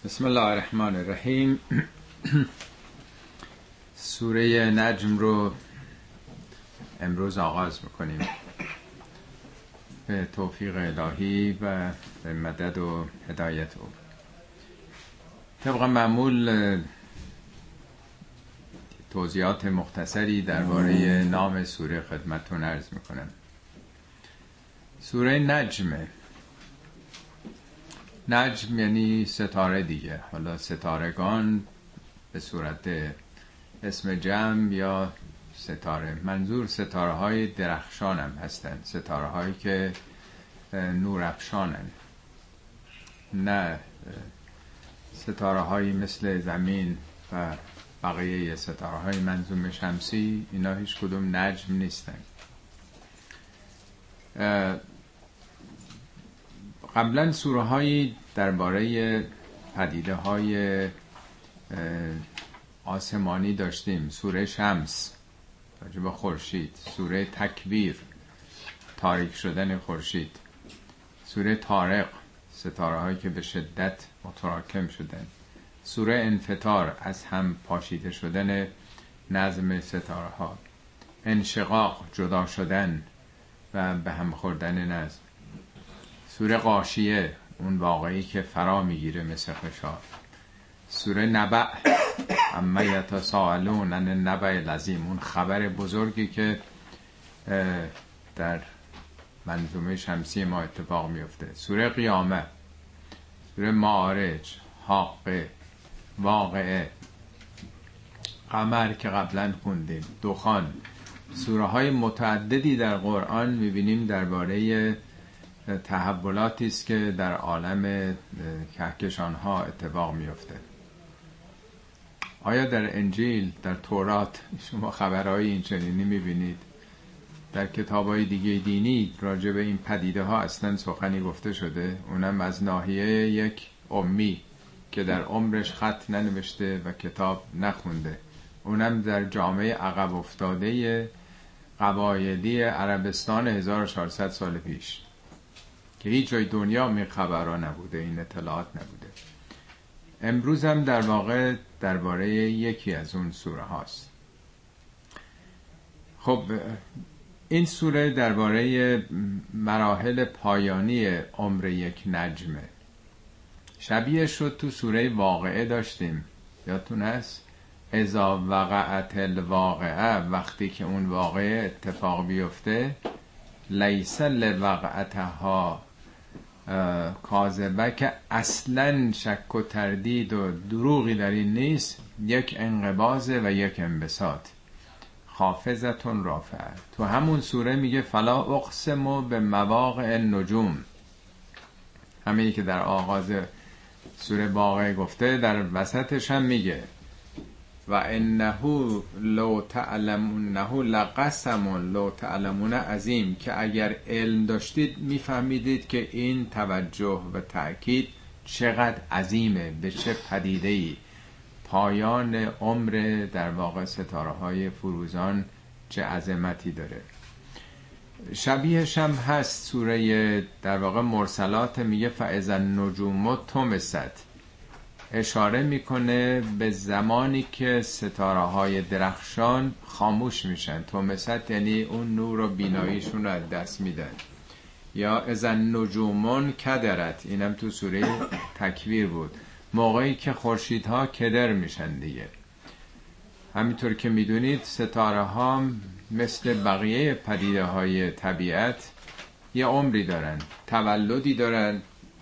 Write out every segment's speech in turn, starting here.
بسم الله الرحمن الرحیم. سوره نجم رو امروز آغاز میکنیم به توفیق الهی و به مدد و هدایت او. طبق معمول توضیحات مختصری درباره نام سوره خدمتتون عرض میکنم. سوره نجمه. نجم یعنی ستاره دیگه، حالا ستارگان به صورت اسم جمع یا ستاره. منظور ستاره های درخشان هم هستن، ستاره هایی که نور افشانن، نه ستاره هایی مثل زمین و بقیه ستاره های منظوم شمسی. اینا هیچ کدوم نجم نیستن. قبلا سوره هایی درباره پدیده های آسمانی داشتیم. سوره شمس راجع به خورشید، سوره تکویر تاریک شدن خورشید، سوره طارق ستاره هایی که به شدت متراکم شدن، سوره انفطار از هم پاشیده شدن نظم ستاره ها، انشقاق جدا شدن و به هم خوردن نظم، سوره غاشیه اون واقعی که فرا میگیره مثل خشاب، سوره نبأ اما یتساءلون عن النبأ العظیم اون خبر بزرگی که در منظومه شمسی ما اتفاق میفته، سوره قیامه، سوره معارج، حاقه، واقعه، قمر که قبلا خوندیم، دخان. سوره های متعددی در قرآن میبینیم درباره تحولاتی است که در عالم کهکشان ها اتفاق میفته. آیا در انجیل، در تورات شما خبرهای این چنینی میبینید؟ در کتابهای دیگه دینی راجع به این پدیده ها اصلا سخنی گفته شده؟ اونم از ناحیه یک امی که در عمرش خط ننوشته و کتاب نخونده، اونم در جامعه عقب افتاده قبایلی عربستان 1400 سال پیش که هیچ جای دنیا می خبرها نبوده، این اطلاعات نبوده. امروز هم در واقع درباره یکی از اون سوره هاست. خب این سوره درباره مراحل پایانی عمر یک نجمه. شبیه شد تو سوره واقعه داشتیم، یادتون هست؟ اذا وقعت الواقعه، وقتی که اون واقعه اتفاق بیفته، لیس لوقعتها کاذبه، که اصلا شک و تردید و دروغی در این نیست، یک انقباض و یک انبساط. خافضتون رافعه. تو همون سوره میگه فلا اقسم به مواقع النجوم، همینی که در آغاز سوره واقعه گفته در وسطش هم میگه و انه لو تعلمونه لقسم لو تعلمون عظیم، که اگر علم داشتید میفهمیدید که این توجه و تأکید چقدر عظیمه، به چه پدیده‌ای. پایان عمر در واقع ستاره های فروزان چه عظمتی داره. شبیهش هم هست سوره در واقع مرسلات، میگه فاذا النجوم طمست، اشاره میکنه به زمانی که ستاره های درخشان خاموش میشن. طمست یعنی اون نور و بیناییشون رو از دست میدن. یا اذا النجوم کدرت، اینم تو سوره تکویر بود، موقعی که خورشیدها کدر میشن دیگه. همینطور که میدونید ستاره ها مثل بقیه پدیده های طبیعت یه عمری دارن، تولدی دارن،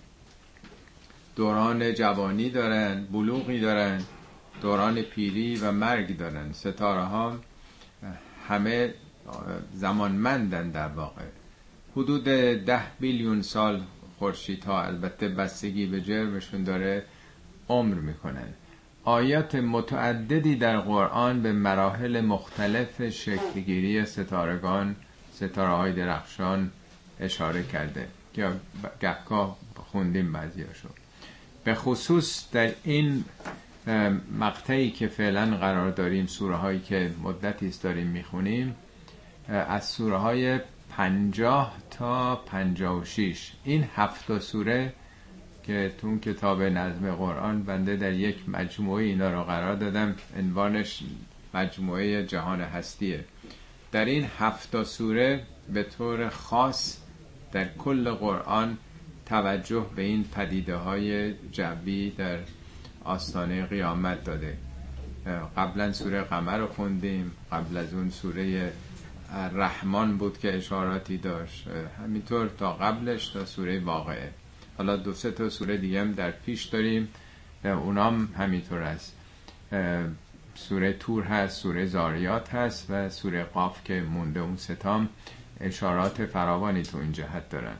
دوران جوانی دارن، بلوغی دارن، دوران پیری و مرگ دارن. ستاره ها همه زمانمندن در واقع. حدود 10 بیلیون سال خورشیدها، البته بستگی به جرمشون داره، عمر میکنن. آیات متعددی در قرآن به مراحل مختلف شکلگیری ستارگان، ستاره های درخشان اشاره کرده یا گهگاه خوندیم بعضیاشو. به خصوص در این مقطعی که فعلا قرار داریم، سوره هایی که مدتی است داریم میخونیم، از سوره های 50 تا 56، این 7 سوره که تو اون کتاب نظم قرآن بنده در یک مجموعه اینا رو قرار دادم، عنوانش مجموعه جهان هستیه. در این 7 سوره به طور خاص در کل قرآن توجه به این پدیده های جوی در آستانه قیامت داده. قبلا سوره قمر رو خوندیم، قبل از اون سوره رحمان بود که اشاراتی داشت، همینطور تا قبلش تا سوره واقعه. حالا 2-3 تا سوره دیگه هم در پیش داریم، اونام همینطور است. سوره تور هست، سوره زاریات هست و سوره قاف که مونده. اون ستام اشارات فراوانی تو این جهت دارن.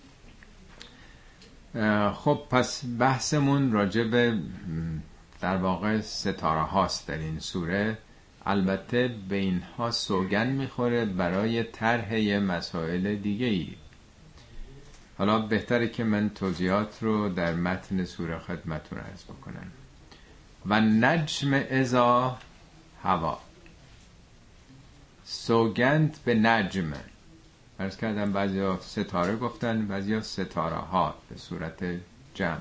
خب پس بحثمون راجع به در واقع ستاره هاست در این سوره. البته به اینها سوگند میخوره برای طرح مسائل دیگه ای. حالا بهتره که من توضیحات رو در متن سوره خدمتتون عرض بکنم. و نجم اذا هوا، سوگند به نجم. عرض کردم بعضیا ستاره گفتن، بعضیا ستاره ها به صورت جمع.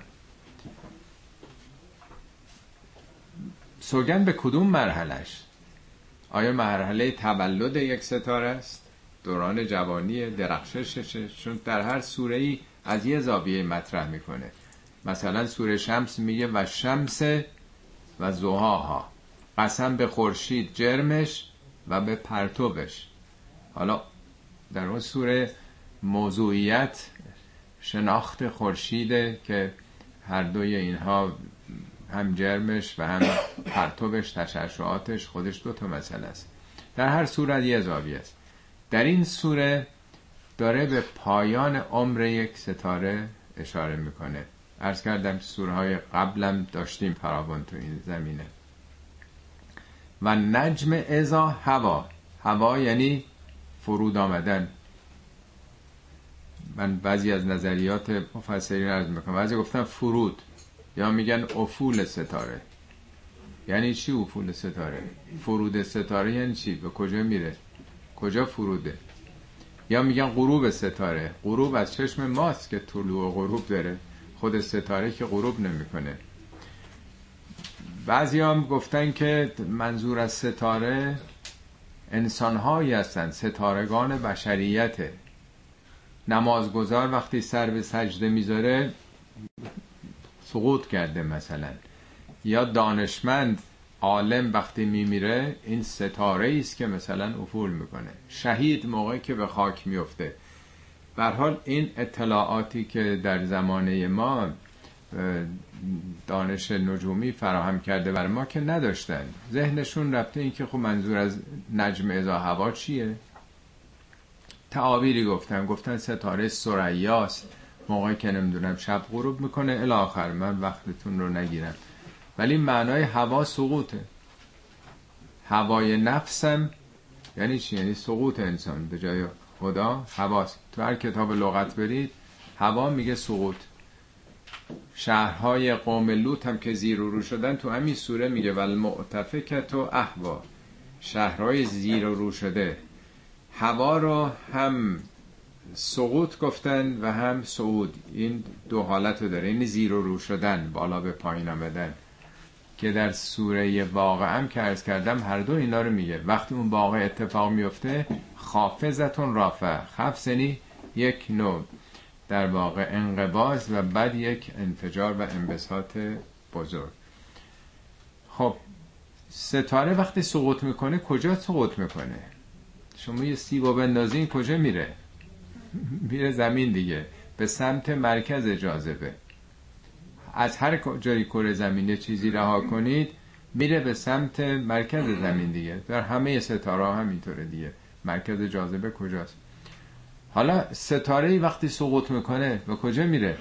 سوگند به کدوم مرحلش؟ آیا مرحله تولد یک ستاره است؟ دوران جوانی، درخشششه؟ چون در هر سوره‌ای از یه زاویه مطرح میکنه. مثلا سوره شمس میگه و شمس و ضحاها، قسم به خورشید جرمش و به پرتوبش. حالا در اون سوره موضوعیت شناخت خورشیده که هر دوی اینها هم جرمش و هم پرتوبش، تشعشعاتش، خودش 2 تا مسئله است. در هر سوره یه زاویه است. در این سوره داره به پایان عمر یک ستاره اشاره میکنه. عرض کردم سوره های قبلم داشتیم فراوان تو این زمینه. و نجم اذا هوا، هوا یعنی فرود آمدن. من بعضی از نظریات مفسرین عرض میکنم، بعضی گفتن فرود، یا میگن افول ستاره. یعنی چی افول ستاره؟ فرود ستاره یعنی چی؟ به کجا میره؟ کجا فروده؟ یا میگن غروب ستاره. غروب از چشم ماست که طلوع و غروب داره، خود ستاره که غروب نمیکنه. بعضی هم گفتن که منظور از ستاره انسانهایی هستن، ستارگان بشریته. نمازگزار وقتی سر به سجده میذاره سقوط کرده مثلا، یا دانشمند عالم وقتی میمیره این ستاره است که مثلا افول میکنه. شهید موقعی که به خاک میفته. به هر حال این اطلاعاتی که در زمانه ما دانش نجومی فراهم کرده بر ما که نداشتن، ذهنشون رفته این که خب منظور از نجم اذا هوا چیه؟ تعابیری گفتن ستاره ثریاست، موقعی که نمیدونم شب غروب میکنه الی آخر. من وقتتون رو نگیرم، ولی معنای هوا سقوطه. هوای نفسم یعنی چی؟ یعنی سقوط انسان به جای خدا هواست. تو هر کتاب لغت برید هوا میگه سقوط. شهرهای قوم لوط هم که زیر و رو شدن تو همین سوره میگه والمؤتفکة اهوا، شهرهای زیر و رو شده. هوا رو هم سقوط گفتن و هم صعود. این 2 حالت رو داره، این زیر و رو شدن، بالا به پایین آمدن، که در سوره واقعه هم که عرض کردم هر دو اینا رو میگه. وقتی اون واقع اتفاق میفته خافضتون رافع، خفض یعنی یک نوع در واقع انقباض و بعد یک انفجار و انبساط بزرگ. خب ستاره وقتی سقوط میکنه کجا سقوط میکنه؟ شما یه سیب بندازین کجا میره؟ میره زمین دیگه، به سمت مرکز جاذبه. از هر جای کره زمین چیزی رها کنید میره به سمت مرکز زمین دیگه. در همه ستاره ها همینطوره دیگه، مرکز جاذبه کجاست؟ حالا ستاره وقتی سقوط میکنه به کجا میره؟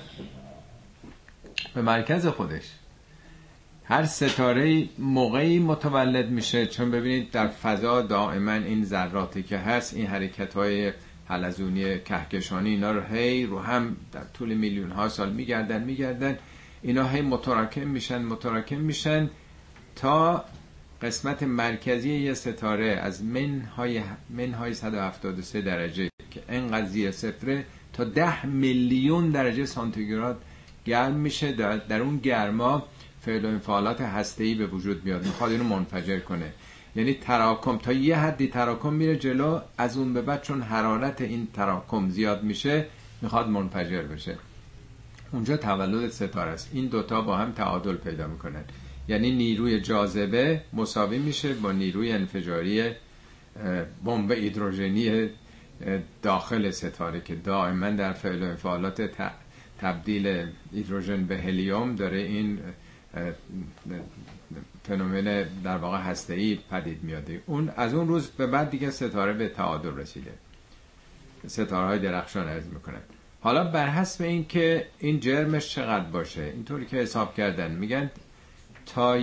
به مرکز خودش. هر ستاره موقعی متولد میشه، چون ببینید در فضا دائما این ذراتی که هست، این حرکت‌های حلزونی کهکشانی، اینا رو هی رو هم در طول میلیون ها سال میگردن، اینا هی متراکم میشن تا قسمت مرکزی یه ستاره از منهای 173 درجه که اینقدر زیر صفره تا 10 میلیون درجه سانتیگراد گرم میشه، در اون گرما فعل و انفعالات هسته‌ای به وجود میاد، میخواد اینو منفجر کنه. یعنی تراکم تا یه حدی تراکم میره جلو، از اون به بعد چون حرارت این تراکم زیاد میشه میخواد منفجر بشه. اونجا تولد ستاره است. این دوتا با هم تعادل پیدا میکنن، یعنی نیروی جاذبه مساوی میشه با نیروی انفجاری بمب هیدروژنی داخل ستاره که دائما در فعل و انفعالات تبدیل هیدروژن به هلیوم داره این فنومن در واقع هسته‌ای پدید میاده. اون از اون روز به بعد دیگه ستاره به تعادل رسیده، ستاره‌های درخشان عرض میکنن. حالا بر حسب این که این جرمش چقدر باشه، اینطوری که حساب کردن میگن تا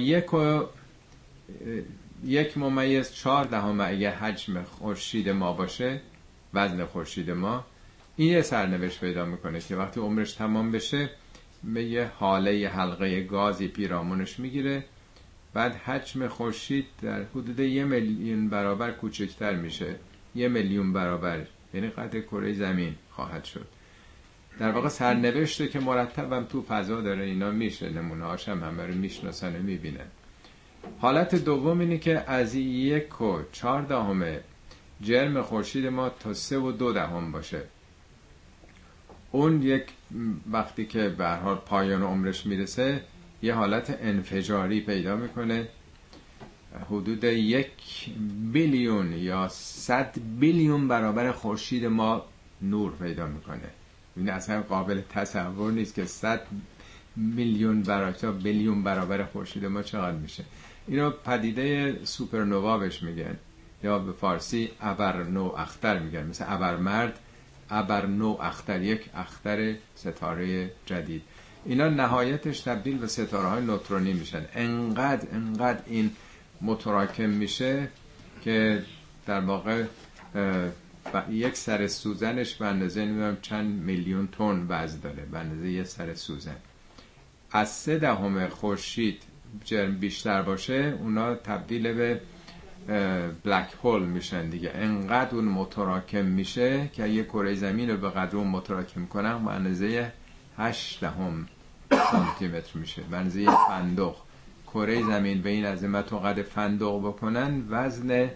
1.4 اگه حجم خورشید ما باشه، وزن خورشید ما، این یه سرنوشت پیدا میکنه که وقتی عمرش تمام بشه به یه حاله حلقه گازی پیرامونش میگیره، بعد حجم خورشید در حدود 1,000,000 برابر کوچکتر میشه، 1,000,000 برابر، یعنی قد کره زمین خواهد شد. در واقع سرنوشته که مرتبم تو فضا داره، اینا میشه نمونه هاشم همه رو میشناسن و میبینن. حالت دوم اینه که از 1.4 جرم خورشید ما تا 3.2 باشه. اون یک وقتی که به هر حال پایان عمرش میرسه یه حالت انفجاری پیدا میکنه، حدود 1,000,000,000 یا 100,000,000,000 برابر خورشید ما نور پیدا میکنه. این اصلا قابل تصور نیست که 100,000,000 برابر بیلیون برابر خورشید ما چقدر میشه. اینو پدیده سوپرنووا بهش میگن، یا به فارسی ابرنو اختر میگن، مثل ابرمرد ابرنو اختر، یک اختر ستاره جدید. اینا نهایتش تبدیل به ستاره های نوترونی میشن. انقدر این متراکم میشه که در واقع یک سر سوزنش به اندازه نمیدونم چند میلیون تن وزن داره، به اندازه یک سر سوزن. از 0.3 خورشید جرم بیشتر باشه اونا تبدیل به بلک هول میشن دیگه. انقدر اون متراکم میشه که یه کره زمین رو به قدر اون متراکم کنن به اندازه 0.8 سانتی متر میشه، به اندازه یه فندق. کره زمین به این عظمت و قد فندق بکنن، وزن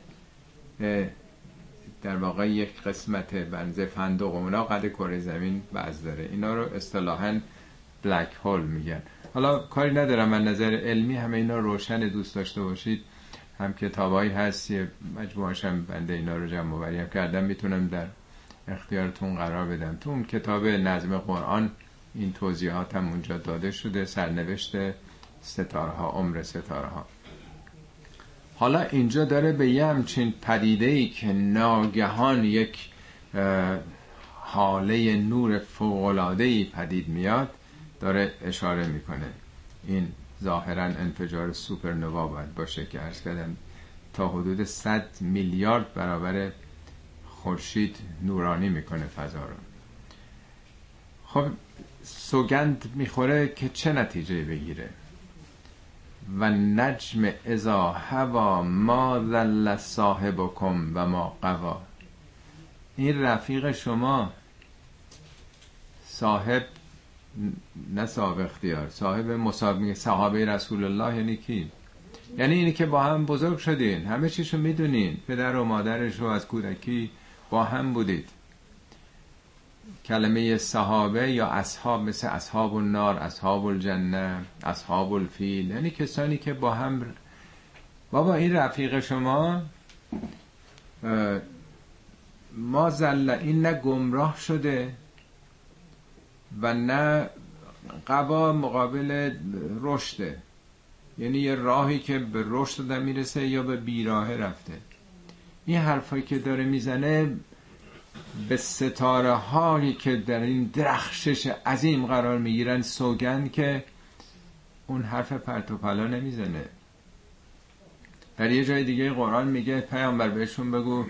در واقع یک قسمت بنزه فندق اونا قد کره زمین وزن داره. اینا رو اصطلاحاً بلک هول میگن. حالا کاری ندارم، من نظر علمی همه اینا روشن، دوست داشته باشید هم کتابایی هست، یه مجموعه‌اش هم بنده اینا رو جمع آوری کردم، میتونم در اختیارتون قرار بدم. تو اون کتاب نظم قرآن این توضیحات هم اونجا داده شده، سرنوشت ستاره ها، عمر ستاره ها. حالا اینجا داره به یه همچین پدیده‌ای که ناگهان یک حاله نور فوق‌العاده‌ای پدید میاد داره اشاره میکنه. این ظاهرا انفجار سوپرنووا باید باشه که عرض کردم تا حدود 100 میلیارد برابر خورشید نورانی میکنه فضا رو. خب سوگند میخوره که چه نتیجه بگیره. و نجم اذا هوا ما ذل صاحبکم و ما غوا. این رفیق شما، صاحب نه صاحب اختیار، صاحب مصاحبه صحابه رسول الله یعنی کی؟ یعنی اینی که با هم بزرگ شدین، همه چیشو میدونین، پدر و مادرش رو از کودکی با هم بودید. کلمه صحابه یا اصحاب مثل اصحاب النار، اصحاب الجنه، اصحاب الفیل، یعنی کسانی که با هم. بابا این رفیق شما ما زل، این نه گمراه شده و نه قوا مقابل رشده، یعنی یه راهی که به رشد دادن میرسه یا به بیراه رفته. این حرفایی که داره میزنه به ستاره هایی که در این درخشش عظیم قرار میگیرن سوگند که اون حرف پرت و پلا نمیزنه. در یه جای دیگه قرآن میگه پیامبر بهشون بگو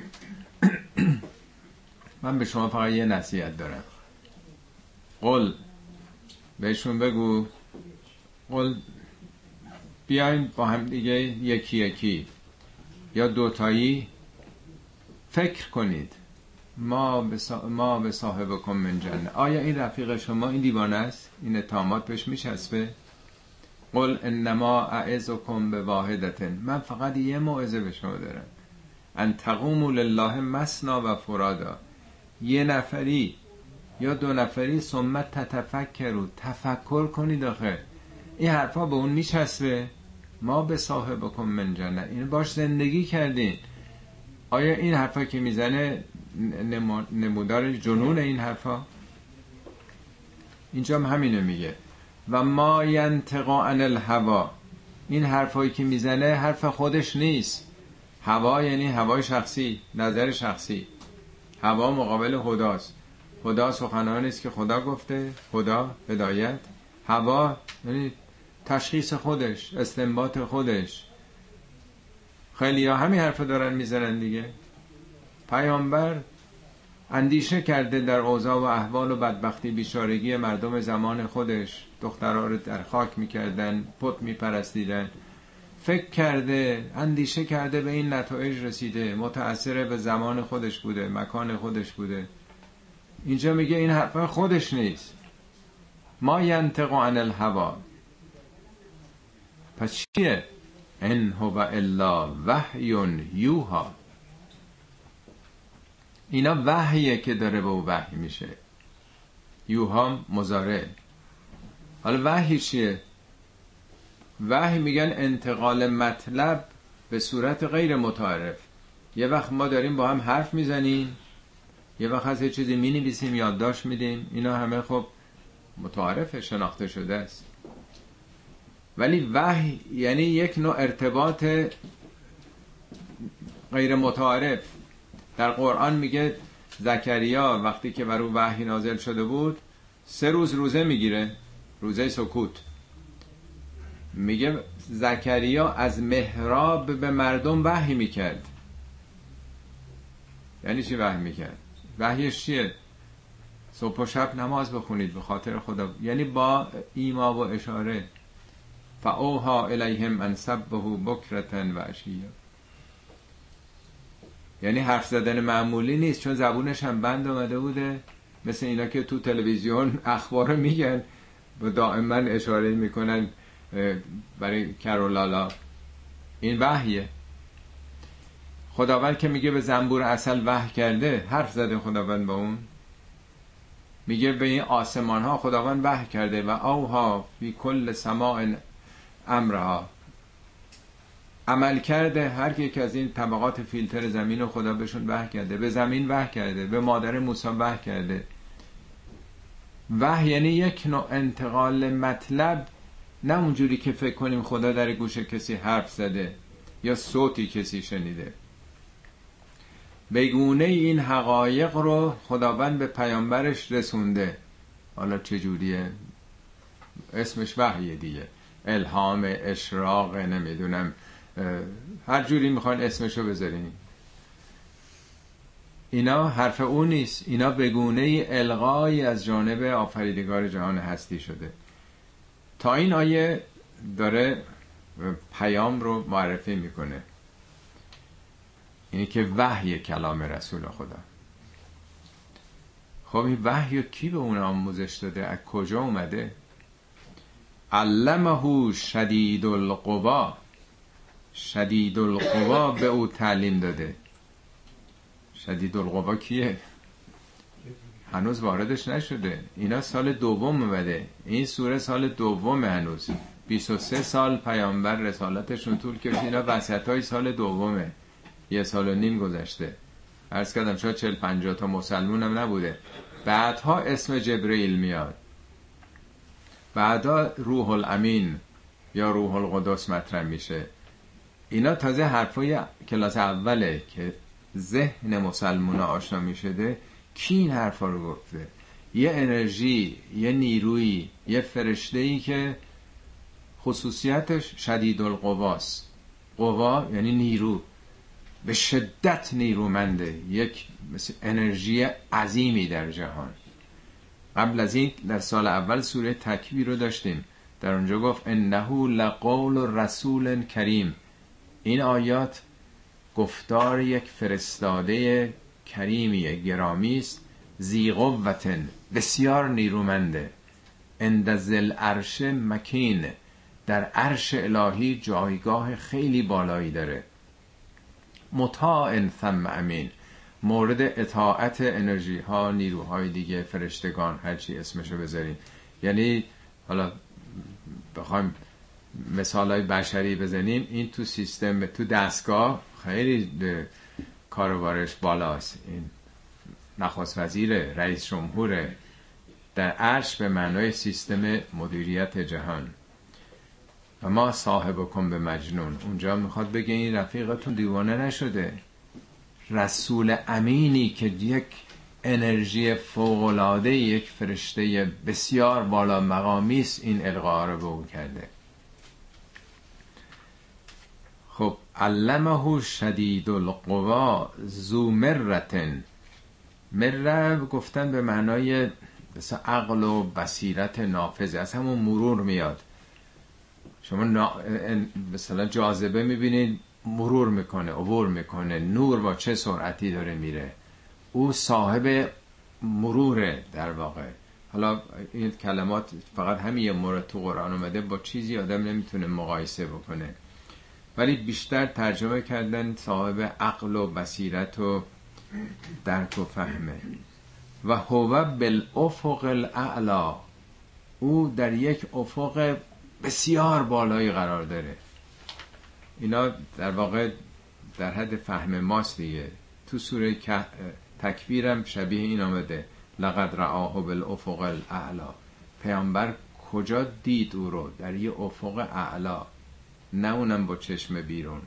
من به شما فقط یه نصیحت دارم، قل بهشون بگو، قل بیاین با هم دیگه یکی یکی یا دوتایی فکر کنید، ما به صاحبکم من جنه. آیا این رفیق شما این دیوانه است؟ این اتهامات بهش میچسبه؟ قل انما اعظکم بواحدة، من فقط یه موعظه به شما دارم، ان تقوموا لله مثنی و فرادا، یه نفری یا دو نفری، ثم تتفکروا، تفکر کنید. آخه این حرفا به اون میچسبه؟ ما به صاحبکم من جنه، این باش زندگی کردین. آیا این حرفا که میزنه نمودار جنون این حرفا؟ اینجا هم همینو میگه و ما ینطق عن الهوا، این حرفایی که میزنه حرف خودش نیست. هوا یعنی هوای شخصی، نظر شخصی. هوا مقابل هداست. هدا سخنانی است که خدا گفته، خدا هدایت. هوا یعنی تشخیص خودش، استنباط خودش. خیلی ها همین حرف دارن میزنن دیگه. پیامبر اندیشه کرده در اوضاع و احوال و بدبختی بیچارگی مردم زمان خودش، دخترها رو در خاک میکردن، پت میپرستیدن، فکر کرده، اندیشه کرده، به این نتایج رسیده، متأثر به زمان خودش بوده، مکان خودش بوده. اینجا میگه این حرف خودش نیست. ما ینطق عن الهوا، پس چیه؟ ان هو الا وحی یوحی، اینا وحیه که داره به او وحی میشه. یوحی مضارع. حالا وحی چیه؟ وحی میگن انتقال مطلب به صورت غیر متعارف. یه وقت ما داریم با هم حرف میزنیم، یه وقت از یه چیزی مینویسیم، یادداشت میدیم، اینا همه خب متعارف، شناخته شده است. ولی وحی یعنی یک نوع ارتباط غیر متعارف. در قرآن میگه زکریا وقتی که بر او وحی نازل شده بود 3 روز روزه میگیره، روزه سکوت. میگه زکریا از محراب به مردم وحی میکرد. یعنی چی وحی میکرد؟ وحیش چیه؟ صبح و شب نماز بخونید به خاطر خدا، یعنی با ایما و اشاره. فاوحی الیهم ان سبحوا بکرة و عشیا، یعنی حرف زدن معمولی نیست، چون زبونش هم بند اومده بوده، مثل اینا که تو تلویزیون اخبار میگن و دائما اشاره میکنن برای کرولالا. این وحیه. خداوند که میگه به زنبور عسل وحی کرده، حرف زده خداوند با اون. میگه به این آسمان ها خداوند وحی کرده و اوها فی کل سماع امرها، عمل کرده هر یک از این طبقات فیلتر زمین رو خدا بهشون وحی کرده. به زمین وحی کرده، به مادر موسی وحی کرده. وحی یعنی یک نوع انتقال مطلب، نه اونجوری که فکر کنیم خدا در گوش کسی حرف زده یا صوتی کسی شنیده. بگونه این حقایق رو خداوند به پیامبرش رسونده. حالا چجوریه؟ اسمش وحیه دیگه، الهام، اشراق، نمیدونم، هر جوری میخوان اسمشو بذارین. اینا حرف اون نیست، اینا بگونه الغایی از جانب آفریدگار جهان هستی شده. تا این آیه داره پیام رو معرفی میکنه، اینی که وحی کلام رسول خدا. خب این وحی کی به اون آموزش داده؟ از کجا اومده؟ علمه شدید القوا، شدید القوا به او تعلیم داده. شدید القوا کیه؟ هنوز واردش نشده. اینا سال دوم اومده، این سوره سال دوم، هنوز 23 سال پیامبر رسالتشون طول کشید، اینا وسطای سال دومه، 1.5 سال گذشته. عرض کردم شاید 40-50 تا مسلمون هم نبوده. بعدها اسم جبرئیل میاد، بعدا روح الامین یا روح القدس مطرح میشه. اینا تازه حرفای کلاس اوله که ذهن مسلمونا آشنا میشده. کی این حرفا رو گفته؟ یه انرژی، یه نیرویی، یه فرشته‌ای که خصوصیتش شدید القواست. قوا یعنی نیرو، به شدت نیرومنده، یک مثل انرژی عظیمی در جهان. قبل از این در سال اول سوره تکویر رو داشتیم، در اونجا گفت انه لقول رسول کریم. این آیات گفتار یک فرستاده کریمیه، گرامی است، ذی قوة بسیار نیرومنده، عند ذی العرش مکین، در عرش الهی جایگاه خیلی بالایی داره، مطاع ثم امین، مورد اطاعت انرژی ها، نیروهای دیگه، فرشتگان، هرچی اسمشو بذاریم. یعنی حالا بخوایم مثالای بشری بزنیم، این تو سیستم، تو دستگاه خیلی کاروبارش بالاست، این نخست وزیره، رئیس جمهوره، در عرش به معنای سیستم مدیریت جهان. و ما صاحبکم به مجنون، اونجا میخواد بگه این رفیقتون دیوانه نشده، رسول امینی که یک انرژی فوق‌العاده، یک فرشته بسیار بالا مقامی است، این القا رو به او کرده. خب علمه شدید القوا ذو مرة، مره گفتن به معنای مثلا عقل و بصیرت نافذه، از همون مرور میاد. شما مثلا جاذبه میبینید مرور میکنه، عبور میکنه، نور با چه سرعتی داره میره، او صاحب مروره در واقع. حالا این کلمات فقط همین یه مورد تو قرآن اومده، با چیزی آدم نمیتونه مقایسه بکنه، ولی بیشتر ترجمه کردن صاحب عقل و بصیرت و درک و فهمه. و هو بالافق الاعلی، او در یک افق بسیار بالایی قرار داره. اینا در واقع در حد فهم ماست دیگه. تو سوره تکویرم شبیه این آمده، لقد رآه بالافق الاعلی. پیامبر کجا دید او رو؟ در یه افق اعلا، نه اونم با چشم بیرون.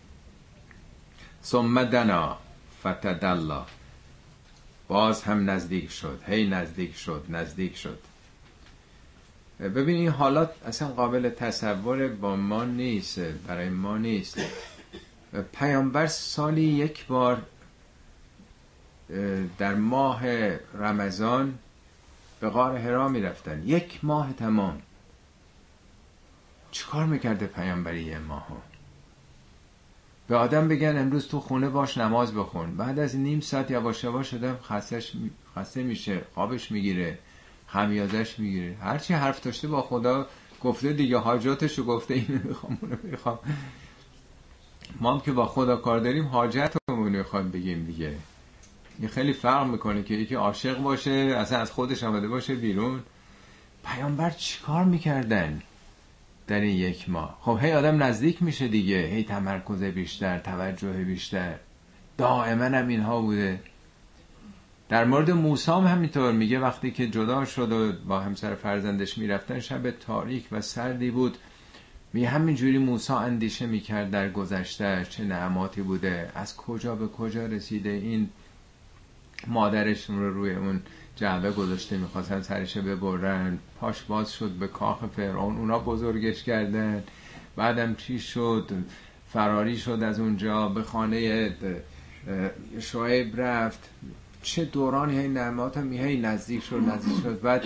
ثم دنا فتدلی، باز هم نزدیک شد، هی نزدیک شد، نزدیک شد. ببین این حالات اصلا قابل تصور با ما نیست، برای ما نیست. پیامبر سالی یک بار در ماه رمضان به غار حرا می رفتن، یک ماه تمام. چیکار میکرده پیامبری یه ماهو؟ به آدم بگن امروز تو خونه باش نماز بخون، بعد از نیم ساعت یواش یواش آدم خسته میشه، خوابش میگیره، خمیازش میگیره، هرچی حرف داشته با خدا گفته دیگه، حاجاتشو گفته، اینو میخوام اونو میخوام. ما هم که با خدا کار داریم حاجتمون میخوام بگیم دیگه. این خیلی فرق میکنه که یکی عاشق باشه اصلا از خودش آمده باشه بیرون. پیامبر چیکار میکردن در این یک ماه؟ خب هی آدم نزدیک میشه دیگه، هی تمرکز بیشتر، توجه بیشتر، دائما هم اینها بوده. در مورد موسی هم همینطور میگه، وقتی که جدا شد و با همسر فرزندش میرفتن، شب تاریک و سردی بود، میگه همینجوری موسی اندیشه میکرد در گذشته چه نعماتی بوده، از کجا به کجا رسیده. این مادرشون رو روی اون جعبه گذاشته، میخواستن سرش ببرن، پاش باز شد به کاخ فرعون، اونا بزرگش کردن. بعدم چی شد؟ فراری شد از اونجا، به خانه شعیب رفت. چه دورانی هی نعمات هم هی نزدیک شد. بعد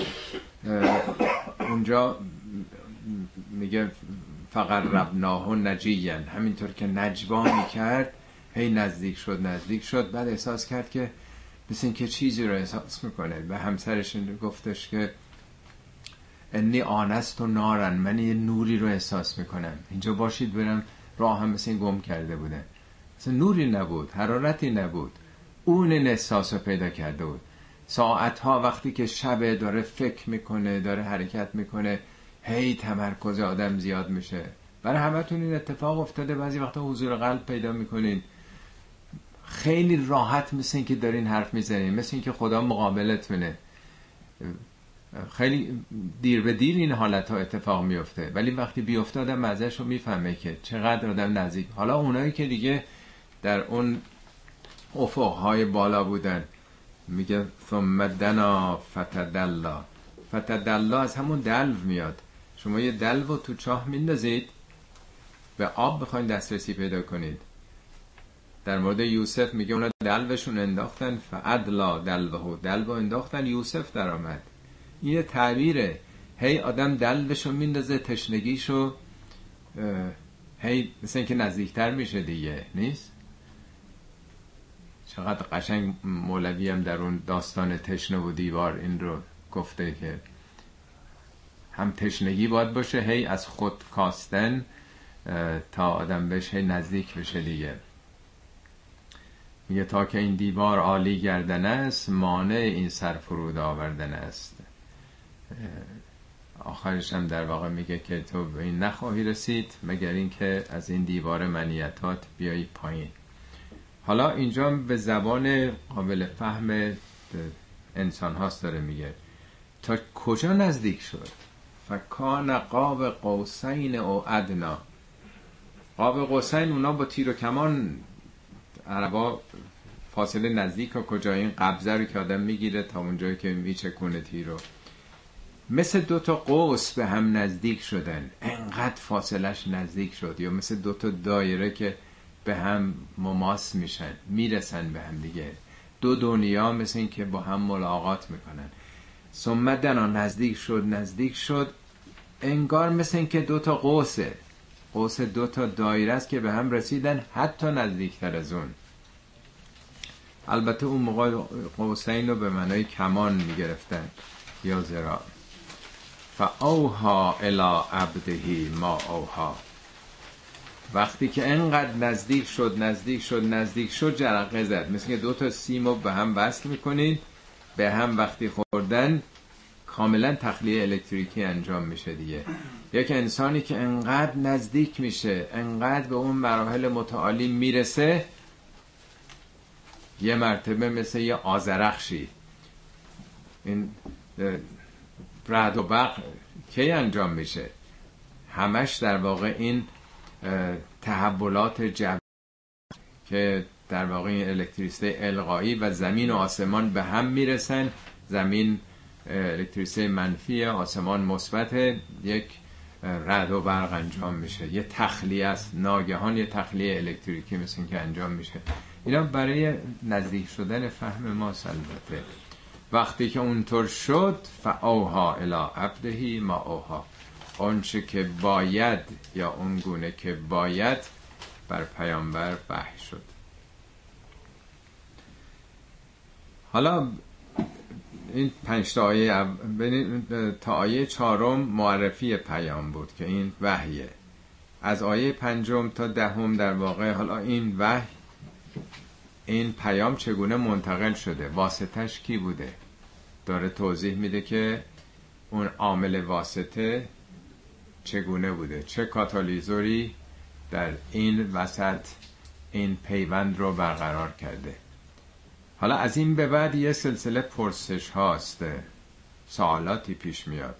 اونجا میگه فقط ربناه نجیین، همینطور که نجوا میکرد هی نزدیک شد. بعد احساس کرد که مثل این که چیزی رو احساس میکنه. به همسرش گفتش که انی آنست و نارن، من یه نوری رو احساس میکنم، اینجا باشید برم. راه هم مثل این گم کرده بوده، مثل نوری نبود، حرارتی نبود، اون این احساس رو پیدا کرده بود. ساعتها وقتی که شبه داره فکر میکنه، داره حرکت میکنه، هی تمرکز آدم زیاد میشه. برای همتون این اتفاق افتاده، بعضی وقتا حضور قلب پیدا میکنین، خیلی راحت، مثل این که دارین حرف میزنین، مثل این که خدا مقابلتونه. خیلی دیر به دیر این حالت ها اتفاق میفته، ولی وقتی بیفته آدم مزهش رو میفهمه که چقدر آدم نزدیک. حالا اونایی که دیگه در اون افقهای بالا بودن، میگه ثم دنا فتدلا. فتدلا از همون دلو میاد. شما یه دلو تو چاه میندازید، به آب بخواین دسترسی پیدا کنید. در مورد یوسف میگه اونا دلوشون انداختن، فعدلا دلو انداختن، یوسف در آمد. این یه تعبیره. هی آدم دلوشو میندازه، تشنگیشو هی مثل این که نزدیکتر میشه دیگه، نیست؟ چقدر قشنگ مولوی هم در اون داستان تشنه و دیوار این رو گفته که هم تشنگی باید باشه، هی از خود کاستن تا آدم بهش هی نزدیک بشه دیگه. میگه تا که این دیوار عالی گردن است، مانع این سر فرود آوردن است. آخرش هم در واقع میگه که تو به این نخواهی رسید مگر این که از این دیوار منیتات بیایی پایین. حالا اینجا به زبان قابل فهم انسان هاست داره میگه تا کجا نزدیک شد. فکان قاب قوسین او ادنا. قاب قوسین اونا با تیر و کمان عربا فاصله نزدیک ها کجا، این قبضه رو که آدم میگیره تا اونجایی که میچکونه تیر رو، مثل دوتا قوس به هم نزدیک شدن، انقدر فاصلش نزدیک شد، یا مثل دوتا دایره که به هم مماس میشن، میرسن به هم دیگه، دو دنیا مثل این که با هم ملاقات میکنن. ثم دنا نزدیک شد انگار مثل این که دوتا قوس دوتا دایره است که به هم رسیدن، حتی نزدیکتر از اون. البته اون موقع قوسین رو به معنای کمان میگرفتن یا ذراع. فاوها الی عبده ما اوها. وقتی که انقدر نزدیک شد جرقه زد، مثل که دوتا سیم رو به هم وصل میکنین، به هم وقتی خوردن کاملا تخلیه الکتریکی انجام میشه دیگه. یک انسانی که انقدر نزدیک میشه، انقدر به اون مراحل متعالی میرسه، یه مرتبه مثل یه آذرخشی، این رعد و برق کی انجام میشه؟ همش در واقع این تحولات جوی که در واقع این الکتریسیته القایی و زمین و آسمان به هم میرسن، زمین الکتریسیته منفی، آسمان مثبت، یک رعد و برق انجام میشه، یه تخلیه است، ناگهان یه تخلیه الکتریکی مثل این که انجام میشه. اینا برای نزدیک شدن فهم ما البته. وقتی که اونطور شد فاوها الی عبده ما اوها، اونچه که باید یا اون گونه که باید بر پیامبر وحی شد. حالا این 5 تا آیه تا آیه 4 معرفی پیام بود که این وحیه. از آیه 5 تا 10 در واقع حالا این وحی، این پیام چگونه منتقل شده، واسطش کی بوده، داره توضیح میده که اون عامل واسطه چگونه بوده، چه کاتالیزوری در این وسط این پیوند رو برقرار کرده. حالا از این به بعد یه سلسله پرسش هاست، سوالاتی پیش میاد.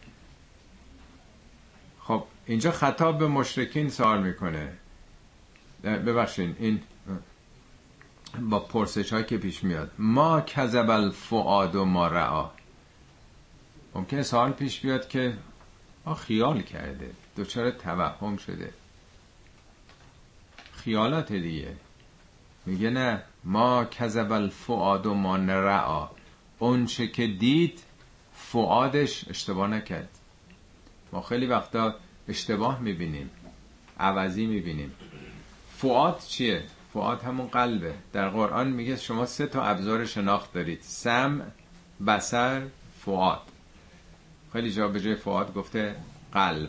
خب اینجا خطاب به مشرکین سوال میکنه، ببخشین این با پرسش هایی که پیش میاد. ما کذب الفؤاد ما رعا. ممکنه سوال پیش بیاد که خیال کرده، دچار توهم شده، خیالات دیگه. میگه نه، ما کذب الفؤاد ما رعا، اون چه که دید فؤادش اشتباه نکرد. ما خیلی وقتا اشتباه میبینیم، عوضی میبینیم. فؤاد چیه؟ فؤاد همون قلبه. در قرآن میگه شما 3 تا ابزار شناخت دارید: سمع، بصر، فؤاد. خیلی جا به جای فؤاد گفته قلب.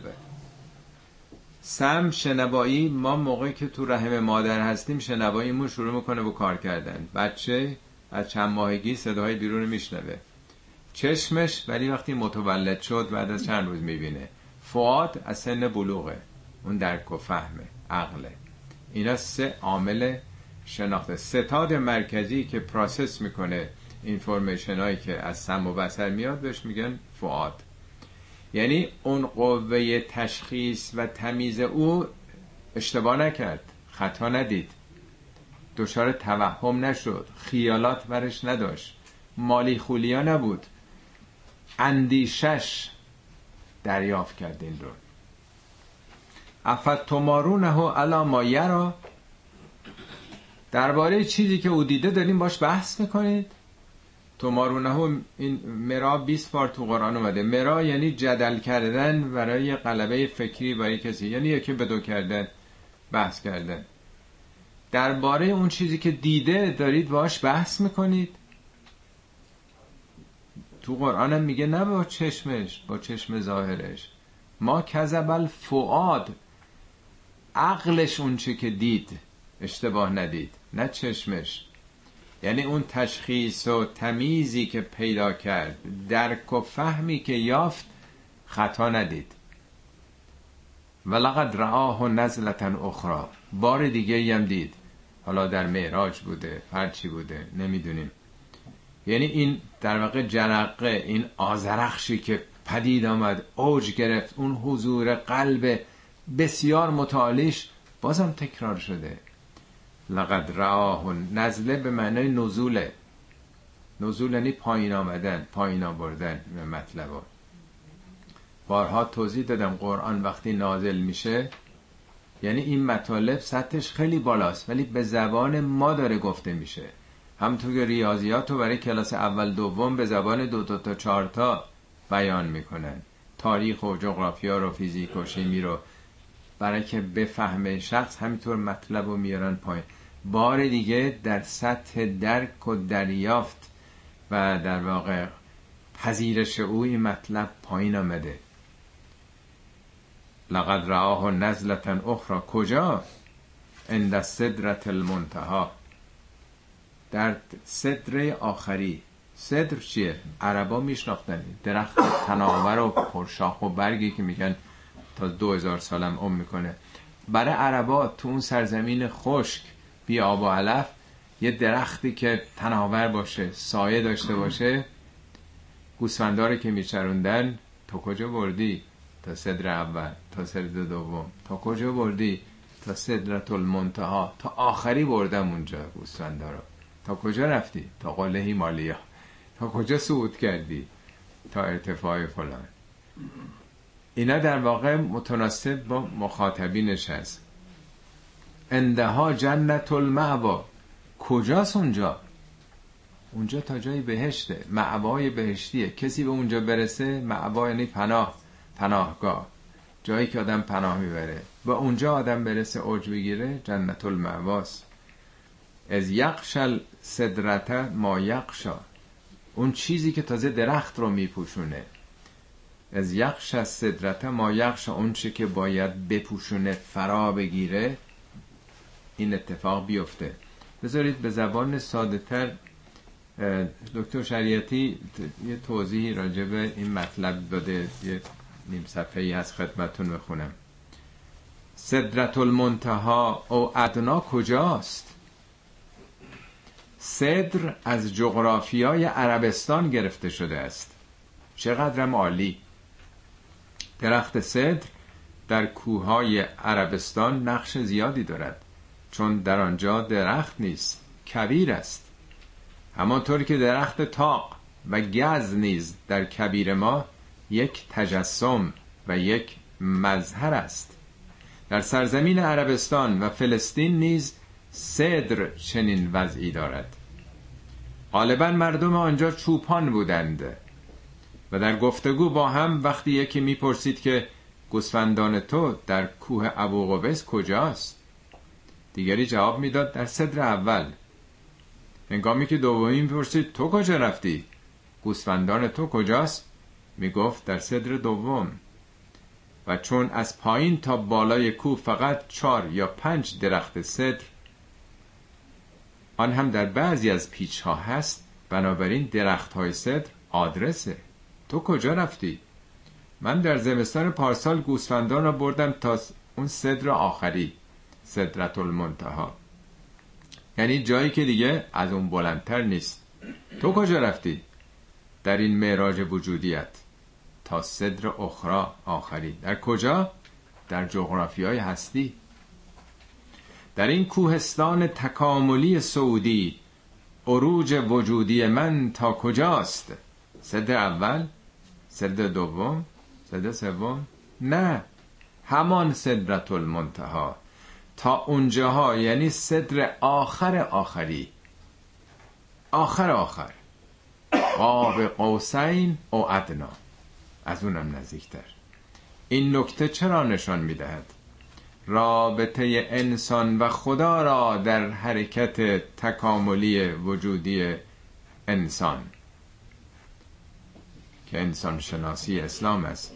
سمع، شنوایی، ما موقعی که تو رحم مادر هستیم شنواییمون شروع میکنه به کار کردن. بچه از چند ماهگی صداهای بیرون میشنوه. چشمش ولی وقتی متولد شد بعد از چند روز میبینه. فؤاد از سن بلوغه، اون درک و فهمه، عقله. اینا 3 عامل شناخته. ستاد مرکزی که پروسس میکنه اینفورمیشن هایی که از سمع و بصر میاد بهش میگن فؤاد. یعنی اون قوه تشخیص و تمیز او اشتباه نکرد، خطا ندید، دچار توهم نشد، خیالات برش نداشت، مالی خولیا نبود، اندیشش دریافت کرد این رو. افتمارونه علی ما یرا، درباره چیزی که او دیده داریم باش بحث میکنید. تمارونه، این مرا 20 بار تو قرآن اومده. مرا یعنی جدل کردن برای غلبه فکری برای کسی، یعنی یکی بدو کردن، بحث کردن. درباره اون چیزی که دیده دارید باش بحث میکنید. تو قرآن هم میگه نه با چشمش، با چشم ظاهرش. ما کذب الفؤاد، عقلش اون چی که دید اشتباه ندید، نه چشمش. یعنی اون تشخیص و تمیزی که پیدا کرد، درک و فهمی که یافت، خطا ندید. ولقد رآه نزلة اخرى، بار دیگه هم دید، حالا در معراج بوده، هرچی بوده نمیدونیم. یعنی این در واقع جرقه، این آذرخشی که پدید آمد، اوج گرفت، اون حضور قلب بسیار متعالیش بازم تکرار شده. لقد رآه، نزله به معنای نزوله. نزول یعنی پایین آمدن، پایین آوردن مطلبا. بارها توضیح دادم قرآن وقتی نازل میشه یعنی این مطالب سطحش خیلی بالاست ولی به زبان ما داره گفته میشه. همونطور که ریاضیات رو برای کلاس اول دوم به زبان 2 تا 4 تا بیان میکنن، تاریخ و جغرافیا رو، فیزیک و شیمی رو، برای که بفهمه شخص همینطور مطلب رو میارن پایین. بار دیگه در سطح درک و دریافت و در واقع پذیرش او این مطلب پایین آمده. لقد رآه نزلة اخرى، کجا؟ عند سدرة المنتهى، در سدره آخری. سدر چیه؟ عربا میشناختن، درخت تناور و پرشاخ و برگی که میگن تا 2000 سالم عمر میکنه. برای عربا تو اون سرزمین خشک بی آب و علف یه درختی که تناور باشه، سایه داشته باشه، گوسفنداره که میچروندن، تا کجا بردی؟ تا سدر اول، تا سدر دوم، تا کجا بردی؟ تا سدرة المنتهى، تا آخری بردم اونجا گوسفندارو. تا کجا رفتی؟ تا قله هیمالیا. تا کجا صعود کردی؟ تا ارتفاع فلان. اینا در واقع متناسب با مخاطبینش هست. عندها جنت المأوا، کجاست اونجا؟ اونجا تا جای بهشته، مأوای بهشتیه. کسی به اونجا برسه، مأوا یعنی پناه، پناهگاه، جایی که آدم پناه میبره. با اونجا آدم برسه اوج بگیره، جنت المأواست. از یغشل سدرته ما یغشا، اون چیزی که تازه درخت رو میپوشونه. از یغشل سدرته ما یغشا، اون چی که باید بپوشونه فرا بگیره، این اتفاق بیفته. بذارید به زبان ساده تر دکتر شریعتی یه توضیحی راجع به این مطلب داده، یه نیم صفحه‌ای هست خدمتتون بخونم. سدرة المنتهى او ادنا کجاست؟ صدر از جغرافیای عربستان گرفته شده است. چقدرم عالی. درخت صدر در کوههای عربستان نقش زیادی دارد، چون در آنجا درخت نیست، کویر است. همانطور که درخت تاق و گز نیز در کبیر ما یک تجسم و یک مظهر است. در سرزمین عربستان و فلسطین نیز صدر چنین وضعی دارد. غالبا مردم آنجا چوپان بودند و در گفتگو با هم وقتی یکی میپرسید که گوسفندان تو در کوه ابوقبیس کجاست، دیگری جواب میداد در صدر اول. هنگامی که دومی میپرسید تو کجا رفتی، گوسفندان تو کجاست، میگفت در صدر دوم. و چون از پایین تا بالای کوه فقط 4 یا 5 درخت صدر، آن هم در بعضی از پیچ ها هست، بنابراین درخت های صدر آدرسه. تو کجا رفتی؟ من در زمستان پارسال گوسفندان را بردم تا اون صدر آخری، سدرة المنتهى، یعنی جایی که دیگه از اون بلندتر نیست. تو کجا رفتی در این معراج وجودیت؟ تا صدر اخرى، آخری. در کجا؟ در جغرافیای هستی. در این کوهستان تکاملی سعودی عروج وجودی من تا کجاست؟ صدر اول؟ صدر دوم؟ صدر سوم؟ نه، همان سدرة المنتهى، تا اونجاها، یعنی صدر آخر آخری، آخر آخر، قاب قوسین او ادنا، از اونم نزدیکتر. این نکته چرا نشان میدهد؟ رابطه انسان و خدا را در حرکت تکاملی وجودی انسان که انسان شناسی اسلام است.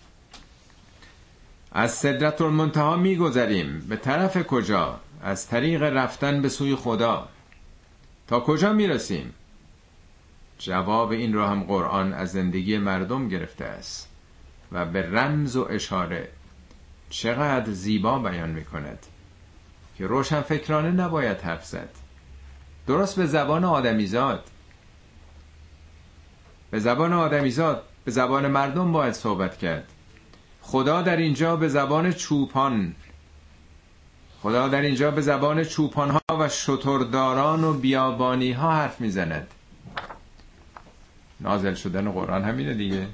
از سدرة المنتهی میگذریم به طرف کجا؟ از طریق رفتن به سوی خدا. تا کجا میرسیم؟ جواب این را هم قرآن از زندگی مردم گرفته است و به رمز و اشاره چقدر زیبا بیان میکند که روشن فکرانه نباید حرف زد، درست به زبان آدمیزاد، به زبان مردم باید صحبت کرد. خدا در اینجا به زبان چوپان، خدا در اینجا به زبان چوپان ها و شترداران و بیابانی ها حرف میزند. نازل شدن قرآن همینه دیگه.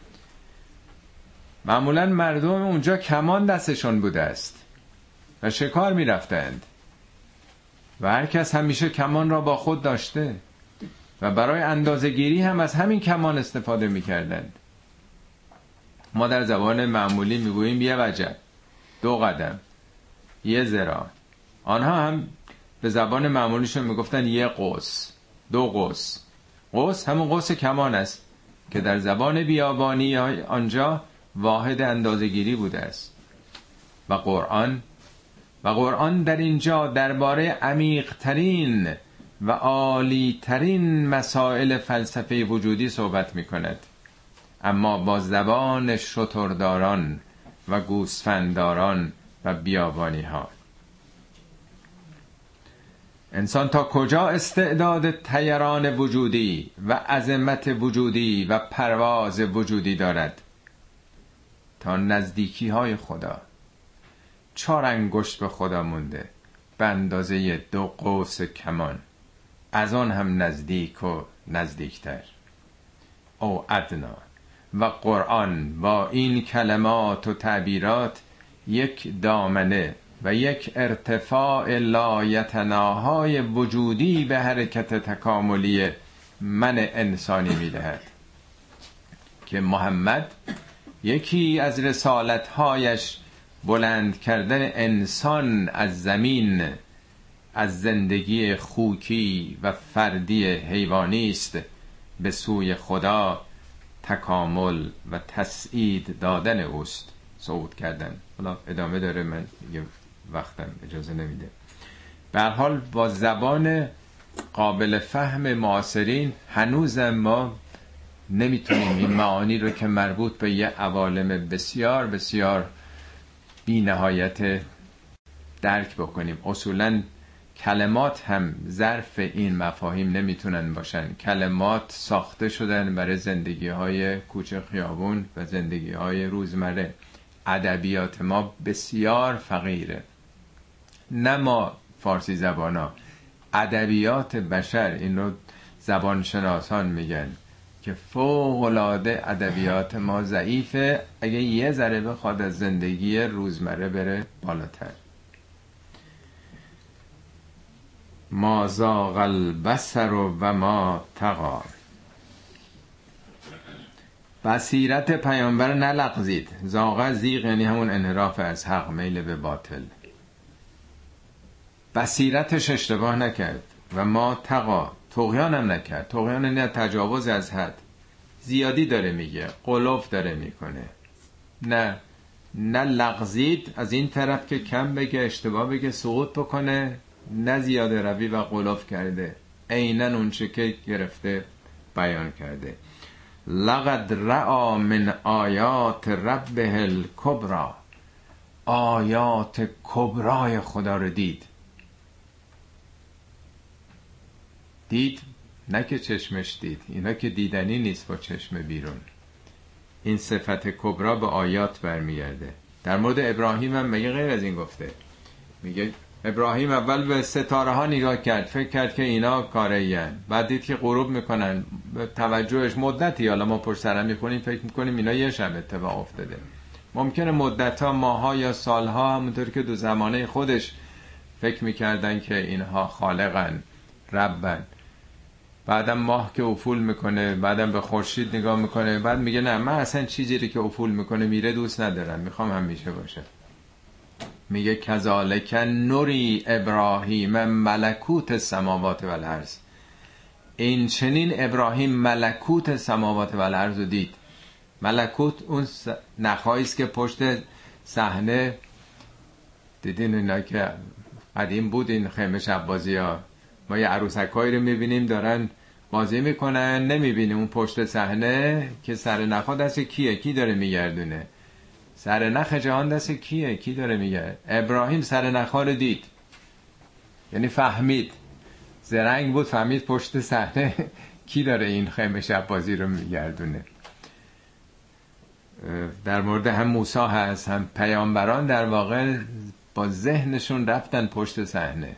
معمولا مردم اونجا کمان دستشون بوده است و شکار میرفتند و هر کس همیشه کمان را با خود داشته و برای اندازه‌گیری هم از همین کمان استفاده میکردند. ما در زبان معمولی میگوییم یه وجب، 2 قدم، 1 ذراع. آنها هم به زبان معمولیشون میگفتن 1 قوس، 2 قوس. قوس همون قوس کمان است که در زبان بیابانی آنجا واحد اندازه‌گیری بوده است. و قرآن در اینجا درباره عمیق‌ترین و عالی‌ترین مسائل فلسفه وجودی صحبت می‌کند، اما با زبان شترداران و گوسفندداران و بیابانی ها. انسان تا کجا استعداد طیران وجودی و عظمت وجودی و پرواز وجودی دارد؟ تا نزدیکی های خدا. 4 انگشت به خدا مونده به اندازه 2 قوس کمان، از آن هم نزدیک و نزدیکتر. او ادنا. و قرآن با این کلمات و تعبیرات یک دامنه و یک ارتفاع لایتناهای وجودی به حرکت تکاملی من انسانی میدهد که محمد یکی از رسالتهایش بلند کردن انسان از زمین، از زندگی خوکی و فردی حیوانی است به سوی خدا، تکامل و تسعید دادن اوست، صعود کردن. حالا ادامه داره، من یه وقتم اجازه نمیده. به هر حال با زبان قابل فهم معاصرین هنوزم ما نمیتونیم این معانی رو که مربوط به یه عوالم بسیار بسیار بی نهایت درک بکنیم. اصولاً کلمات هم ظرف این مفاهیم نمیتونن باشن. کلمات ساخته شدن برای زندگی های کوچه خیابون و زندگی های روزمره. ادبیات ما بسیار فقیره، نه ما فارسی زبانا، ادبیات بشر. این رو زبان شناسان میگن که فوق العاده ادبیات ما ضعیفه اگه یه ذره بخواد از زندگی روزمره بره بالاتر. ما زاغ البصر و ما طغی. بصیرت پیامبر نلغزید. زاغ زیغ یعنی همون انحراف از حق، میل به باطل. بصیرتش اشتباه نکرد و ما طغی، طغیان هم نکرد. طغیان یعنی تجاوز از حد، زیادی داره میگه، غلو داره میکنه. نه لغزید از این طرف که کم بگه، اشتباه بگه، سقوط بکنه، نه زیاده روی و غلو کرده. عیناً اون چه که گرفته بیان کرده. لقد رأى من آیات ربه الکبری. آیات کبرای خدا رو دید. نه که چشمش دید، اینا که دیدنی نیست با چشم بیرون. این صفت کبرا به آیات برمیگرده. در مورد ابراهیم هم میگه غیر از این گفته. میگه ابراهیم اول به ستاره ها نگاه کرد، فکر کرد که اینا کاره‌این، بعد دید که غروب میکنن، توجهش مدتی، حالا ما پشت سر هم میخونیم فکر میکنیم اینا یه شب اتفاق افتاده، ممکنه مدت‌ها، ماه‌ها یا سال‌ها، همونطور که دو زمانه خودش فکر میکردن که اینها خالقن، ربن. بعدم ماه که افول میکنه، بعدم به خورشید نگاه میکنه، بعد میگه نه، من اصلا چیزی که افول میکنه میره دوست ندارم، میخوام همیشه باشه. میگه کذالک نوری ابراهیم ملکوت السماوات و الارض. این چنین ابراهیم ملکوت سماوات و الارض رو دید. ملکوت اون نخایی است که پشت صحنه دیدین، اینا که قدیم بود این خیمه شب بازی ها، ما یه عروسکایی رو میبینیم دارن بازی میکنن، نمیبینیم اون پشت صحنه که سر نخا دست کیه، کی داره میگردونه، سر نخ جهان دست کیه، کی داره میگرد. ابراهیم سر نخا رو دید، یعنی فهمید، زرنگ بود، فهمید پشت صحنه کی داره این خیمه شب بازی رو میگردونه. در مورد هم موسی هست هم پیامبران در واقع با ذهنشون رفتن پشت صحنه.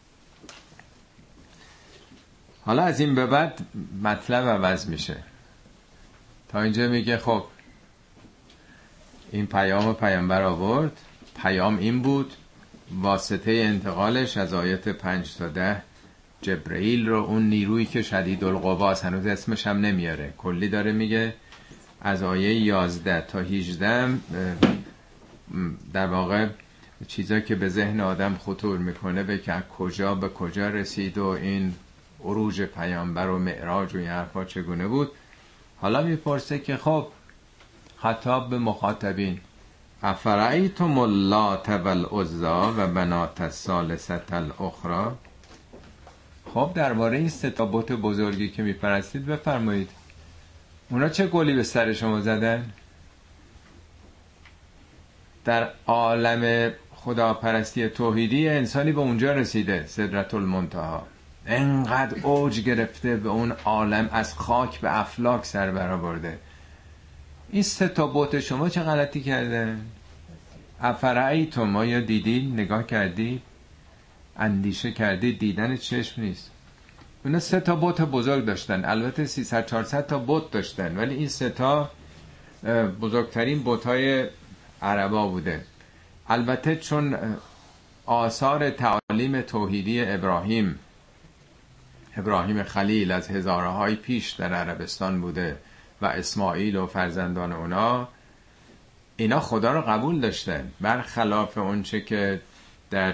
حالا از این به بعد مطلب عوض میشه. تا اینجا میگه خب این پیام پیامبر آورد، پیام این بود، واسطه انتقالش از آیت 5 تا 10 جبرئیل رو، اون نیرویی که شدید القواست، هنوز اسمش هم نمیاره، کلی داره میگه. از آیه 11 تا 18 در واقع چیزا که به ذهن آدم خطور میکنه به که کجا به کجا رسید و این عروج پیامبر و معراج و این حرفا چگونه بود. حالا میپرسه که خب خطاب به مخاطبین، افرایتم اللات والعزی و بنات الثالثه الاخرى. خب درباره این سه تا بت بزرگی که میپرستید بفرمایید، اونا چه گلی به سر شما زدن؟ در عالم خداپرستی توحیدی انسانی به اونجا رسیده، سدرت المنتهی، انقدر اوج گرفته به اون عالم، از خاک به افلاک سر برآورده. این سه تا بت شما چه غلطی کردن؟ افرایتم، آیا دیدی، نگاه کردی، اندیشه کردی؟ دیدن چشم نیست. اونا سه تا بت بزرگ داشتن، البته 300-400 تا بت داشتن، ولی این سه تا بزرگترین بت‌های عربا بوده. البته چون آثار تعالیم توحیدی ابراهیم خلیل از هزارهای پیش در عربستان بوده و اسماعیل و فرزندان اینا خدا رو قبول داشتن، برخلاف اونچه که در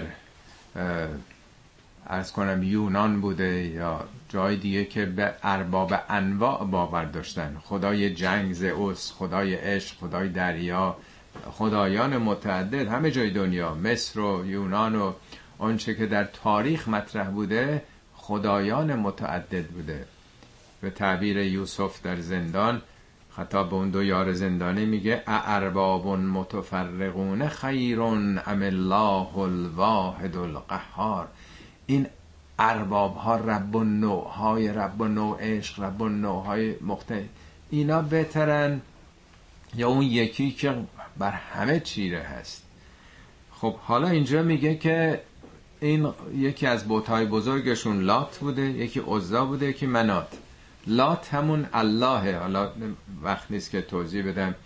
عرض کنم یونان بوده یا جای دیگه که به ارباب انواع باور داشتن. خدای جنگ زئوس، خدای عشق، خدای دریا، خدایان متعدد همه جای دنیا، مصر و یونان و آنچه که در تاریخ مطرح بوده خدایان متعدد بوده. به تعبیر یوسف در زندان خطاب به اون دو یار زندانی میگه ارباب متفرقون خیر ام الله الواحد القهار. این ارباب ها، رب النوع های، رب النوع عشق، رب النوع های مختلف، اینا بهترن یا اون یکی که بر همه چیره هست؟ خب حالا اینجا میگه که این یکی از بت‌های بزرگشون لات بوده، یکی عزی بوده، یکی منات. لات همون اللهه. حالا وقت نیست که توضیح بدم.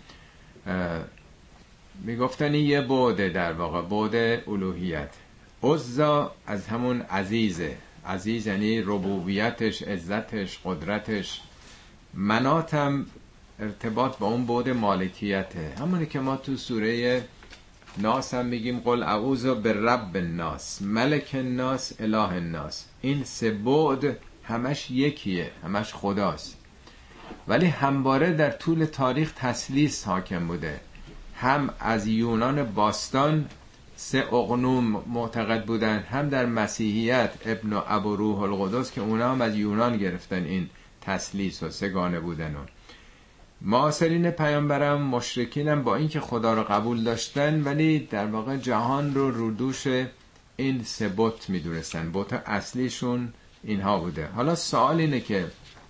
میگفتن این یه بعده، در واقع بعد الوهیت. عزی از همون عزیزه، عزیز یعنی ربوبیتش، عزتش، قدرتش. منات هم ارتباط با اون بعد مالکیته، همونی که ما تو سوره ناس هم میگیم قل اعوذ برب الناس ملک الناس اله الناس. این سه بعد همش یکیه، همش خداست، ولی همواره در طول تاریخ تثلیث حاکم بوده. هم از یونان باستان سه اقنوم معتقد بودن، هم در مسیحیت ابن و ابو روح القدس که اونا هم از یونان گرفتن این تثلیث و سگانه بودن. و معاصرین پیامبرم مشرکینم با اینکه خدا رو قبول داشتن ولی در واقع جهان رو دوش این سه بت میدونستن، بت اصلیشون اینها بوده. حالا سوال اینه که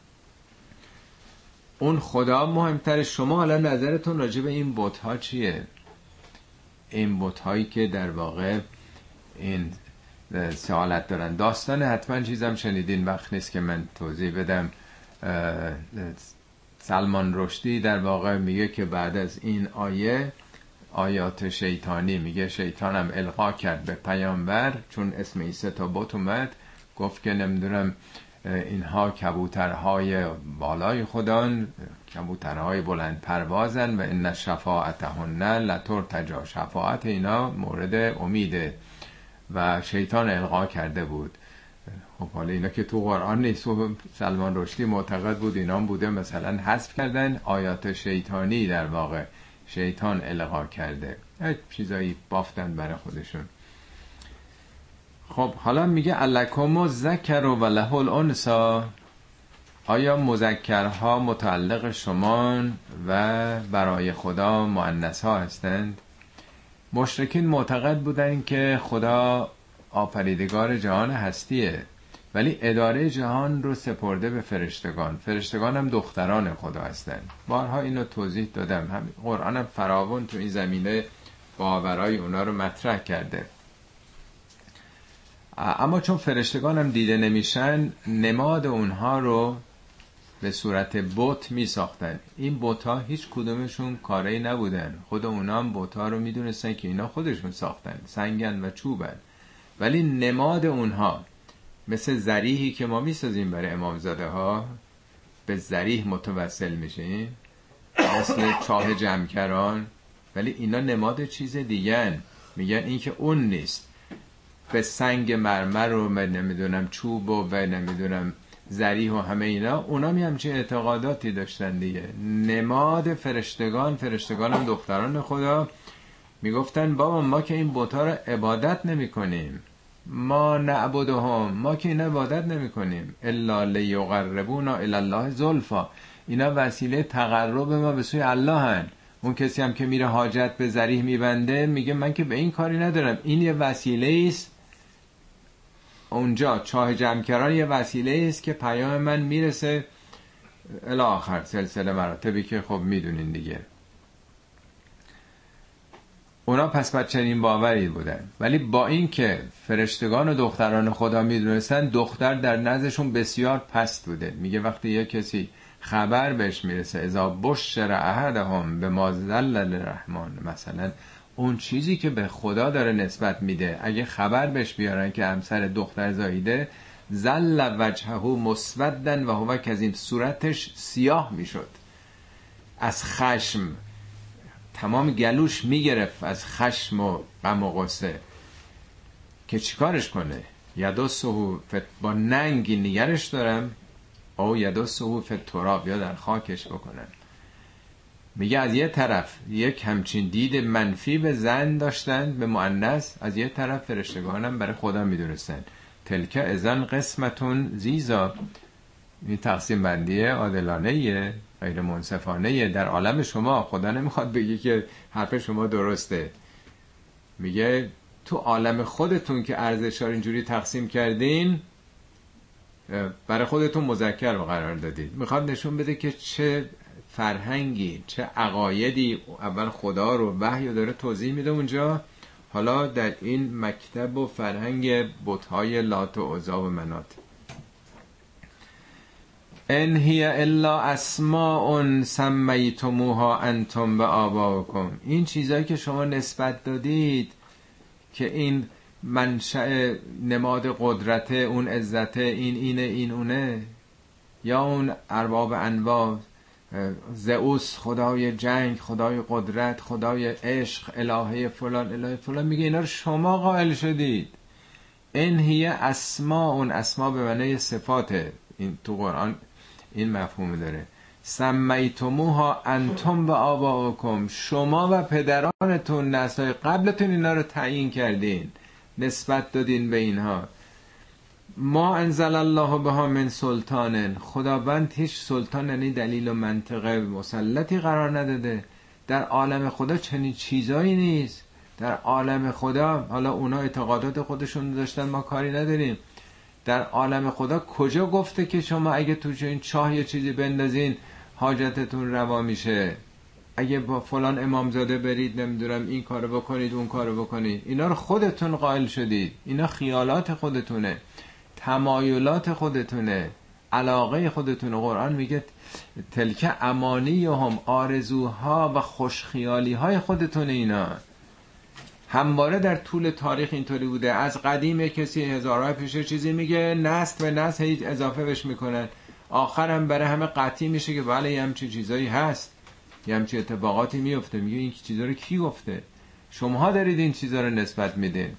اون خدا مهمتره، شما حالا نظرتون راجع به این بت ها چیه؟ این بت هایی که در واقع این سوالت دارن. داستان حتما چیزم شنیدین، وقت نیست که من توضیح بدم. سلمان رشدی در واقع میگه که بعد از این آیات شیطانی، میگه شیطانم القا کرد به پیامبر، چون اسم این سه تا بت اومد، گفت که نمیدونم اینها کبوترهای بالای خدان، کبوترهای بلند پروازن و ان شفاعتهن لترتجا، شفاعت اینا مورد امیده و شیطان القا کرده بود. خب حالا اینا که تو قرآن نیست و سلمان رشدی معتقد بود اینا بوده، مثلا حذف کردن آیات شیطانی، در واقع شیطان القا کرده، چیزایی بافتن برای خودشون. خب حالا میگه الکم الذکر و له الانثی، آیا مذکرها متعلق شمان و برای خدا مؤنث ها هستند؟ مشرکین معتقد بودن که خدا آفریدگار جهان هستیه، ولی اداره جهان رو سپرده به فرشتگان. فرشتگان هم دختران خدا هستند. بارها اینو توضیح دادم، هم قرآن هم فراوان تو این زمینه باورای اونا رو مطرح کرده. اما چون فرشتگان هم دیده نمیشن، نماد اونها رو به صورت بت می ساختن. این بت ها هیچ کدومشون کاری نبودن، خود اونا هم بت ها رو می دونستن که اینا خودشون ساختن، سنگن و چوبن، ولی نماد اونها مثل ذریحی که ما می سازیم برای امامزاده ها، به ذریح متوسل میشیم، مثل چاه جمکران، ولی اینا نماد چیز دیگه. میگن این که اون نیست، به سنگ مرمر و نمیدونم چوب و نمیدونم ذریح و همه اینا، اونا می همچین اعتقاداتی داشتن دیگه. نماد فرشتگان هم دختران خدا میگفتن بابا ما که این بت‌ها رو عبادت نمی کنیم، ما نعبدهم، ما که این عبادت نمی کنیم الا لیقربونا الی الله زلفا، اینا وسیله تقرب ما به سوی الله هن. اون کسی هم که میره حاجت به ذریح میبنده میگه من که به این کاری ندارم، این یه وسیله است، اونجا چاه جمکران یه وسیله است که پیام من میرسه الی آخر سلسله مراتبی که خب میدونین دیگه. اونا پس چنین باوری بودن، ولی با این که فرشتگان و دختران خدا میدونستن دختر در نزدشون بسیار پست بوده. میگه وقتی یه کسی خبر بهش میرسه اذا بشر احدهم بما ذل الرحمن، مثلا اون چیزی که به خدا داره نسبت میده، اگه خبر بهش بیارن که همسر دختر زاییده، ذل وجهه مسودا و هو کظیم، صورتش سیاه میشد از خشم، تمام گلوش میگرفت از خشم و غم و غصه، که چیکارش کنه؟ یدسه با ننگی نگرش دارم او یدسه فی التراب، یا در خاکش بکنن. میگه از یه طرف یک همچین دید منفی به زن داشتن، به مؤنث، از یه طرف فرشتگانم برای خدا میدونستن. تلک اذن قسمتون زیزا، این تقسیم بندی عادلانه غیر منصفانه در عالم شما. خدا نمیخواد بگی که حرف شما درسته، میگه تو عالم خودتون که ارزش‌ها رو اینجوری تقسیم کردین، برای خودتون مذکر رو قرار دادید. میخواد نشون بده که چه فرهنگی، چه عقایدی، اول خدا رو وحی داره توضیح میده اونجا، حالا در این مکتب و فرهنگ بت‌های لات و عزا و منات. ان هی الا اسماء سمیتموها انتم و آباؤکم، این چیزایی که شما نسبت دادید که این منشأ نماد قدرت، اون عزت، این اینه، این اونه، یا اون ارباب انواع، زئوس خدای جنگ، خدای قدرت، خدای عشق، الهه فلان، الهه فلان، میگه اینا رو شما قائل شدید. ان هی اسماء، اون اسما به معنی صفاته، این تو قرآن این مفهوم داره. سمیتموها انتم و آباؤکم، شما و پدرانتون نسل‌های قبلتون اینا رو تعیین کردین، نسبت دادین به اینها. ما انزل الله بها من سلطان، خداوند هیچ سلطان یعنی دلیل و منطقه مسلطی قرار نداده. در عالم خدا چنین چیزایی نیست. در عالم خدا، حالا اونا اعتقادات خودشون داشتن، ما کاری نداریم، در عالم خدا کجا گفته که شما اگه تو این چاه یه چیزی بندازین حاجتتون روا میشه، اگه با فلان امامزاده برید نمیدونم این کارو بکنید اون کارو بکنید؟ اینا رو خودتون قائل شدید، اینا خیالات خودتونه، تمایلات خودتونه، علاقه خودتونه. قرآن میگه تلک امانی هم، آرزوها و خوشخیالی های خودتونه اینا. همواره در طول تاریخ اینطوری بوده. از قدیم کسی هزارها پیش چیزی میگه، نسل به نسل هیچ اضافه بهش میکنن، آخر هم برای همه قطعی میشه که بله یه همچین چیزایی هست، یه همچین اتفاقاتی میفته. میگه این چیزا رو کی گفته؟ شماها دارید این چیزا رو نسبت میدین.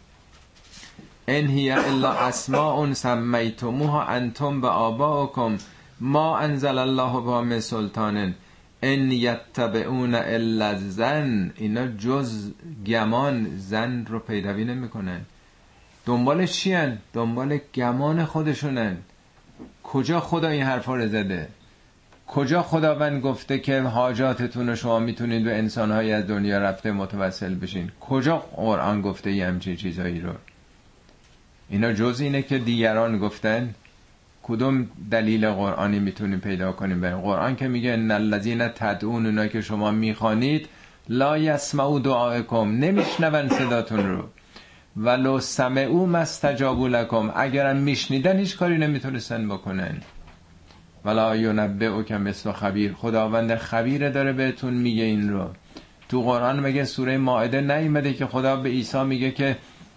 ان هی الا اسماء سمیتموها انتم و آباؤکم ما انزل الله بها من سلطان ان یتبعون الا الظن. اینا جز گمان زن رو پیروی نمیکنن. دنبال چی هن؟ دنبال گمان خودشونن. کجا خدا این حرفا رو زده؟ کجا خداوند گفته که حاجاتتون رو شما میتونید به انسان‌های از دنیا رفته متوسل بشین؟ کجا قرآن گفته یه همچین چیزایی رو؟ اینا جز اینه که دیگران گفتن. کدوم دلیل قرآنی میتونیم پیدا کنیم برای قرآن که میگه ان الذین تدعون، اونا که شما میخوانید، لا یسمعوا دعاءکم، نمیشنون صداتون رو، ولو سمعوا ما استجابوا لکم، اگرم میشنیدن هیچ کاری نمیتونستن بکنن. ولا ینبئک مثل خبیر، خداوند خبیر داره بهتون میگه این رو. تو قرآن مگه سوره مائده نیومده که خدا به عیسی میگه که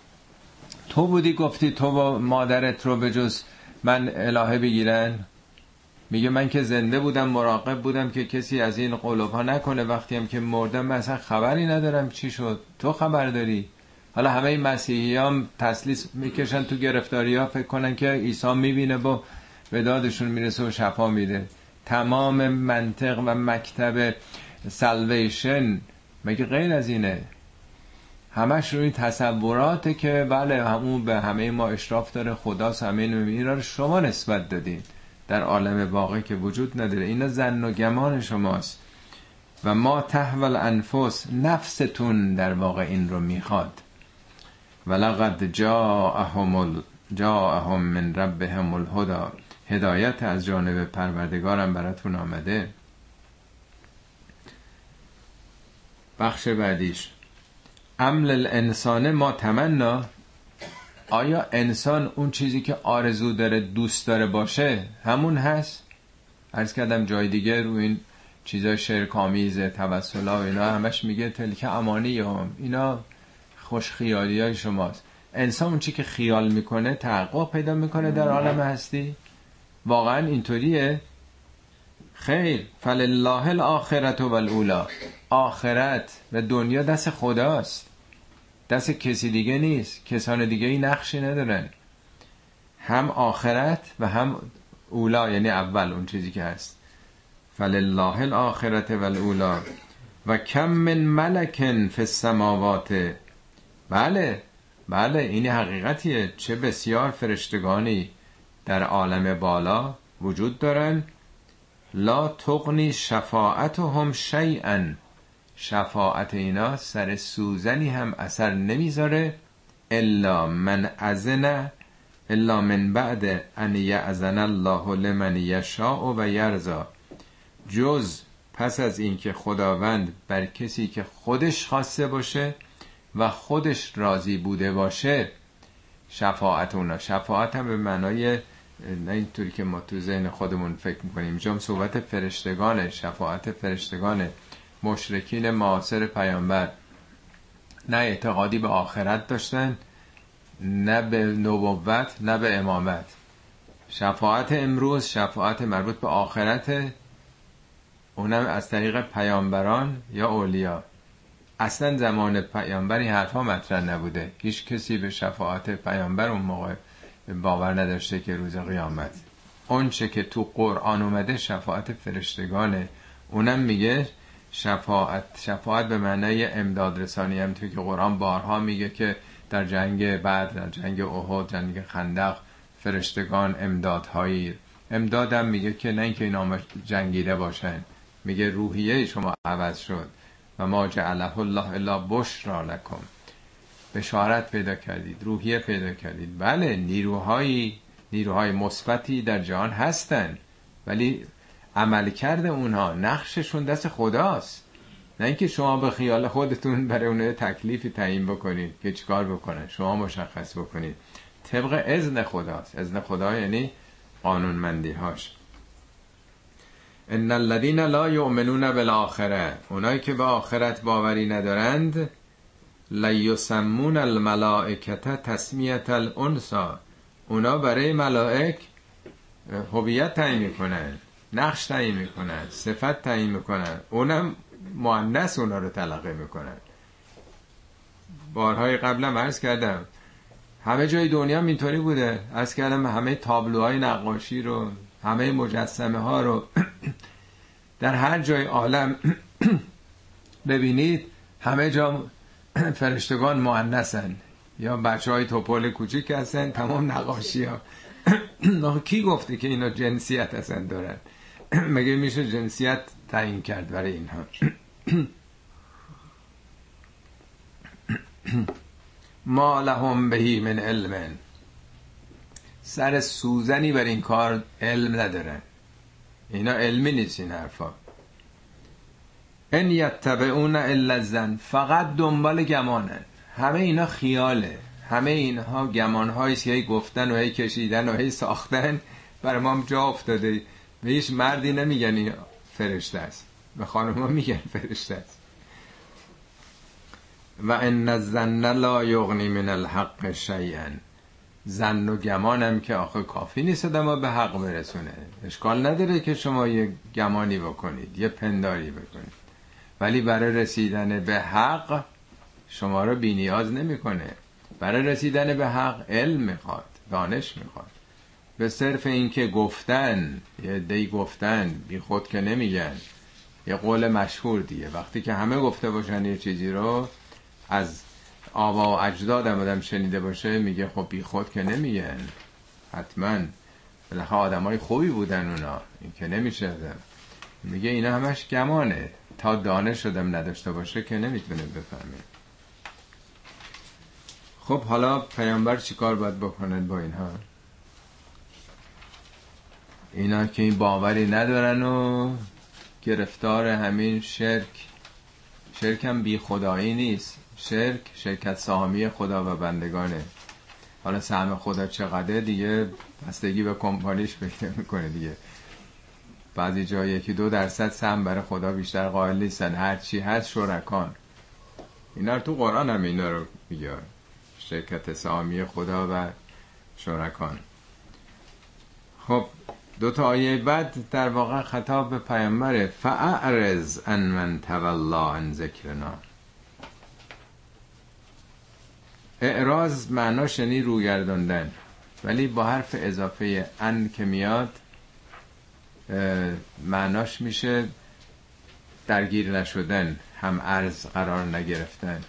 تو بودی گفتی تو با مادرت رو به جز من الهه بگیرن؟ میگه من که زنده بودم مراقب بودم که کسی از این قلوب‌ها نکنه، وقتی هم که مردم من اصلا خبری ندارم چی شد، تو خبر داری. حالا همه این مسیحیان تسلیس میکشن تو گرفتاری‌ها، فکر کنن که عیسی میبینه با به دادشون میرسه و شفا میده. تمام منطق و مکتب سالویشن مگه غیر از اینه؟ همش روی تصوراته که بله همون به همه ما اشراف داره، خداست، همه اینو رو شما نسبت دادین، در عالم واقعی که وجود نداره. اینا ظن و گمان شماست. و ما تهوی الانفس، نفستون در واقع این رو میخواد. ولقد جاءهم من ربهم الهدى، هدایت از جانب پروردگارم براتون آمده. بخش بعدیش عمل الانسان ما تمنا، آیا انسان اون چیزی که آرزو داره دوست داره باشه همون هست؟ عرض کردم جای دیگه رو این چیزا شرک‌آمیز توسلا و اینا همش میگه تلک امانی هم، اینا خوش خیالی های شماست. انسان اون چی که خیال میکنه تحقق پیدا میکنه در عالم هستی؟ واقعا اینطوریه؟ خیر، فلله الاخرة والاولی، آخرت و دنیا دست خداست، دست کسی دیگه نیست. کسان دیگه ای نقشی ندارن. هم آخرت و هم اولا، یعنی اول اون چیزی که هست. فلله الاخرة والاولی و کم من ملک فی السماوات. بله این حقیقتیه. چه بسیار فرشتگانی در عالم بالا وجود دارن. لا تغنی شفاعتهم شیئا، شفاعت اینا سر سوزنی هم اثر نمیذاره. الا من بعد ان یأذن الله لمن یشاء و یرضا، جز پس از این که خداوند بر کسی که خودش خواسته باشه و خودش راضی بوده باشه شفاعت اونا. شفاعت هم به معنای نه اینطوری که ما تو ذهن خودمون فکر میکنیم. اینجا صحبت فرشتگانه، شفاعت فرشتگانه. مشرکین معاصر پیامبر نه اعتقادی به آخرت داشتن، نه به نبوت، نه به امامت. شفاعت امروز شفاعت مربوط به آخرت، اونم از طریق پیامبران یا اولیا. اصلا زمان پیامبر این حرفا مطرح نبوده. هیچ کسی به شفاعت پیامبر اون موقع باور نداشته که روز قیامت. اون چه که تو قرآن اومده شفاعت فرشتگانه. اونم میگه شفاعت به معنای امداد رسانی. هم توی که قرآن بارها میگه که در جنگ بدر، در جنگ احد، جنگ خندق فرشتگان امدادم میگه که نه اینکه اینا جنگیده باشن، میگه روحیه شما عوض شد. و ما جعله الله الا بشرا لکم، بشارت پیدا کردید، روحیه پیدا کردید. بله نیروهای مثبتی در جهان هستن، ولی عملکرد اونها، نقششون دست خداست. نه اینکه شما به خیال خودتون برای اونها تکلیفی تعیین بکنید که چیکار بکنن. شما مشخص بکنید طبق اذن خداست. اذن خدا یعنی قانونمندی هاش. ان الذين لا يؤمنون بالآخره، اونایی که به آخرت باوری ندارند، لیسمون الملائکه تسمیه الانثی، اونا برای ملائک هویت تعیین میکنن، نقش تعیین میکنن، صفت تعیین میکنن، اونم مؤنث اونا رو تلقی میکنن. بارهای قبلا عرض کردم همه جای دنیا اینطوری بوده، عرض کردم همه تابلوهای نقاشی رو، همه مجسمه ها رو در هر جای عالم ببینید همه جا فرشتگان مؤنثن یا بچهای توپل کوچیک هستن، تمام نقاشی ها. کی گفته که اینا جنسیت هستن دارن؟ مگه میشه جنسیت تعیین کرد برای اینها؟ ما لهم بهی من علم، سر سوزنی بر این کار علم ندارن، اینا علمی نیست این حرفا. ان یتبعون الا الظن، فقط دنبال گمانن، همه اینا خیاله، همه اینها گمانهایی است که هی گفتن و هی کشیدن و هی ساختن، برای ما جا افتاده. به هیچ مردی نمیگن این فرشته است، به خانم‌ها میگن فرشته است. و ان الظن لا یغنی من الحق شیئا، ظن و گمانم که آخه کافی نیست ما به حق برسونه. اشکال نداره که شما یه گمانی بکنید، یه پنداری بکنید، ولی برای رسیدن به حق شما رو بی نیاز نمیکنه. برای رسیدن به حق علم میخواد، دانش میخواد. به صرف این که گفتن، یه دی گفتن، بی خود که نمیگن. یه قول مشهور دیگه، وقتی که همه گفته باشن یه چیزی رو، از آبا و اجدادم آدم شنیده باشه، میگه خب بی خود که نمیگن، حتما بالاخره آدمای خوبی بودن اونا، این که نمیشه. میگه اینا همش گمانه، تا دانش شدم نداشته باشه که نمیتونه بفهمه. خب حالا پیامبر چیکار باید بکنن با اینها؟ اینا که این باوری ندارن و گرفتار همین شرک هم بی خدایی نیست، شرکت سهامی خدا و بندگانه. حالا سهم خدا چقدر دیگه بستگی به کمپانیش پیدا میکنه دیگه. بعضی جا 1-2% سهم برای خدا بیشتر قائل نیستن، هر چی هست شرکان. اینا رو تو قرآن هم اینا رو میگه، شرکت سهامی خدا و شرکان. خب 2 آیه بعد در واقع خطاب به پیامبره، فاعرض عن من تولی عن ذکرنا. اعراض معناش یعنی روگرداندن، ولی با حرف اضافه ان که میاد معناش میشه درگیر نشدن، هم عرض قرار نگرفتن.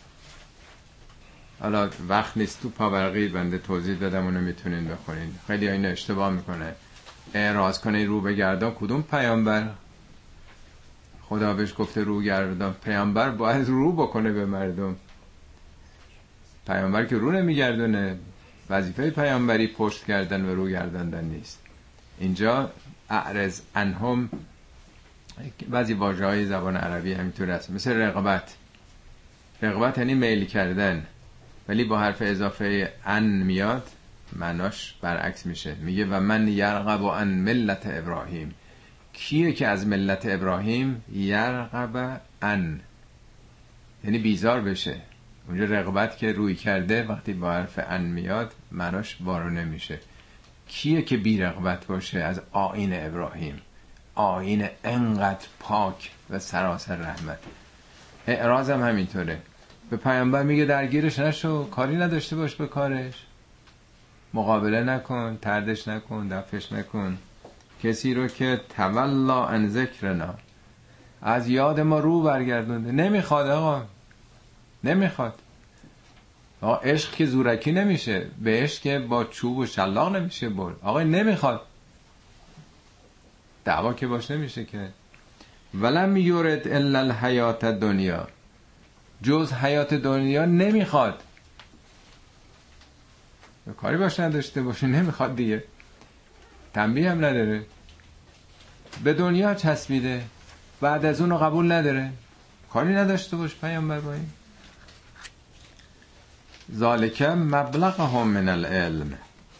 حالا وقت نیست تو پاورقی بنده توضیح دادم، اونو میتونین بخونین. خیلی اینو اشتباه میکنه. اعراض کنه رو بگردان، کدوم پیامبر؟ خدا بهش گفته رو گردان، پیامبر باید رو بکنه به مردم. پیامبر که رو نمیگردونه، وظیفه پیامبری پشت کردن و رو گرداندن نیست. اینجا اعرض عنهم بعضی واژه‌های زبان عربی همینطور هست، مثل رغبت. رغبت یعنی میل کردن، ولی با حرف اضافه ان میاد معناش برعکس میشه. میگه و من یرغب عن ملت ابراهیم. کیه که از ملت ابراهیم یرغب عن یعنی بیزار بشه. اونجا رغبت که روی کرده وقتی با حرف ان میاد معناش وارونه میشه. کیه که بی رغبت باشه از آیین ابراهیم، آیین انقدر پاک و سراسر رحمت. اعراض هم همینطوره. به پیامبر میگه درگیرش نشو، کاری نداشته باش به کارش، مقابله نکن، طردش نکن، دفعش نکن. کسی رو که تولا عن ذکرنا، از یاد ما رو برگردونده، نمیخواد آقا، نمیخواد. آقا عشق که زورکی نمیشه، به عشق که با چوب و شلاق نمیشه برد. آقا نمیخواد، دعوا که باش نمیشه که. ولم یورد الا الحیات دنیا، جز حیات دنیا نمیخواد. کاری باش نداشته باشه، نمیخواد دیگه، تنبیه هم نداره، به دنیا چسبیده، بعد از اونو قبول نداره. کاری نداشته باش پیامبر با این. ذالک مبلغهم من العلم.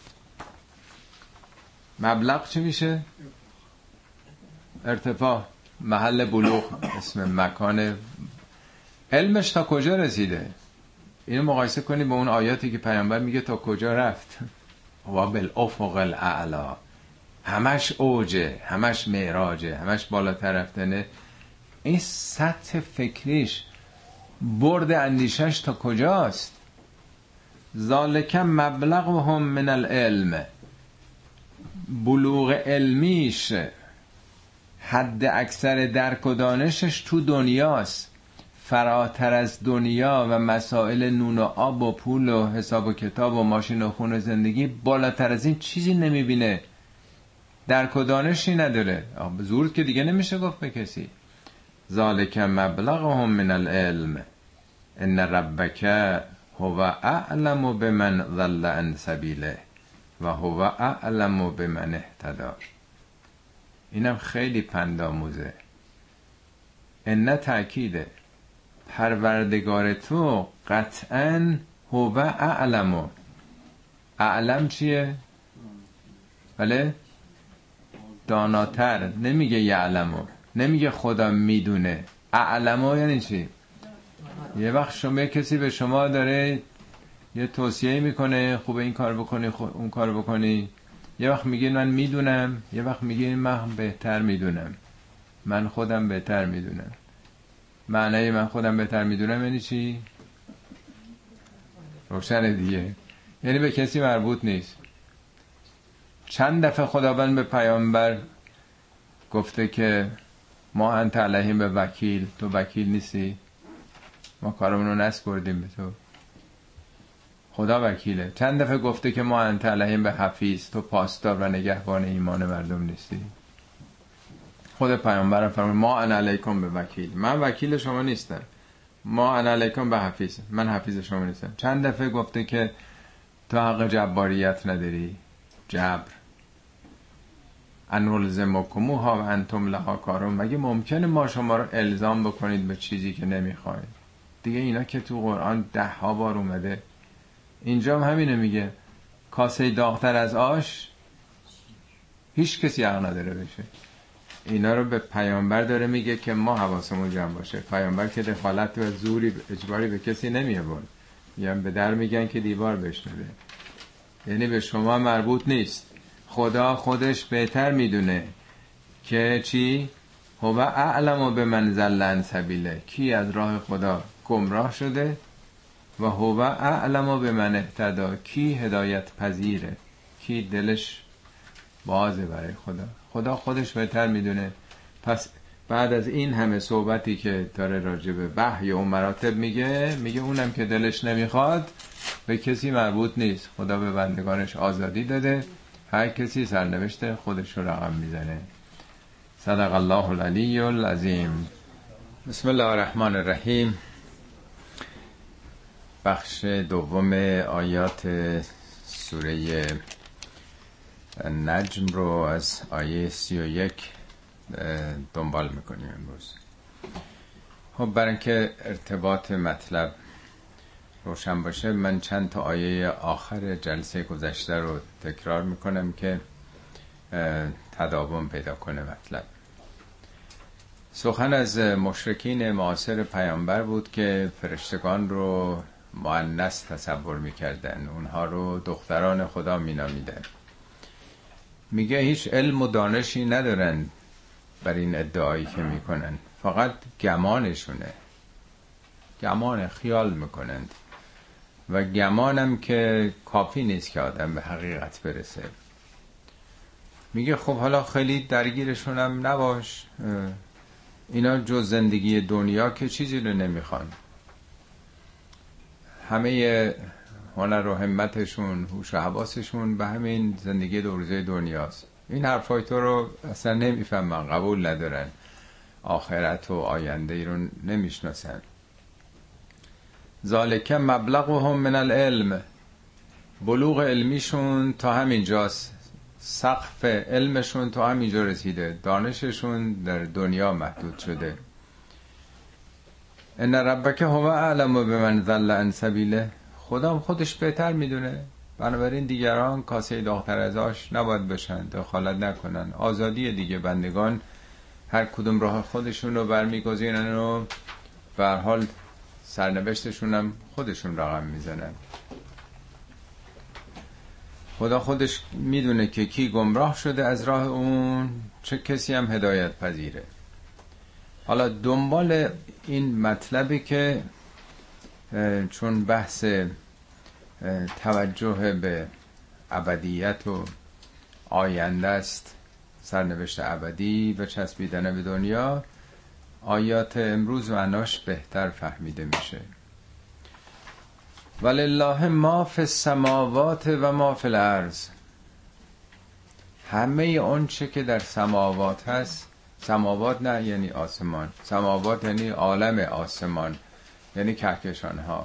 مبلغ چی میشه؟ ارتفاع، محل بلوغ، اسم مکان. علمش تا کجا رسیده؟ اینو مقایسه کنی با اون آیاتی که پیامبر میگه تا کجا رفت، و بالافق الاعلا، همش اوجه، همش معراجه، همش بالاتر رفتنه. این سطح فکریش، برد اندیشش تا کجاست؟ ذالک مبلغهم من العلم، بلوغ علمیش، حد اکثر درک و دانشش تو دنیاست، فراتر از دنیا و مسائل نون و آب و پول و حساب و کتاب و ماشین و خون و زندگی، بالاتر از این چیزی نمیبینه، درک و دانشی نداره. زور که دیگه نمیشه گفت به کسی. ذالک مبلغهم من العلم ان ربک هو اعلم بمن ضل عن سبیله و هو اعلم بمن اهتدی. اینم خیلی پندآموزه. ان تأکیده، پروردگار تو قطعاً هو اعلم. اعلم چیه؟ بله، داناتر. نمیگه یعلمو، نمیگه خدا میدونه. اعلمو یعنی چی؟ یه وقت شما کسی به شما داره یه توصیه میکنه، خوبه این کار بکنی، اون کار بکنی، یه وقت میگه من میدونم، یه وقت میگه من بهتر میدونم، من خودم بهتر میدونم. معنی من خودم بهتر میدونم یعنی چی؟ روشنه دیگه، یعنی به کسی مربوط نیست. چند دفعه خداوند به پیامبر گفته که ما انت علیهم به وکیل، تو وکیل نیستی، ما کارمون رو نسپردیم به تو، خدا وکیله. چند دفعه گفته که ما انت علیهم به حفیظ، تو پاسدار و نگهبان ایمان مردم نیستی. خود پیامبر فرمود ما انا علیکم به وکیل، من وکیل شما نیستم. ما انا علیکم به حفیظ، من حفیظ شما نیستم. چند دفعه گفته که تو حق جباریت نداری، جبر. انولزمکموها و انتم لها کارون، مگه ممکنه ما شما رو الزام بکنید به چیزی که نمیخواید؟ دیگه اینا که تو قرآن 10 بار اومده. اینجا هم همینه، میگه کاسه داغتر از آش هیچ کسی حق نداره بشه. اینا رو به پیامبر داره میگه که ما حواسمون جمع باشه. پیامبر که دخالت و زوری اجباری به کسی نمیابون، میگن به در میگن که دیوار بشنوه. یعنی به شما مربوط نیست. خدا خودش بهتر میدونه که چی؟ هو اعلم بمن ضل عن سبیله، کی از راه خدا گمراه شده، و هو اعلم بمن اهتدی، کی هدایت پذیره، کی دلش بازه برای خدا. خدا خودش بهتر میدونه. پس بعد از این همه صحبتی که داره راجع به وحی و مراتب میگه اونم که دلش نمیخواد به کسی مربوط نیست. خدا به بندگانش آزادی داده، هر کسی سرنوشت خودش رو رقم میزنه. صدق الله العلی العظیم. بسم الله الرحمن الرحیم. بخش دوم آیات سوره نجم رو از آیه 31 دنبال میکنیم امروز. خب برای اینکه ارتباط مطلب روشن باشه، من چند تا آیه آخر جلسه گذشته رو تکرار میکنم که تداوم پیدا کنه مطلب. سخن از مشرکین معاصر پیامبر بود که فرشتگان رو مؤنث تصور میکردن، اونها رو دختران خدا مینامیدن. میگه هیچ علم و دانشی ندارن بر این ادعایی که میکنن، فقط گمانشونه، گمان خیال میکنند و گمانم که کافی نیست که آدم به حقیقت برسه. میگه خب حالا خیلی درگیرشونم نباش، اینا جز زندگی دنیا که چیزی رو نمیخوان، همه هنر و همتشون، هوش و حواسشون به همین زندگی دو روزه دنیاست. این حرفای تو رو اصلا نمیفهمن، قبول ندارن، آخرت و آینده ای رو نمیشناسن. ذالک مبلغهم من العلم، بلوغ علمیشون تا همینجاست، سقف علمشون تا همینجا رسیده، دانششون در دنیا محدود شده. ان ربک هو اعلم بمن ضل عن سبیله، خدا خودش بهتر میدونه، بنابراین دیگران کاسه داغتر از آش نباید بشن، دخالت نکنن. آزادی دیگه، بندگان هر کدوم راه خودشون رو برمیگزینن و به هر حال سرنوشتشون هم خودشون رقم میزنن. خدا خودش میدونه که کی گمراه شده از راه اون، چه کسی هم هدایت پذیره. حالا دنبال این مطلبی که چون بحث توجه به ابدیت و آینده است، سرنوشت ابدی و چسبیدن به دنیا، آیات امروز معناش بهتر فهمیده میشه. ولله ما فی السماوات و ما فی الارض. همه اون چه که در سماوات هست، سماوات نه یعنی آسمان، سماوات یعنی عالم آسمان، یعنی کهکشان ها،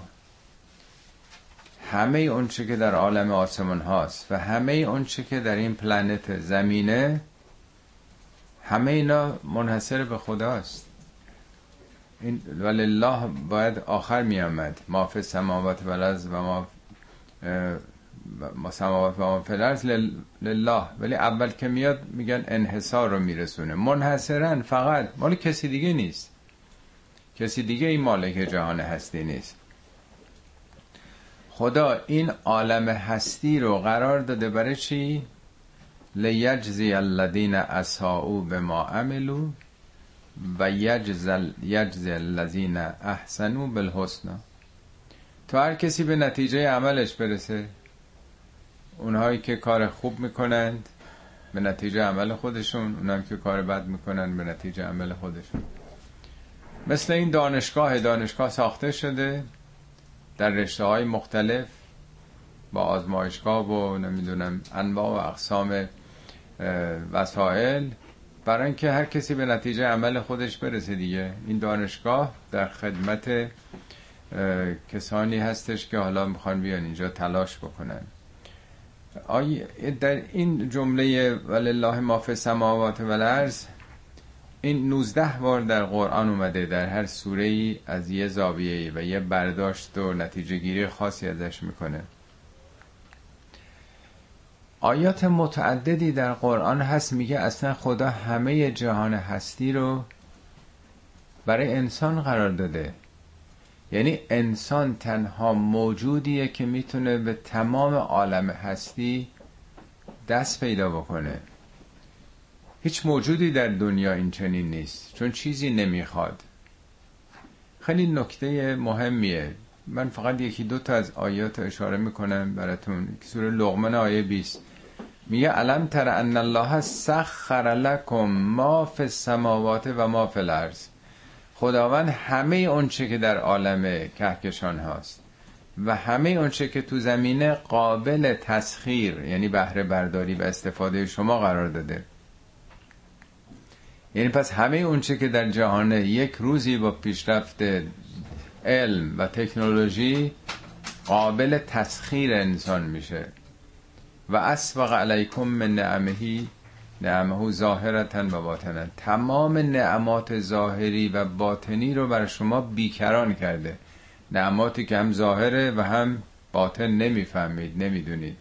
همه اون چه که در عالم آسمان هاست و همه اون چه که در این پلنت زمینه، همه اینا منحصر به خداست. این ولله باید آخر می آمد، ما فی السماوات و الارض و ما سماوات و ما فی الارض لله، ولی اول که میاد میگن انحصار رو میرسونه، منحصرا فقط مال کسی دیگه نیست، کسی دیگه این مالک جهان هستی نیست. خدا این عالم هستی رو قرار داده برای چی؟ لیجزی الذین اساءوا بما عملوا و یجزی الذین احسنوا بالحسنی. تا هر کسی به نتیجه عملش برسه. اونهایی که کار خوب میکنند به نتیجه عمل خودشون، اونهایی که کار بد میکنند به نتیجه عمل خودشون. مثل این دانشگاه ساخته شده در رشته‌های مختلف با آزمایشگاه و نمیدونم انواع و اقسام وسایل، برای اینکه هر کسی به نتیجه عمل خودش برسه دیگه. این دانشگاه در خدمت کسانی هستش که حالا میخوان بیان اینجا تلاش بکنن. در این جمله ولله ما فی السماوات و الارض، این 19 بار در قرآن اومده، در هر سوره ای از یه زاویه‌ای و یه برداشت و نتیجه گیری خاصی ازش میکنه. آیات متعددی در قرآن هست میگه اصلا خدا همه جهان هستی رو برای انسان قرار داده. یعنی انسان تنها موجودیه که میتونه به تمام عالم هستی دست پیدا بکنه. هیچ موجودی در دنیا این چنین نیست، چون چیزی نمیخواد. خیلی نکته مهمیه. من فقط یکی دو تا از آیات اشاره میکنم براتون. سوره لقمان آیه 20 میگه الم تر ان الله سخر لکم ما فی السماوات و ما فی الارض. خداوند همه اون چه که در عالم کهکشان هاست و همه اون چه که تو زمینه قابل تسخیر، یعنی بهره برداری و استفاده شما قرار داده. یعنی پس همه اون چه که در جهان یک روزی با پیشرفت علم و تکنولوژی قابل تسخیر انسان میشه. و اسبغ علیکم من نعمه ظاهرة و باطنا. تمام نعمات ظاهری و باطنی رو بر شما بیکران کرده. نعماتی که هم ظاهره و هم باطن نمیفهمید، نمیدونید.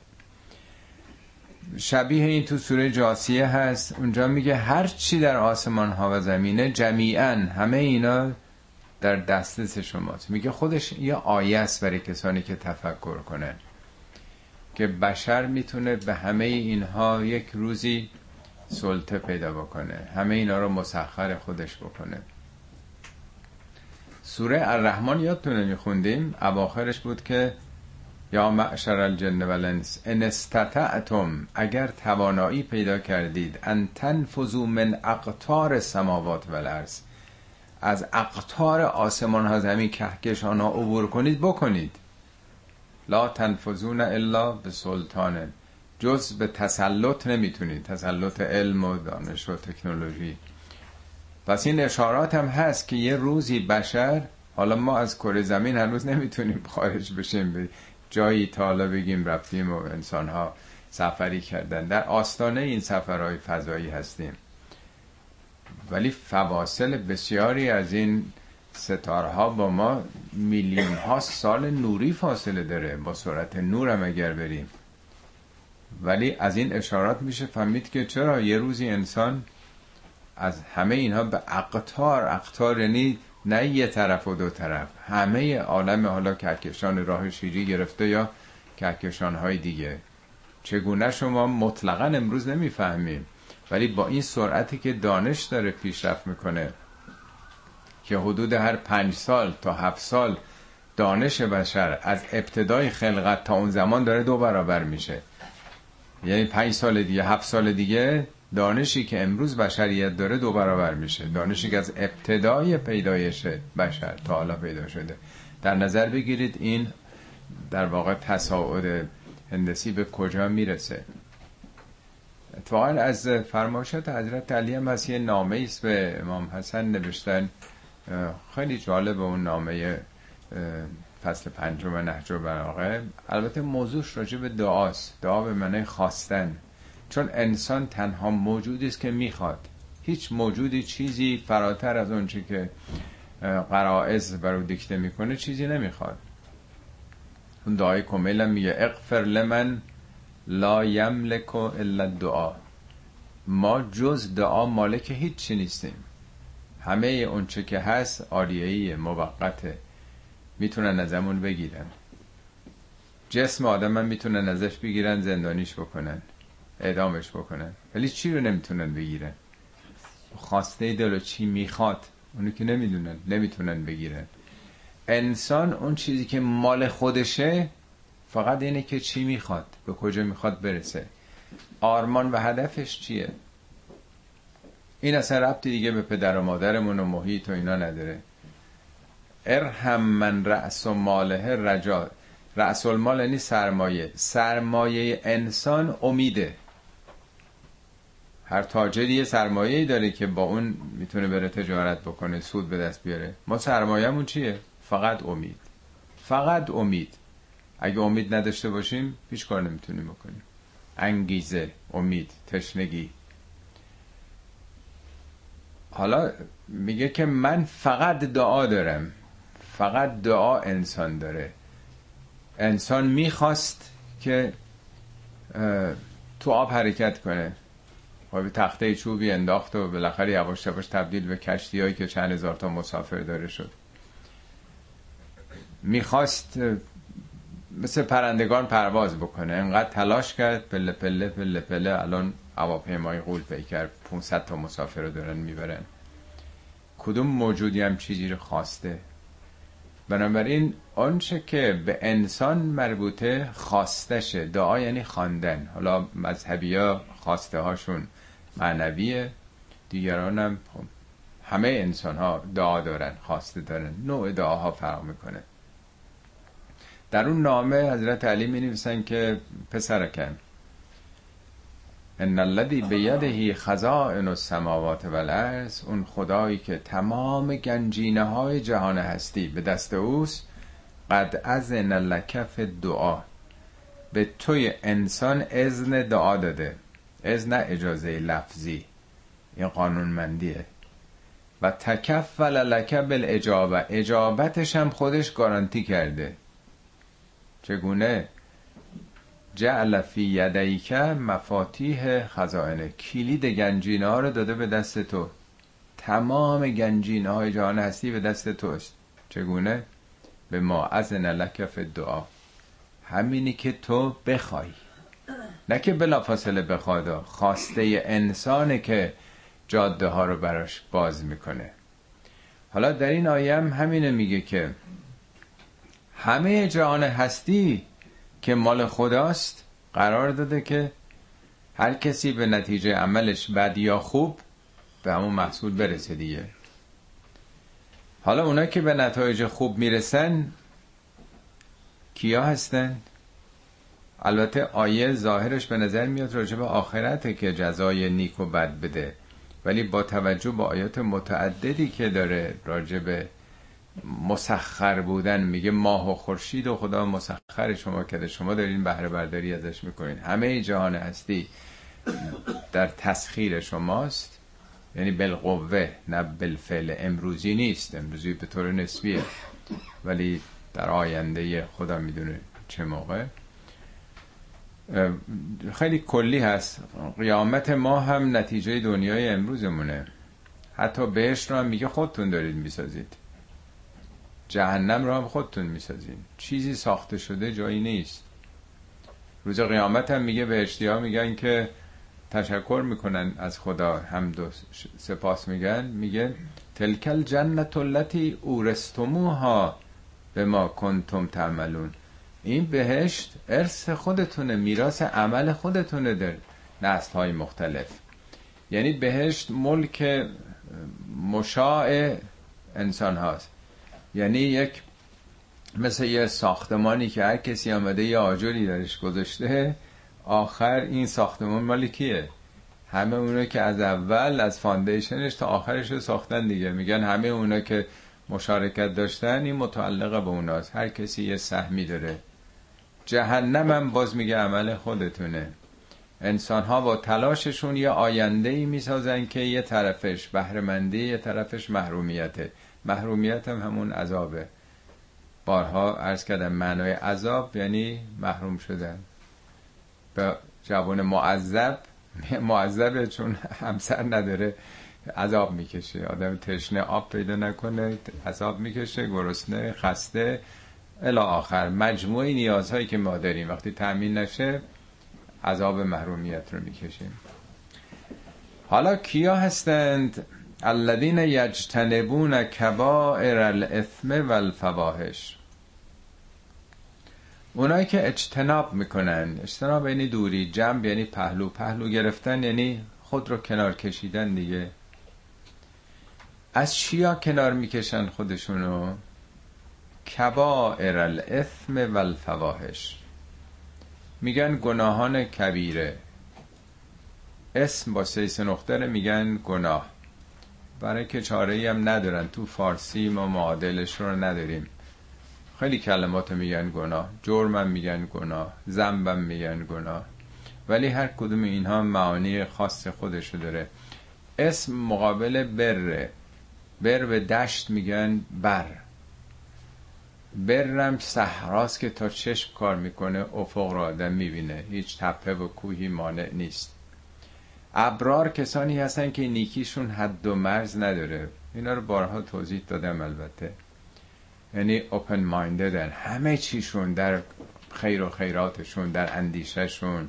شبیه این تو سوره جاثیه هست. اونجا میگه هر چی در آسمان ها و زمینه جمیعاً، همه اینا در دسترس شماست. میگه خودش یه آیه است برای کسانی که تفکر کنن که بشر میتونه به همه اینها یک روزی سلطه پیدا بکنه، همه اینا رو مسخر خودش بکنه. سوره الرحمن یادتونه میخوندیم، اواخرش بود که یا معشر الجن و الانس ان استطعتم، اگر توانایی پیدا کردید، ان تنفذوا من اقطار السماوات و الارض، از اقطار آسمان ها زمین کهکشان ها عبور کنید، بکنید. لا تنفذون الا بسلطان، جز به تسلط نمیتونید، تسلط علم و دانش و تکنولوژی. پس این اشارات هم هست که یه روزی بشر، حالا ما از کره زمین هنوز نمیتونیم خارج بشیم به جایی تا حالا بگیم رفتیم و انسان ها سفری کردن، در آستانه این سفرهای فضایی هستیم، ولی فواصل بسیاری از این ستاره ها با ما میلیون ها سال نوری فاصله داره، با سرعت نور هم اگر بریم. ولی از این اشارات میشه فهمید که چرا یه روزی انسان از همه اینها به اقطار یعنی نه یه طرف و دو طرف، همه عالم، حالا کهکشان راه شیری گرفته یا کهکشان های دیگه. چگونه شما مطلقا امروز نمیفهمیم، ولی با این سرعتی که دانش داره پیشرفت میکنه که حدود هر 5 سال تا 7 سال دانش بشر از ابتدای خلقت تا اون زمان داره 2 برابر میشه. یعنی 5 سال دیگه، 7 سال دیگه دانشی که امروز بشریت داره 2 برابر میشه، دانشی که از ابتدای پیدایش بشر تا حالا پیدا شده. در نظر بگیرید این در واقع تصاعد هندسی به کجا میرسه. اتفاقا از فرمایشات حضرت علی هم هست، یه نامه است به امام حسن نوشتن، خیلی جالب. اون نامه فصل 5 نهج البلاغه، البته موضوعش راجع به دعاست، دعا به معنی خواستن، چون انسان تنها موجودی است که میخواد. هیچ موجودی چیزی فراتر از اون چی که غرائز برو دیکته میکنه چیزی نمیخواد. اون دعای کمیل هم میگه اغفر لمن لا یملک الا الدعا. ما جز دعا مالک هیچ چی نیستیم. همه اون چه که هست عاریه‌ای موقته، میتونن ازمون بگیرن. جسم آدم هم میتونن ازش بگیرن، زندانیش بکنن، اعدامش بکنن، ولی چی رو نمیتونن بگیرن؟ خواسته دل و چی میخواد اونو که نمیتونن بگیرن. انسان اون چیزی که مال خودشه فقط اینه که چی میخواد، به کجا میخواد برسه، آرمان و هدفش چیه. این اصلا ربطی دیگه به پدر و مادرمون و محیط و اینا نداره. ارحم من رأس ماله رجا. رأس المال یعنی سرمایه. سرمایه انسان امیده. هر تاجری یه سرمایه‌ای داره که با اون میتونه بره تجارت بکنه، سود به دست بیاره. ما سرمایه‌مون چیه؟ فقط امید. فقط امید. اگه امید نداشته باشیم هیچ کار نمیتونیم بکنیم. انگیزه، امید، تشنگی. حالا میگه که من فقط دعا دارم. فقط دعا انسان داره. انسان میخواست که تو آب حرکت کنه، به تخته چوبی انداخت و بالاخره یواش یواش تبدیل به کشتی هایی که چند هزار تا مسافر داره شد. میخواست مثل پرندگان پرواز بکنه، انقدر تلاش کرد، پله پله پله پله الان هواپیمای غول پیکر 500 تا مسافر رو دارن میبرن. کدوم موجودی هم چیزی رو خواسته؟ بنابراین آنچه که به انسان مربوطه خواستشه. دعا یعنی خواندن. حالا مذهبی ها خواسته هاشون معنویه، دیگران هم همه انسان ها دعا دارن، خواسته دارن، نوع دعاها فرق میکنه. در اون نامه حضرت علی می نویسن که پسرکم ان الذی بیده خزائن السماوات والارض، اون خدایی که تمام گنجینه های جهان هستی به دست اوست، قد اذن لک فی الدعاء، به توی انسان اذن دعا داده. اذن اجازه لفظی، این قانونمندیه. و تکفل لک بالاجابه، اجابتش هم خودش گارانتی کرده. چگونه؟ جعل فی یدیک مفاتیح خزائن، کلید گنجینه ها رو داده به دست تو. تمام گنجینه های جهان هستی به دست توست. چگونه؟ به ما اذن لک فی الدعاء، همینی که تو بخوای، نه که بلافاصله بخواد. خواسته انسانه که جاده ها رو براش باز میکنه. حالا در این آیه هم همینه، میگه که همه جهان هستی که مال خداست قرار داده که هر کسی به نتیجه عملش بد یا خوب به همون محصول برسه دیگه. حالا اونا که به نتایج خوب میرسن کیا هستن؟ البته آیه ظاهرش به نظر میاد راجع به آخرته که جزای نیک و بد بده، ولی با توجه به آیات متعددی که داره راجع به مسخر بودن، میگه ماه و خورشید و خدا مسخر شما کرده، شما دارین بهره برداری ازش میکنین، همه جهان هستی در تسخیر شماست. یعنی بالقوه نه بالفعل. امروزی نیست، امروزی به طور نسبیه، ولی در آینده خدا میدونه چه موقع. خیلی کلی هست. قیامت ما هم نتیجه دنیای امروزمونه. حتی بهشت رو هم میگه خودتون دارید میسازید. جهنم رو هم خودتون میسازین. چیزی ساخته شده جایی نیست. روز قیامت هم میگه بهشتی ها میگن که تشکر میکنن از خدا، حمد و سپاس میگن، میگه تلک الجنت التي اورثتموها بما کنتم تعملون. این بهشت ارث خودتونه، میراث عمل خودتونه در نسل های مختلف. یعنی بهشت ملک مشاع انسان هاست. یعنی یک مثل یه ساختمانی که هر کسی آمده یه آجری درش گذاشته، آخر این ساختمان مال کیه؟ همه اونا که از اول از فاندیشنش تا آخرش رو ساختن دیگه. میگن همه اونا که مشارکت داشتن این متعلق به اوناست، هر کسی یه سهمی داره. جهنم هم باز میگه عمل خودتونه. انسان ها با تلاششون یه آینده ای میسازن که یه طرفش بهره‌مندی، یه طرفش محرومیته. محرومیت هم همون عذابه. بارها عرض کردم معنای عذاب یعنی محروم شدن. به جوان معذبه چون همسر نداره عذاب میکشه. آدم تشنه آب پیدا نکنه عذاب میکشه، گرسنه، خسته الی آخر. مجموعه نیازهایی که ما داریم وقتی تأمین نشه عذاب محرومیت رو میکشیم. حالا کیا هستند؟ الذین یجتنبون کبائر الاثم والفواحش. اونایی که اجتناب میکنن. اجتناب یعنی دوری، جنب یعنی پهلو، پهلو گرفتن یعنی خود رو کنار کشیدن دیگه. از چیا کنار میکشن خودشونو؟ کبائر الاثم والفواحش. میگن گناهان کبیره. اسم با 3 نقطه میگن گناه، برای که چاره‌ای هم ندارن. تو فارسی ما معادلش رو نداریم. خیلی کلمات میگن گناه، جرمم میگن گناه، ذنبم میگن گناه، ولی هر کدوم اینها معانی خاص خودشو داره. اسم مقابل بره. بر به دشت میگن بر. برم صحراست که تا چشم کار میکنه، افق رو آدم میبینه، هیچ تپه و کوهی مانع نیست. ابرار کسانی هستن که نیکیشون حد و مرز نداره. اینا رو بارها توضیح دادم البته. یعنی اوپن ماینددن، همه چیشون در خیر و خیراتشون، در اندیشهشون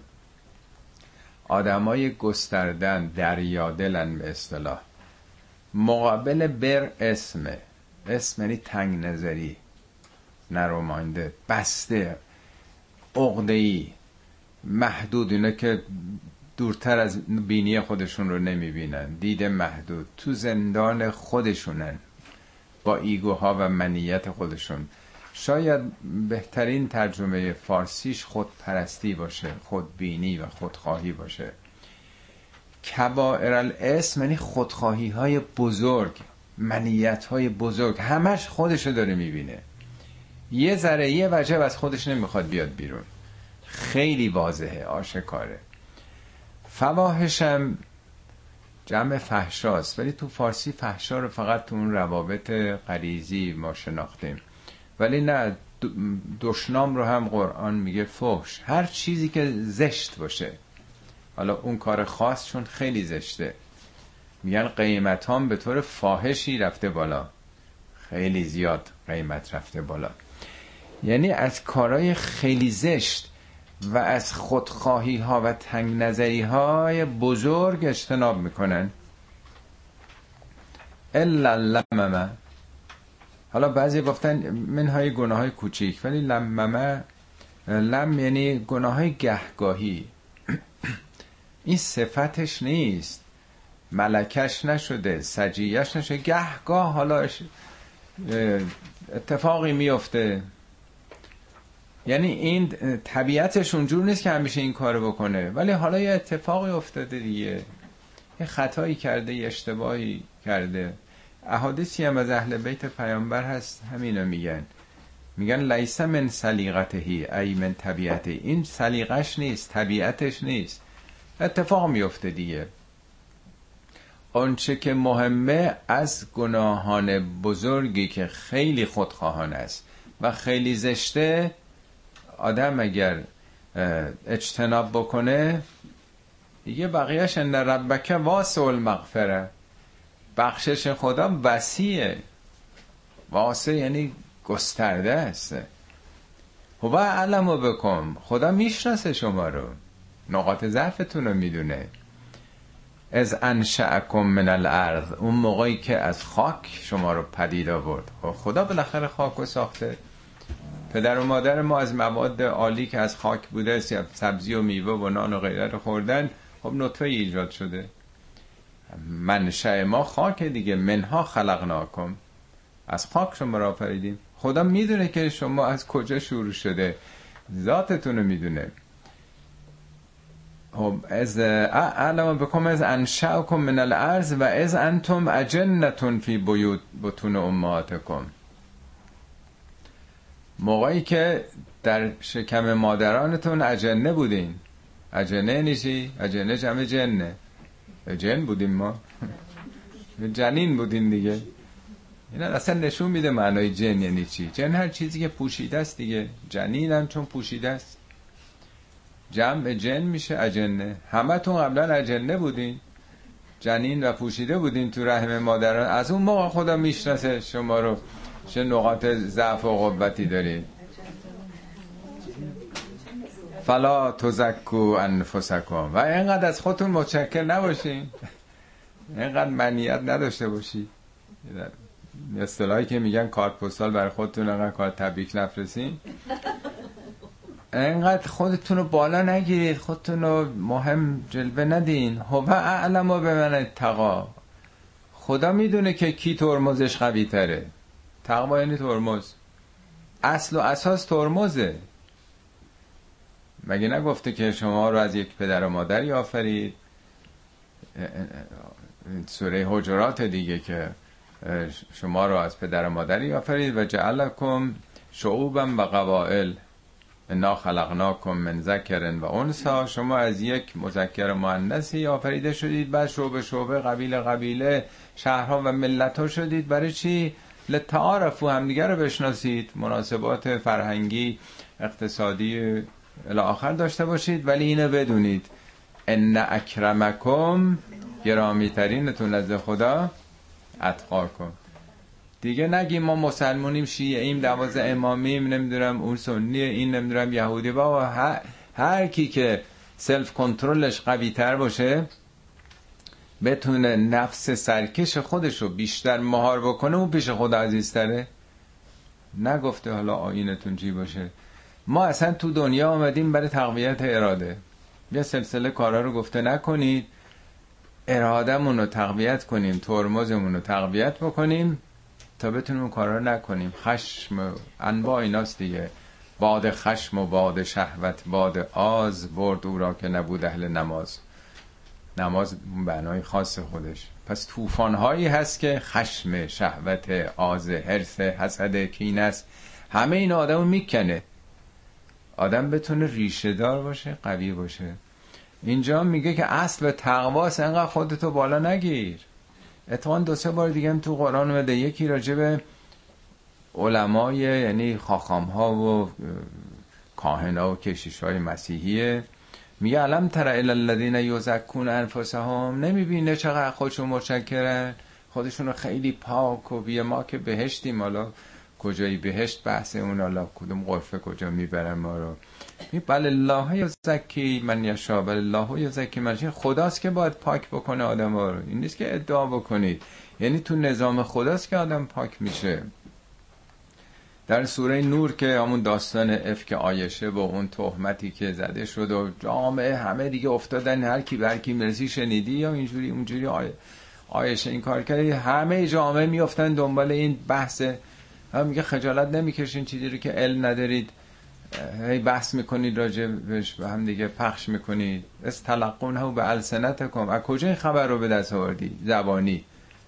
آدمای گستردن، دریادلن به اصطلاح. مقابل بر اسمه. اسم یعنی تنگ نظری، نرو مایندد، بسته، عقده‌ای، محدود. اینا که دورتر از بینی خودشون رو نمیبینن، دید محدود، تو زندان خودشونن با ایگوها و منیت خودشون. شاید بهترین ترجمه فارسیش خودپرستی باشه، خودبینی و خودخواهی باشه. کبائر الاسم یعنی خودخواهی های بزرگ، منیت های بزرگ، همش خودشو داره میبینه. یه ذره یه وجب از خودش نمیخواد بیاد بیرون. خیلی واضحه، آشکاره. فواحشم جمع فحشاست، ولی تو فارسی فحشا رو فقط تو اون روابط غریزی ما شناختیم، ولی نه، دشنام رو هم قرآن میگه فحش. هر چیزی که زشت باشه. حالا اون کار خاص چون خیلی زشته، میگن قیمت هم به طور فاحشی رفته بالا، خیلی زیاد قیمت رفته بالا. یعنی از کارهای خیلی زشت و از خودخواهی ها و تنگ نظری های بزرگ اجتناب میکنن. الا لممه. حالا بعضی گفتن منهای گناه های کوچیک، ولی لممه، لم یعنی گناه های گهگاهی. این صفتش نیست، ملکش نشده، سجیش نشده، گهگاه حالا اتفاقی میفته. یعنی این طبیعتش اونجور نیست که همیشه این کارو بکنه، ولی حالا یه اتفاقی افتاده دیگه، یه خطایی کرده، یه اشتباهی کرده. احادیثی هم از اهل بیت پیامبر هست همینو میگن لیس من سلیقتهی ای من طبیعته. این سلیقش نیست، طبیعتش نیست، اتفاق میفته دیگه. آنچه که مهمه از گناهان بزرگی که خیلی خودخواهانه است و خیلی زشته، آدم اگر اجتناب بکنه دیگه بقیهش ان ربک واسع المغفره. بخشش خدا وسیعه. واسع یعنی گسترده است. هو اعلم بکم، خدا میشناسه شما رو، نقاط ضعفتون رو میدونه. از انشأکم من الارض، اون موقعی که از خاک شما رو پدید آورد. خدا بالاخره خاک رو ساخته. پدر و مادر ما از مواد عالی که از خاک بوده، سبزی و میوه و نان و غیره رو خوردن، خب نطفه ایجاد شده. منشأ ما خاک دیگه. منها خلقناکم، از خاک شما را آفریدیم. خدا میدونه که شما از کجا شروع شده، ذاتتون رو میدونه. از اعلم بكم از انشأکم من الارض و از انتم اجنة فی بیوت بطون امهاتکم، موقعی که در شکم مادرانتون اجنه بودین. اجنه نیشی؟ اجنه جمع جنه، جن بودیم ما جنین بودین دیگه. اینا اصلا نشون میده معنای جن یعنی چی. جن هر چیزی که پوشیده است دیگه. جنین هم چون پوشیده است جمع جن میشه اجنه. همه تون قبلا اجنه بودین، جنین و پوشیده بودین تو رحم مادران. از اون موقع خدا میشناسه شما رو، چه نقاط ضعف و قوتی دارید. فلا تزکوا انفسکم، و اینقدر از خودتون متشکر نباشین، اینقدر منیت نداشته باشید. اصطلاحی که میگن کارت پستال برای خودتون اینقدر کارت تبریک نفرستین، اینقدر خودتون رو بالا نگیرید، خودتون رو مهم جلوه ندین. هو اعلم بمن اتقی، خدا میدونه که کی ترمزش قوی تره. تقوا یعنی ترمز، اصل و اساس ترمزه. مگه نگفته که شما رو از یک پدر و مادری آفرید؟ سوره حجرات دیگه که شما رو از پدر و مادری آفرید و جعلکم شعوبا و قبائل انا خلقناکم من ذکر و انثی، شما از یک مذکر و مؤنثی آفریده شدید، بعد شعبه شعبه، قبیله قبیله، شهرها و ملت‌ها شدید. برای چی؟ لتعارفوا، همدیگه رو بشناسید، مناسبات فرهنگی اقتصادی الی آخر داشته باشید. ولی اینو بدونید ان اکرمکم، گرامی ترینتون نزد خدا، اتقاکم. دیگه نگیم ما مسلمونیم، شیعیم، 12 امامیم، نمیدونم اون سنیه، این نمیدونم یهودی. بابا هر کی که سلف کنترلش قوی تر باشه، بتونه نفس سرکش خودشو بیشتر مهار بکنه، اون پیش خدا عزیزتره. نگفته حالا آیینتون چی باشه. ما اصلا تو دنیا آمدیم برای تقویت اراده. یه سلسله کارا رو گفته نکنید، اراده‌مون رو تقویت کنیم، ترمزمون رو تقویت بکنیم تا بتونیم اون کارا رو نکنیم. خشم انواع ایناست دیگه، باد خشم و باد شهوت، باد آز برد او را که نبود اهل نماز. نماز معنای خاص خودش. پس طوفان‌هایی هست که خشم، شهوت، آز، حرص، حسد، کینه است. همه این آدمو میکنه. آدم بتونه ریشه دار باشه، قوی باشه. اینجا میگه که اصل تقواست، انقدر خودتو بالا نگیر. اتفاقا 2-3 بار دیگه هم تو قرآن اومده، یکی راجب علمای یعنی خاخام‌ها و کاهن‌ها و کشیش‌های مسیحیه، میگه علم تر الی الذین یزکون انفسهم، نمیبینه چقدر خودشون متشکرن، خودشون رو خیلی پاک و بی ما که بهشتیم. حالا کجایی بهشت بحث اون، حالا کدوم غرفه کجا میبرن ما رو. بل الله یزکی من یشاء، بل الله یزکی من یشاء. خداست که باید پاک بکنه آدم‌ها رو، این نیست که ادعا بکنید. یعنی تو نظام خداست که آدم پاک میشه. در سوره نور که همون داستان افک عایشه و اون تهمتی که زده شد و جامعه همه دیگه افتادن، هر کی به هر کی مرسی شنیدی یا اینجوری اونجوری عایشه این کار کرد، همه جامعه میافتن دنبال این بحث. هم میگه خجالت نمیکشین چیزی رو که علم ندارید هی بحث میکنید راجبش و هم دیگه پخش میکنید. استلقونه به السنتکم، از کجا این خبر رو به دست آوردی؟ زبانی.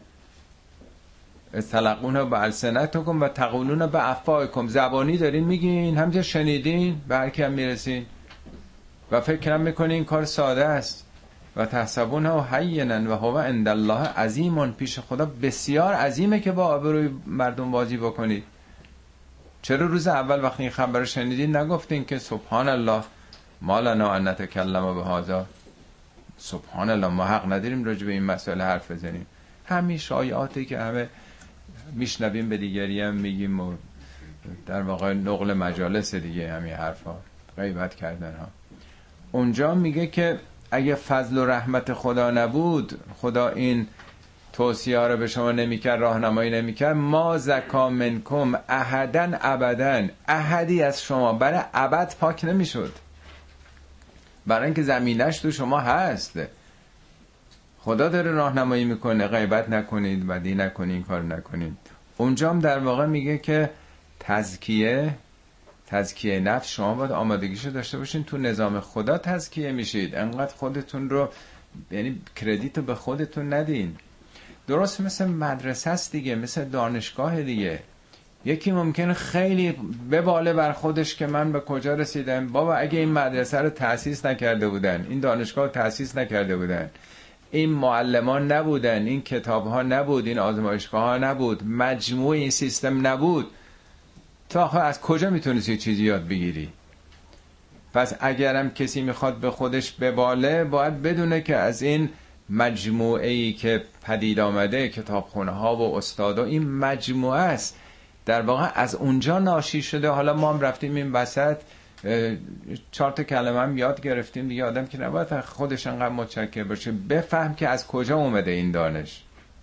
استلقونه به السنتکم و تقولون به افواهکم، زبانی دارین میگین، همینجا شنیدین به هر کی هم میرسین و فکر میکنین کار ساده است. و تحسبونه هینا و هو عند الله عظیم، پیش خدا بسیار عظیمه که با آبروی مردم بازی بکنید. چرا روز اول وقتی این خبر رو شنیدین نگفتین که سبحان الله ما لنا ان نتکلم بهذا، سبحان الله ما حق نداریم راجع به این مسئله حرف بزنیم. همین شایعاتی که همه میشنویم به دیگری هم میگیم و در واقع نقل مجالس دیگه همین حرفا، غیبت کردن ها. اونجا میگه که اگه فضل و رحمت خدا نبود، خدا این توصیه ها رو به شما نمیکرد، راهنمایی نمیکرد، ما زکا منکم احدن ابدا، احدی از شما برای ابد پاک نمیشد، برای اینکه زمینش تو شما هست. خدا داره راهنمایی میکنه غیبت نکنید، بدی نکنید، کار نکنید. اونجا هم در واقع میگه که تزکیه نفس شما باید آمادگیشو داشته باشین، تو نظام خدا تزکیه میشید. انقدر خودتون رو، یعنی کردیت رو به خودتون ندین. درست مثل مدرسه است دیگه، مثل دانشگاه دیگه. یکی ممکنه خیلی بباله بر خودش که من به کجا رسیدم. بابا اگه این مدرسه رو تأسیس نکرده بودن، این دانشگاه رو تأسیس نکرده بودن، این معلمان نبودن، این کتاب ها نبود، این آزمایشگاه ها نبود، مجموع این سیستم نبود، تا آخه از کجا میتونستی چیزی یاد بگیری؟ پس اگرم کسی میخواد به خودش بباله، باید بدونه که از این مجموعه‌ای که پدید آمده، کتابخونه ها و استادا، این مجموعه است، در واقع از اونجا ناشی شده. حالا ما هم رفتیم این وسط 4 تا کلمه هم یاد گرفتیم دیگه. آدم که نباید خودش انقدر متشکر باشه، بفهم که از کجا اومده این دانش.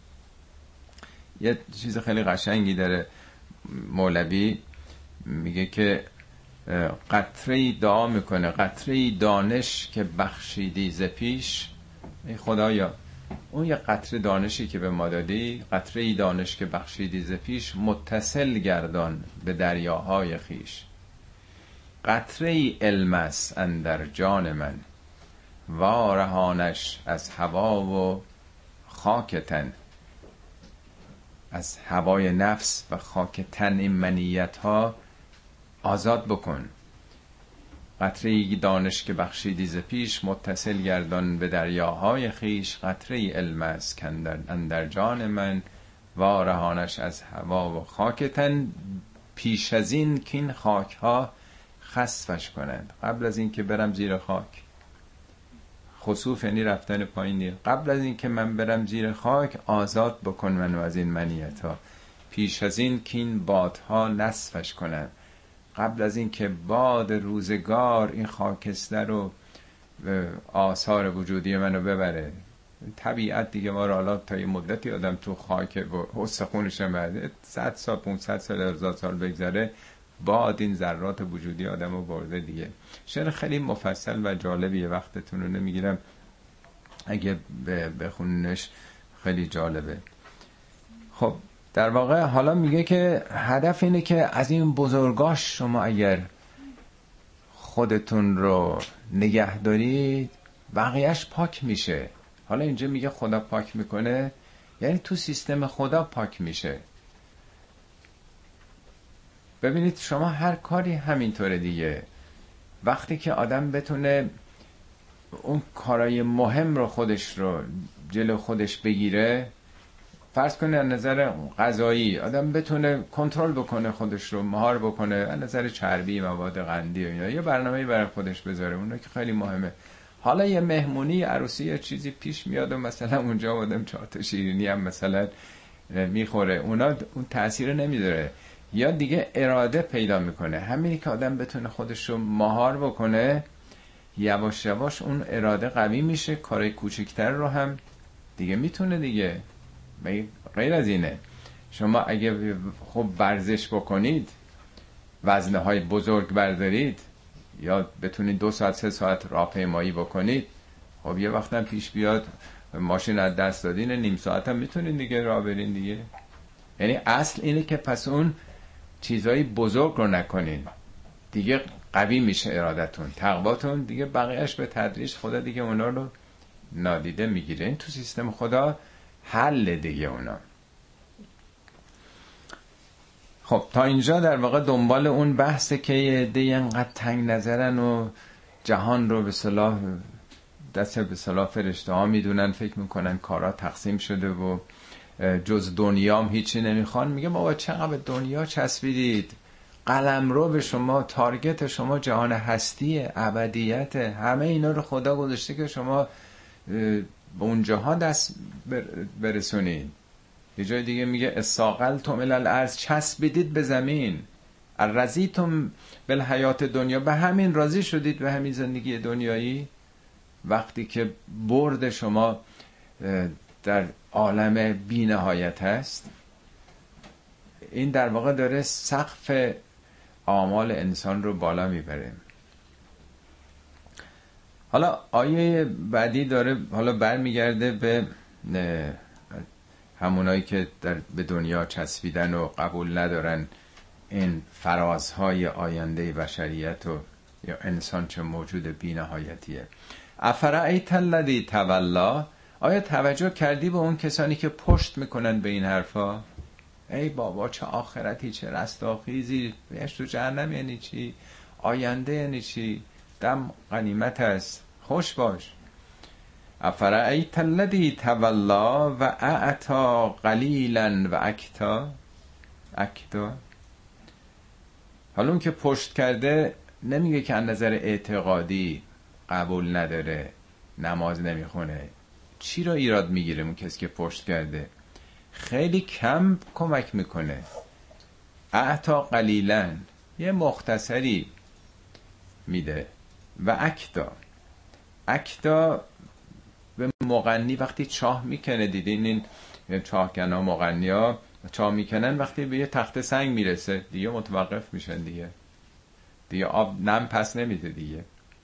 یه چیز خیلی قشنگی داره مولوی، میگه که قطره‌ای دعا میکنه، قطره‌ای دانش که بخشیدی ز پیش. ای خدایا اون یه قطره دانشی که به ما دادی، قطره‌ای دانش که بخشیدی ز پیش، متصل گردان به دریاهای خیش. قطره‌ای علم است اندر جان من، وارهانش از هوا و خاک تن. از هوای نفس و خاک تن، این منیت ها آزاد بکن. قطره‌ای دانش که بخشیدی ز پیش، متصل گردان به دریاهای خیش. قطره‌ای علم است اندر جان من، وارهانش از هوا و خاک تن. پیش از این که این خاک ها خسفش کنند، قبل از این که برم زیر خاک. خسوف یعنی رفتن پایین. قبل از این که من برم زیر خاک، آزاد بکن منو از این منیت ها. پیش از این که این بادها نسفش کنند، قبل از این که باد روزگار این خاکستر رو آثار وجودی منو ببره. طبیعت دیگه ما رو حالا تا یه مدتی آدم تو خاک و استخونش بعد 100 سال 500 سال 1000 سال بگذره، باد این ذرات وجودی آدم رو برده دیگه. شعر خیلی مفصل و جالبیه، وقتتون رو نمیگیرم، اگه بخوننش خیلی جالبه. خب در واقع حالا میگه که هدف اینه که از این بزرگاش شما اگر خودتون رو نگه دارید، بقیهش پاک میشه. حالا اینجا میگه خدا پاک میکنه، یعنی تو سیستم خدا پاک میشه. ببینید شما هر کاری همینطوره دیگه. وقتی که آدم بتونه اون کارای مهم رو خودش رو جلو خودش بگیره، فرض کنه از نظر غذایی آدم بتونه کنترل بکنه خودش رو، مهار بکنه از نظر چربی، مواد قندی و اینا، یه برنامه‌ای برای خودش بذاره، اون که خیلی مهمه. حالا یه مهمونی، عروسی، یه چیزی پیش میاد و مثلا اونجا آدم 4 تا شیرینی هم مثلا میخوره، اونا اون تأثیر نمیذاره، یا دیگه اراده پیدا میکنه. همینی که آدم بتونه خودش رو مهار بکنه، یواش یواش اون اراده قوی میشه، کارهای کوچکتر رو هم دیگه میتونه دیگه. غیر از اینه، شما اگه خوب ورزش بکنید، وزنه های بزرگ بردارید، یا بتونید 2 ساعت 3 ساعت راهپیمایی بکنید، خب یه وقت هم پیش بیاد ماشین از دست دادین، نیم ساعت هم میتونید دیگه راه برین دیگه. یعنی اصل اینه که پس اون چیزای بزرگ رو نکنین، دیگه قوی میشه ارادتون، تقواتون دیگه، بقیهش به تدریج خدا دیگه اونا رو نادیده میگیره. این تو سیستم خدا حل دیگه اونا. خب تا اینجا در واقع دنبال اون بحثه که یه عده اینقدر تنگ نظرن و جهان رو به صلاح دست به صلاح فرشته ها میدونن، فکر میکنن کارا تقسیم شده و جز دنیام هیچی نمیخوان. میگه بابا چقدر به دنیا چسبیدید، قلمرو به شما، تارگت شما جهان هستی، ابدیت، همه اینا رو خدا گذاشته که شما به اونجاها دست برسونید. یه جای دیگه میگه اساقل تو ملل الارض، چسبیدید به زمین. رضیتم بالحیات دنیا، به همین راضی شدید، به همین زندگی دنیایی، وقتی که برد شما در عالم بی نهایت هست. این در واقع داره سقف آمال انسان رو بالا میبره. حالا آیه بعدی داره حالا برمیگرده به همونایی که به دنیا چسبیدن و قبول ندارن این فرازهای آینده بشریت و یا انسان چه موجود بی نهایتیه. افرأیت الذی تولی، آیا توجه کردی به اون کسانی که پشت میکنن به این حرفا؟ ای بابا چه آخرتی، چه رستاخیزی، بهشت و جهنم یعنی چی، آینده یعنی چی، دم غنیمت است، خوش باش. افرأیت الذی تولی و اعطی قلیلا و اکدا. حالا اون که پشت کرده نمیگه که از نظر اعتقادی قبول نداره، نماز نمیخونه، چی را ایراد میگیره اون کسی که پشت کرده؟ خیلی کم کمک میکنه. اعطی قلیلا، یه مختصری میده. و اکدا به مغنی وقتی چاه میکنه، دیدین این چاهکن‌ها مغنی‌ها چاه میکنن، وقتی به یه تخت سنگ میرسه دیگه متوقف میشن، دیگه آب نم پس نمیده دیگه.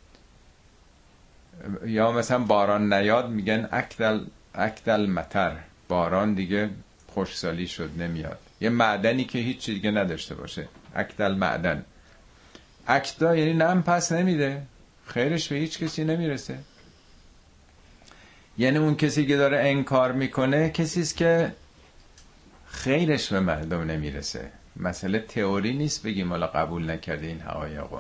یا مثلا باران نیاد میگن اکدل مطر، باران دیگه خوشسالی شد نمیاد. یه معدنی که هیچ چیز دیگه نداشته باشه، اکدل معدن. اکدا یعنی نم پس نمیده، خیرش به هیچ کسی نمیرسه. یعنی اون کسی که داره انکار میکنه کسیست که خیرش به مردم نمیرسه. مسئله تئوری نیست بگیم حالا قبول نکرده این حقایقو.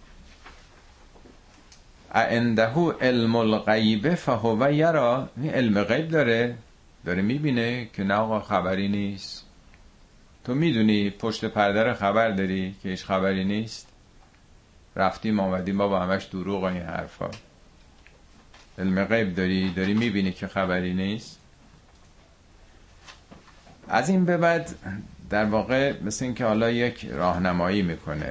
عنده علم الغیب فهو یرا، این علم غیب داره میبینه که نه آقا خبری نیست. تو میدونی پشت پرده رو خبر داری که هیچ خبری نیست، رفتیم آمدیم بابا همش دروغ این حرفا. علم غیب داری میبینی که خبری نیست. از این به بعد در واقع مثل این که حالا یک راهنمایی میکنه،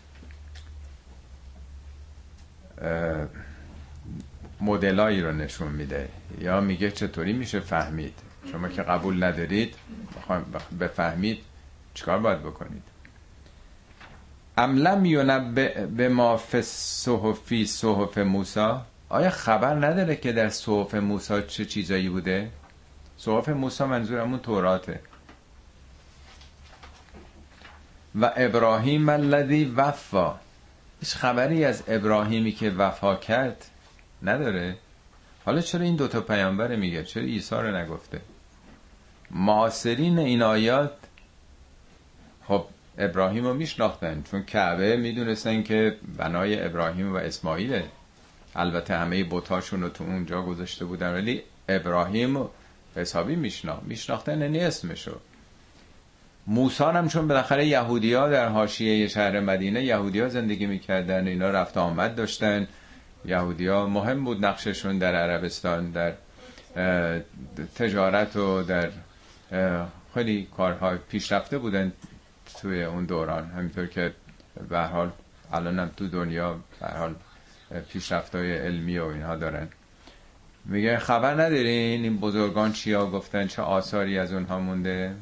مدلایی رو نشون میده، یا میگه چطوری میشه فهمید. شما که قبول ندارید بفهمید چیکار باید بکنید. ام لم ینبأ بما فی صحف موسی، آیا خبر نداره که در صحف موسی چه چیزایی بوده؟ صحف موسی منظورمون توراته. و ابراهیم الذی وفا، هیچ خبری از ابراهیمی که وفا کرد نداره. حالا چرا این دوتا پیامبر میگه، چرا عیسی رو نگفته؟ معاصرین این آیات خب ابراهیم رو میشناختن، چون کعبه میدونستن که بنای ابراهیم و اسماعیله. البته همه بتاشون رو تو اونجا گذاشته بودن، ولی ابراهیم حسابی میشناختن، یعنی اسمشو. موسی هم چون بالاخره یهودی‌ها در حاشیه شهر مدینه یهودی‌ها زندگی میکردن، اینا رفت آمد داشتن، یهودی‌ها مهم بود نقششون در عربستان، در تجارت و در خیلی کارها پیشرفته بودن توی اون دوران، همینطور که به هر حال الانم تو دنیا به هر حال پیشرفت‌های علمی و اینها دارن. میگه خبر ندارین این بزرگان چیا گفتن، چه آثاری از اونها مونده؟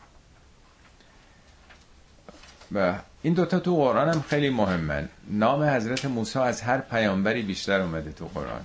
و این دوتا تو قرآن هم خیلی مهمن. نام حضرت موسی از هر پیامبری بیشتر اومده تو قرآن.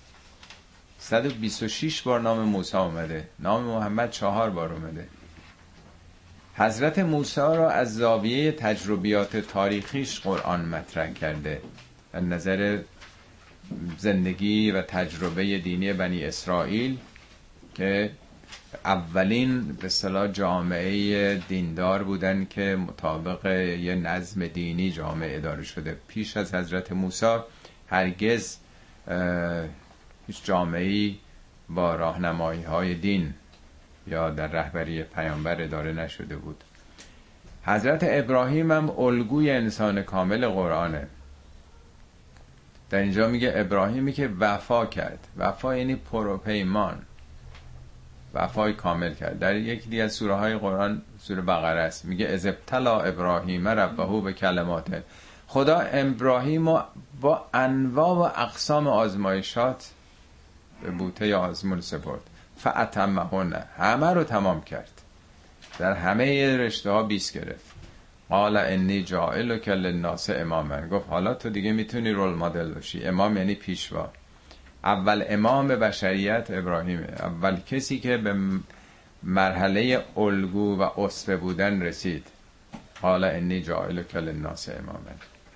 126 بار نام موسی اومده، نام محمد 4 بار اومده. حضرت موسی را از زاویه تجربیات تاریخیش قرآن مطرح کرده، از نظر زندگی و تجربه دینی بنی اسرائیل که اولین به اصطلاح جامعه دیندار بودن که مطابق یه نظم دینی جامعه اداره شده. پیش از حضرت موسی هرگز هیچ جامعه‌ای با راهنمایی‌های دین یا در رهبری پیامبر اداره نشده بود. حضرت ابراهیم هم الگوی انسان کامل قرآنه. در اینجا میگه ابراهیمی که وفا کرد. وفا یعنی پروپیمان. وفای کامل کرد. در یکی دیگه از سوره های قرآن، سوره بقره است، میگه اذ ابتلی ابراهیم ربه به کلمات، خدا ابراهیم رو با انواع و اقسام آزمایشات به بوته آزمون سپرد. فاتمهن، همه رو تمام کرد، در همه رشته ها 20 گرفت. قال انی جاعلک للناس اماما، گفت حالا تو دیگه میتونی رول مدل باشی. امام یعنی پیشوا. اول امام بشریت ابراهیمه، اول کسی که به مرحله الگو و اسوه بودن رسید. قال انی جاعلک للناس اماما.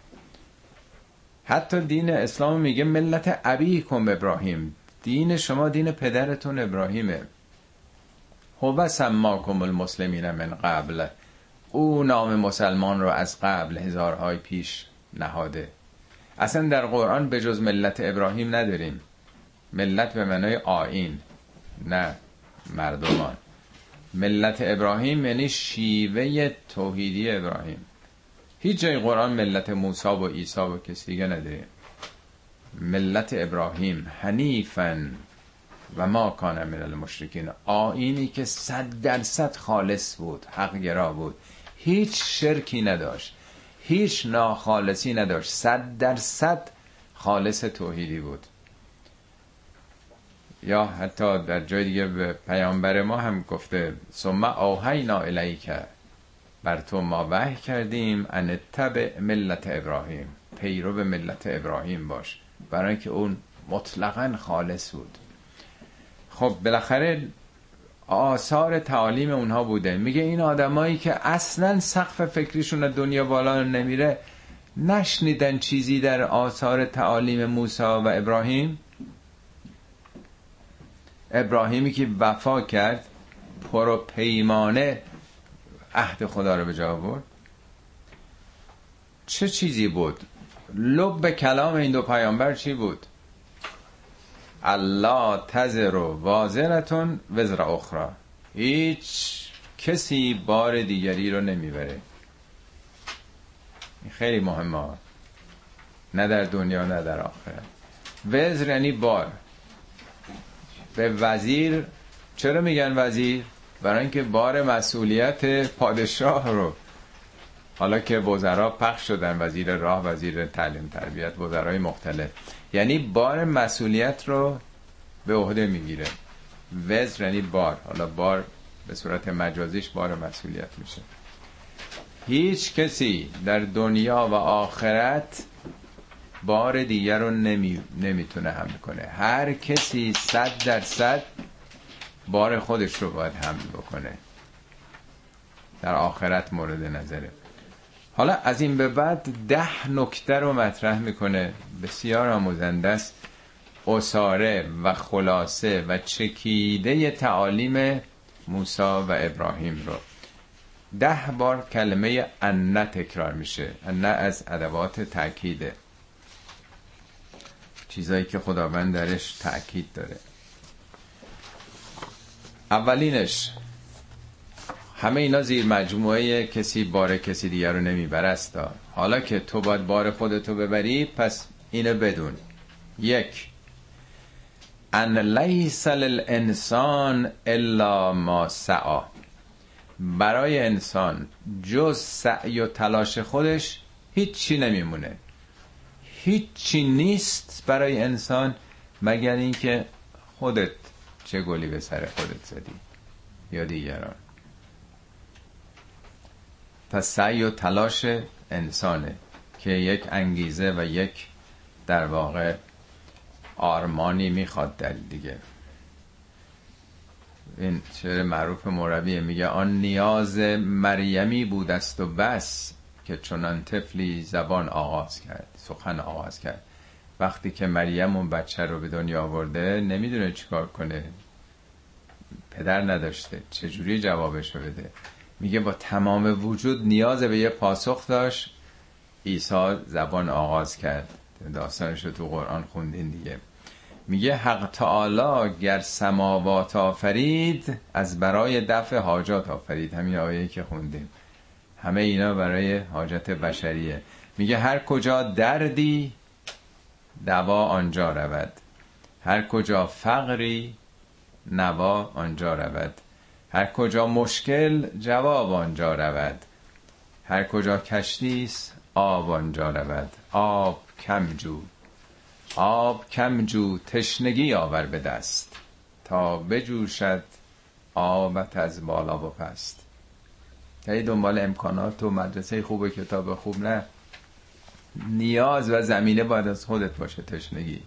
حتی دین اسلام میگه ملت ابیکم ابراهیم، دین شما دین پدرتون ابراهیمه. هو سماکم المسلمین من قبل، او نام مسلمان رو از قبل هزارهای پیش نهاده. اصلا در قرآن به جز ملت ابراهیم نداریم. ملت به معنای آیین، نه مردمان. ملت ابراهیم یعنی شیوه توحیدی ابراهیم. هیچ جای قرآن ملت موسی و عیسی و کسی دیگه نداریم. ملت ابراهیم حنیفاً و ما کان من المشرکین، آیینی که 100% خالص بود، حق گرا بود، هیچ شرکی نداشت، هیچ ناخالصی نداشت، 100% خالص توحیدی بود. یا حتی در جای دیگه به پیامبر ما هم گفته ثم اوحینا الیک، بر تو ما وحی کردیم ان اتبع ملت ابراهیم، پیرو به ملت ابراهیم باش، برای که اون مطلقاً خالص بود. خب بالاخره آثار تعالیم اونها بوده. میگه این آدمایی که اصلا سقف فکریشون دنیا بالا نمیره، نشنیدن چیزی در آثار تعالیم موسی و ابراهیم؟ ابراهیمی که وفا کرد، پر و پیمانه عهد خدا رو به جا آورد. چه چیزی بود؟ لب کلام این دو پیامبر چی بود؟ الله تزر وازرتون وزر اخرى، هیچ کسی بار دیگری رو نمیبره. این خیلی مهمه، نه در دنیا نه در آخرت. وزر یعنی بار. به وزیر چرا میگن وزیر؟ برای اینکه بار مسئولیت پادشاه رو، حالا که وزرا پخش شدن، وزیر راه، وزیر تعلیم تربیت، وزرای مختلف، یعنی بار مسئولیت رو به عهده میگیره. وزر یعنی بار، حالا بار به صورت مجازیش بار مسئولیت میشه. هیچ کسی در دنیا و آخرت بار دیگر رو نمیتونه حمل کنه. هر کسی 100% بار خودش رو باید حمل بکنه. در آخرت مورد نظره. حالا از این به بعد 10 نکته رو مطرح میکنه، بسیار آموزنده است. اساره و خلاصه و چکیده تعالیم موسی و ابراهیم رو 10 بار کلمه ان تکرار میشه. ان از ادوات تأکیده، چیزایی که خداوند درش تأکید داره. اولینش، همه اینا زیر مجموعه کسی بار کسی دیگر رو نمیبره است. حالا که تو باید بار خودتو ببری، پس اینو بدون. 1. ان لیس للانسان الا ما سعی، برای انسان جز سعی و تلاش خودش هیچی نمیمونه. هیچی نیست برای انسان مگر اینکه خودت چه گلی به سر خودت زدی یا دیگران. پس سعی و تلاش انسانه که یک انگیزه و یک در واقع آرمانی میخواد در دیگه. این شعر معروف مولوی میگه آن نیاز مریمی بود است و بس، که چنان طفلی زبان آغاز کرد، سخن آغاز کرد. وقتی که مریم اون بچه رو به دنیا آورده نمیدونه چیکار کنه، پدر نداشته، چجوری جوابش رو بده. میگه با تمام وجود نیاز به یه پاسخ داشت، عیسی زبان آغاز کرد. داستانش رو تو قرآن خوندین دیگه. میگه حق تعالی گر سماوات آفرید، از برای دفع حاجات آفرید. همین آیه‌ای که خوندیم، همه اینا برای حاجت بشریه. میگه هر کجا دردی دوا آنجا رود، هر کجا فقری نوا آنجا رود. هر کجا مشکل جواب آنجا رود. هر کجا کشتیست آب آنجا رود. آب کم جو، آب کم جو، تشنگی آور به دست، تا بجوشد آبت از بالا و پست. هی دنبال امکانات و مدرسه خوب و کتاب خوب نه، نیاز و زمینه باید از خودت باشه. تشنگی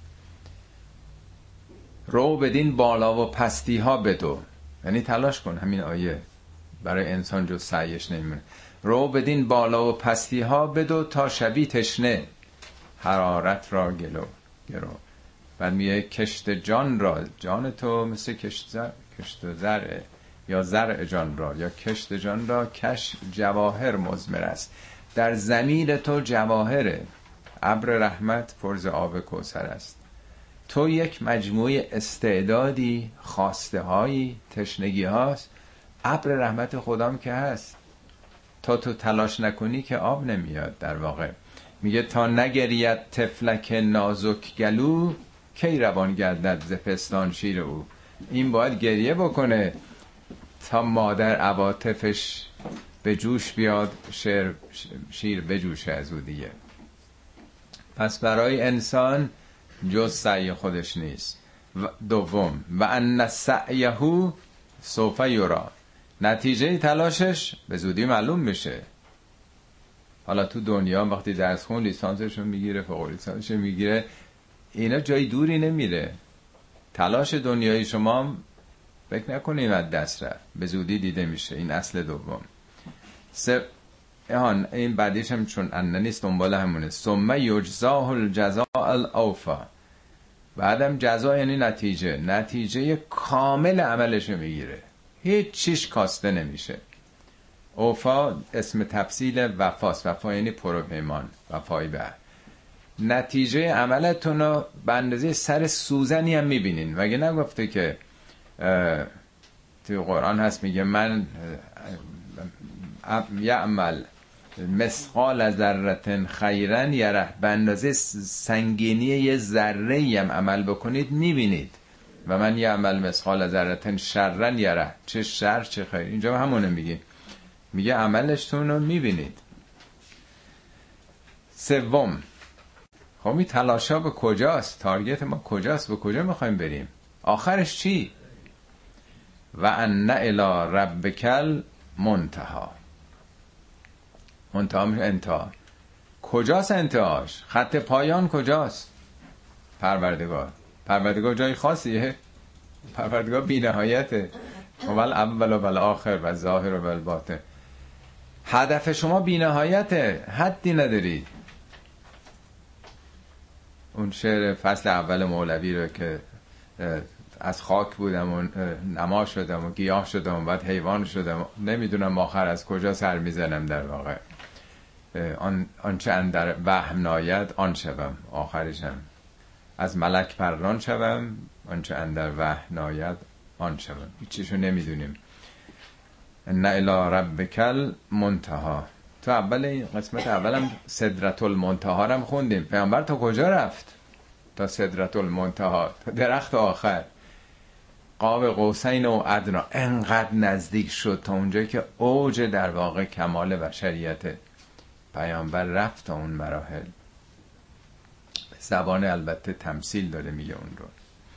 رو بدین بالا و پستی ها بدو، یعنی تلاش کن. همین آیه برای انسان جز سعیش نمیمونه. رو بدین بالا و پستی ها بدو، تا شبی تشنه حرارت را گرو. بعد میگه کشت جان را، جان تو مثل کشت زرعه، یا زرع جان را، یا کشت جان را کش جواهر مزمر است. در ضمیر تو جواهره، ابر رحمت فرز آب کوثر است. تو یک مجموعه استعدادی، خواسته هایی، تشنگی هاست. ابر رحمت خدام که هست، تا تو تلاش نکنی که آب نمیاد. در واقع میگه تا نگرید طفلک نازک گلو، کی روان گردد ز پستان شیر او. این باید گریه بکنه تا مادر عواطفش به جوش بیاد، شیر بجوشه از او دیگه. پس برای انسان جز سعی خودش نیست. دوم و ان سعیه سوف یرا، نتیجه تلاشش به زودی معلوم میشه. حالا تو دنیا وقتی درس خون لیسانسشو میگیره، فوق لیسانسشو میگیره، اینا جای دوری نمیره. تلاش دنیای شما فکر نکنید از دست رفت، به زودی دیده میشه. این اصل دوم. این بعدیش هم چون ان نیست دنبال همونه. ثم یجزاه الجزاء الاوفا، بعدم جزا یعنی نتیجه کامل عملشو میگیره، هیچ چیش کاسته نمیشه. اوفا اسم تفصیل وفاست. وفا یعنی پروپیمان، وفای به نتیجه عملتون رو به اندازه سر سوزنی هم میبینین. مگه نگفته که توی قرآن هست میگه من یعمل مثقال ذره خیرا یره، به اندازه سنگینی یه ذره هم عمل بکنید میبینید. و من یعمل مثقال ذره شرا یره، چه شر چه خیر. اینجا همونه میگه عملشتون رو میبینید. سوم، خب این تلاشا به کجاست؟ تارگت ما کجاست؟ به کجا میخوایم بریم؟ آخرش چی؟ و ان الی ربک المنتهی. منتها میشه انتها. کجاست انتهاش؟ خط پایان کجاست؟ پروردگار جای خاصیه؟ پروردگار بی نهایته. اول اول و آخر و ظاهر و باطن. هدف شما بی نهایته، حدی ندارید. اون شعر فصل اول مولوی رو که از خاک بودم و نما شدم و گیاه شدم و بعد حیوان شدم، نمیدونم آخر از کجا سر میزنم. در واقع آنچه اندر وهم ناید آن شوم، آخرشم از ملک پران شوم، آنچه اندر وهم ناید آن شوم. هیچیشو نمیدونیم. ان الی ربک المنتهی. تو اول این قسمت اولم سدرة المنتهی رو خوندیم. پیامبر تا کجا رفت؟ تا سدرة المنتهی، تا درخت آخر. قاب قوسین و ادنا، انقدر نزدیک شد تا اونجایی که اوج در واقع کمال بشریت. پیامبر رفت تا اون مراحل. زبان البته تمثیل داره میگه اون رو.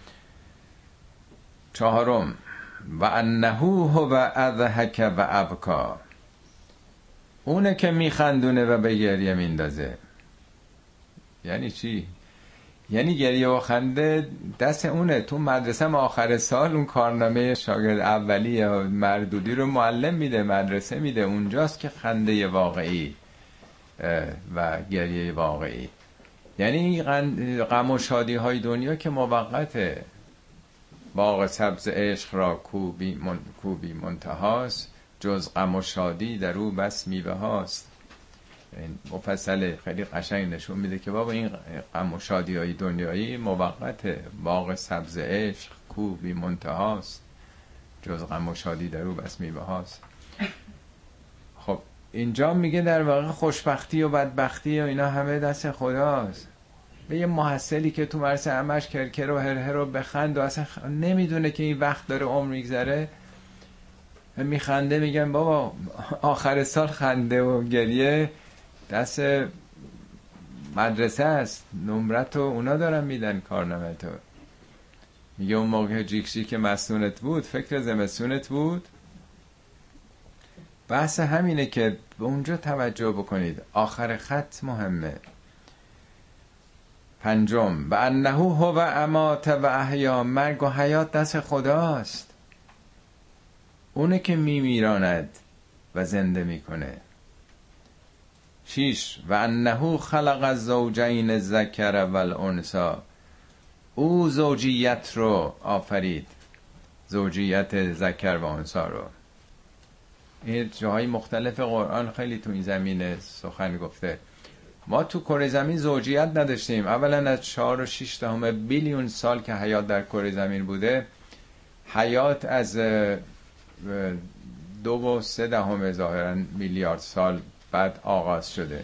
چهارم و انه هو اضحک و ابکا، اونه که میخندونه و به گریه میندازه. یعنی چی؟ یعنی گریه و خنده دست اونه. تو مدرسه آخر سال اون کارنامه شاگرد اولی یا مردودی رو معلم میده، مدرسه میده. اونجاست که خنده واقعی و گریه واقعی. یعنی غم و شادی های دنیا که موقته. باغ سبز عشق را کوبی منتهاست، جز غم و شادی در او بس میوه هاست. این مفصل خیلی قشنگ نشون میده که بابا این غم و شادی های دنیایی موقته. باغ سبز عشق کوبی منتهاست، جز غم و شادی در او بس میوه هاست. خب اینجا میگه در واقع خوشبختی و بدبختی و اینا همه دست خداست. به یه محصلی که تو مرسه همش کرکر و هر و بخند و اصلا نمیدونه که این وقت داره عمر میگذره، میخنده، میگن بابا آخر سال خنده و گریه دست مدرسه است، نمرت و اونا دارن میدن کارنامه تو. میگه اون موقع جیکشی که مسئولت بود فکر زمستونت بود. بحث همینه که به اونجا توجه بکنید، آخر خط مهمه. 5 و انه هو امات و احیا، مرگ و حیات دست خداست، اونه که میمیراند و زنده میکنه. 6 و انه خلق الزوجین الذکر والانثی، او زوجیت رو آفرید، زوجیت ذکر و انثی رو. این جاهای مختلف قرآن خیلی تو این زمینه سخن گفته. ما تو کره زمین زوجیت نداشتیم. اولا از 4 و 6 بیلیون سال که حیات در کره زمین بوده، حیات از 2 و 3 ظاهرا میلیارد سال بعد آغاز شده.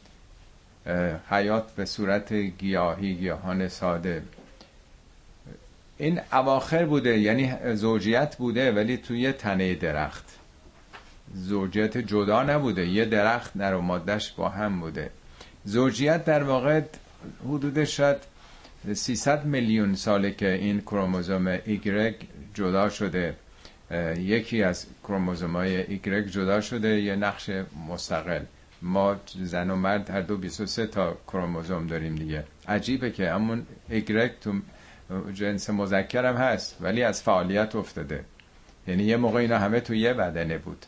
حیات به صورت گیاهی، گیاهان ساده. این اواخر بوده، یعنی زوجیت بوده ولی توی تنه درخت، زوجیت جدا نبوده، یه درخت نر و ماده‌اش با هم بوده. زوجیت در واقع حدود شاید 300 میلیون ساله که این کروموزوم ایگرگ جدا شده، یکی از کروموزوم‌های ایگرگ جدا شده، یه نقش مستقل. ما زن و مرد هر دو 23 تا کروموزوم داریم دیگه. عجیبه که همون ایگرگ تو جنس مذکر هم هست ولی از فعالیت افتاده، یعنی یه موقع اینا همه تو یه بدنه بود.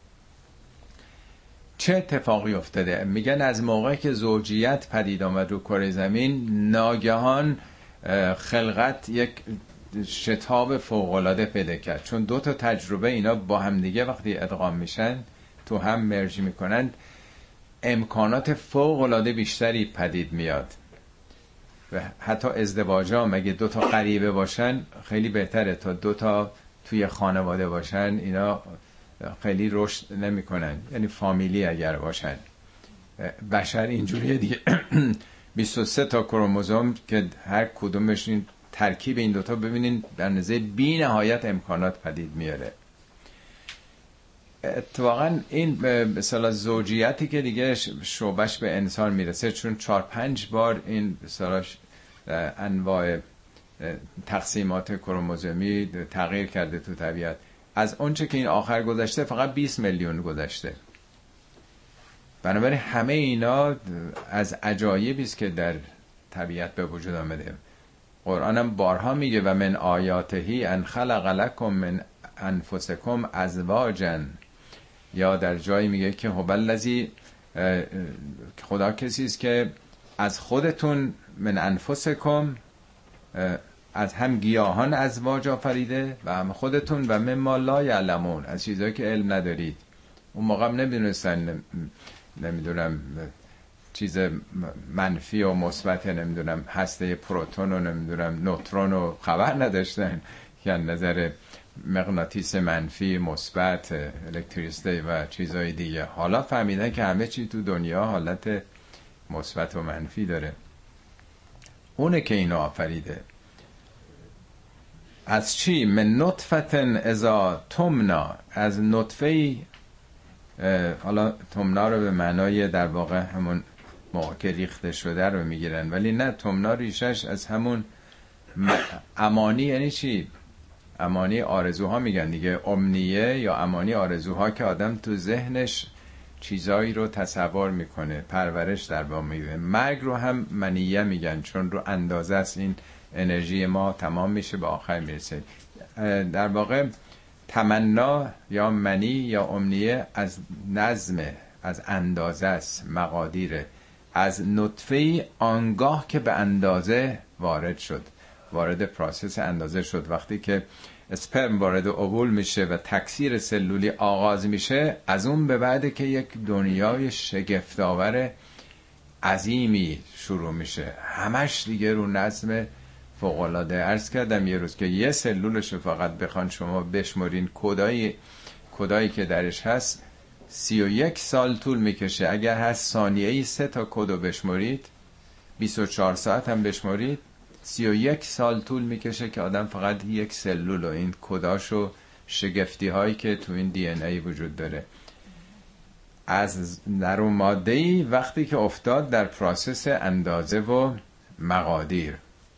چه اتفاقی افتاده؟ میگن از موقعی که زوجیت پدید آمد رو کره زمین، ناگهان خلقت یک شتاب فوق‌العاده پیدا کرد، چون 2 تا تجربه اینا با هم دیگه وقتی ادغام میشن، تو هم مرج میکنن، امکانات فوق‌العاده بیشتری پدید میاد. و حتی ازدواجا مگه 2 تا غریبه باشن خیلی بهتره تا 2 تا توی خانواده باشن، اینا خیلی رشد نمیکنن، یعنی فامیلی اگر باشن. بشر اینجوریه دیگه 23 تا کروموزوم که هر کدومش این ترکیب این 2 تا ببینین در نظر بی نهایت امکانات پدید میاره. اتفاقا این مثلا زوجیتی که دیگه شعبش به انسان میرسه، چون 4-5 بار این مثلا انواع تقسیمات کروموزومی تغییر کرده تو طبیعت. از اونچه که این آخر گذشته فقط 20 میلیون گذشته. بنابراین همه اینا از عجایبی است که در طبیعت به وجود آمده. قرآن هم بارها میگه و من آیاته ان خلق لکم من انفسکم ازواجا، یا در جایی میگه که هو الذی، خدا کسی است که از خودتون من انفسکم، از هم گیاهان ازواج آفریده و هم خودتون، و مما لا یعلمون، از چیزایی که علم ندارید. اون موقع هم نمیدونستن، نمیدونم چیز منفی و مثبت، نمیدونم هسته پروتون و نمیدونم نوترون و خبر نداشتن که از نظر مغناطیس منفی، مثبت، الکتریسته و چیزای دیگه. حالا فهمیدن که همه چی تو دنیا حالت مثبت و منفی داره. اونه که اینو آفریده. از چی؟ من نطفتن اذا تمنا، از نطفه، حالا تمنا رو به معنای در واقع همون موقع که ریخته شده رو میگیرن، ولی نه، تمنا ریشش از همون امانی. یعنی چی؟ امانی آرزوها میگن دیگه، امنیه یا امانی آرزوها که آدم تو ذهنش چیزایی رو تصور میکنه، پرورش در با میده. مرگ رو هم منیه میگن، چون رو اندازه است، این انرژی ما تمام میشه به آخر میرسه. در واقع تمنا یا منی یا امنیه از نظم، از اندازه است، مقادیره، از نطفه آنگاه که به اندازه وارد شد، وارد پروسس اندازه شد. وقتی که اسپرم وارد اوول میشه و تکثیر سلولی آغاز میشه، از اون به بعد که یک دنیای شگفت‌آور عظیمی شروع میشه، همش دیگه رو نظم فوق‌العاده. عرض کردم یه روز که یه سلولش فقط بخوان شما بشمرین کدایی که درش هست، 31 سال طول میکشه. اگر هست ثانیه‌ای 3 تا کدو بشمرید، 24 ساعت هم بشمارید 31 سال طول میکشه که آدم فقط یک سلول و این کداش و شگفتی هایی که تو این دی ان ای وجود داره از نر و ماده‌ای وقتی که افتاد در پروسس اندازه و مقادیر.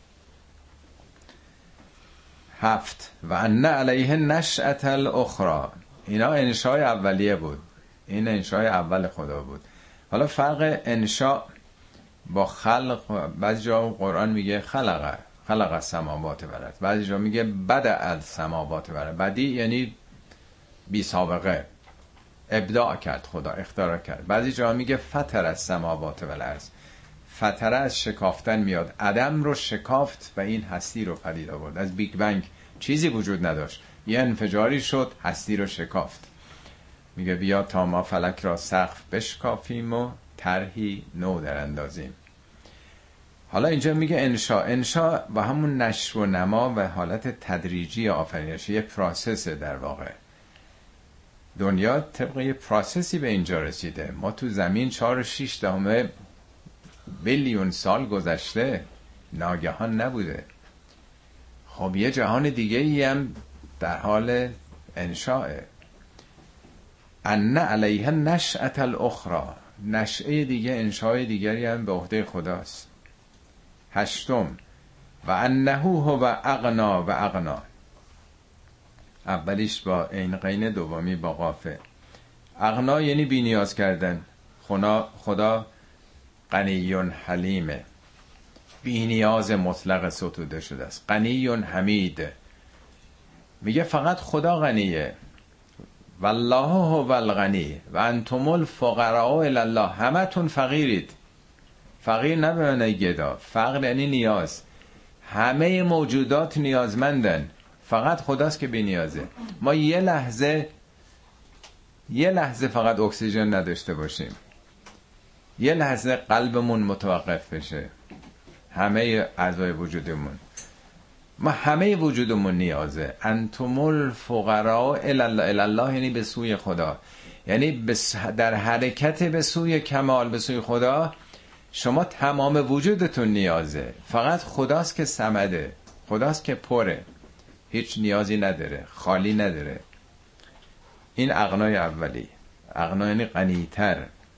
7 و ان علیه نشأة الاخری، اینا انشای اولیه بود، این انشای اول خدا بود. حالا فرق انشاء با خلق، بعضی جا قرآن میگه خلق السماوات والارض، بعضی جا میگه بدأ السماوات والارض. بدی یعنی بی سابقه، ابداع کرد خدا، اختراع کرد. بعضی جا میگه فطر السماوات والارض، فطره از شکافتن میاد، عدم رو شکافت و این هستی رو پدید آورد. از بیگ بنگ چیزی وجود نداشت، یه انفجاری شد، هستی رو شکافت. میگه بیا تا ما فلک را سقف بشکافیم و طرحی نو در اندازیم. حالا اینجا میگه انشا و همون نشو و نما و حالت تدریجی آفرینش، یه پروسسه در واقع. دنیا طبق یه پروسسی به اینجا رسیده. ما تو زمین 4.6 بیلیون سال گذشته، ناگهان نبوده. خب یه جهان دیگه ای هم در حال انشاء. ان علیه نشأة الاخری، نشأه دیگه، انشاء دیگری هم به عهده خداست. 8 و انه هو اغنا و اغنا، اولیش با عین غین، دومی با قافه. اغنا یعنی بی نیاز کردن. خدا غنی حلیمه، بی نیاز مطلق ستوده شده است. غنی حمید، میگه فقط خدا غنیه. والله هو الغنی و انتم الفقراء الی الله، همتون فقیرید. فقیر نه به معنی گدا، فقر یعنی نیاز. همه موجودات نیازمندن، فقط خداست که بی نیازه. ما یه لحظه فقط اکسیژن نداشته باشیم، یه لحظه قلبمون متوقف بشه، همه اعضای وجودمون، ما همه وجودمون نیازه. انتم الفقراء الی الله، الی الله یعنی به سوی خدا، یعنی در حرکت به سوی کمال، به سوی خدا. شما تمام وجودتون نیازه، فقط خداست که صمده، خداست که پره، هیچ نیازی نداره، خالی نداره. این اغنای اولی. اغنا یعنی غنیتر.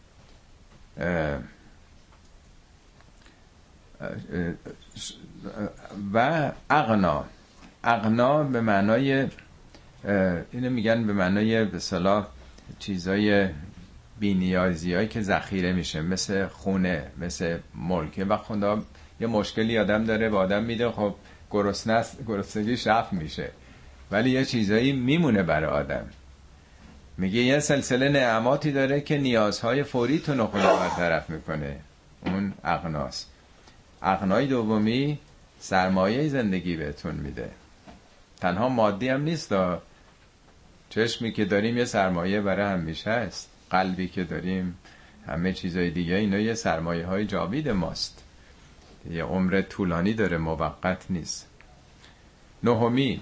و اغنا به معنای، اینو میگن به معنای به اصطلاح چیزای بی‌نیازی هایی که ذخیره میشه، مثل خونه، مثل ملک. و خدا یه مشکلی آدم داره، به آدم میده، خب گرسنگیش رفع میشه، ولی یه چیزایی میمونه برای آدم. میگه یه سلسله نعماتی داره که نیازهای فوریتون رو خدا برطرف میکنه، اون اغناست. اغنای دومی سرمایه زندگی بهتون میده، تنها مادی هم نیست. چشمی که داریم یه سرمایه برای همیشه است، قلبی که داریم، همه چیزای دیگه، اینا یه سرمایه های جاوید ماست، یه عمر طولانی داره، موقت نیست. 9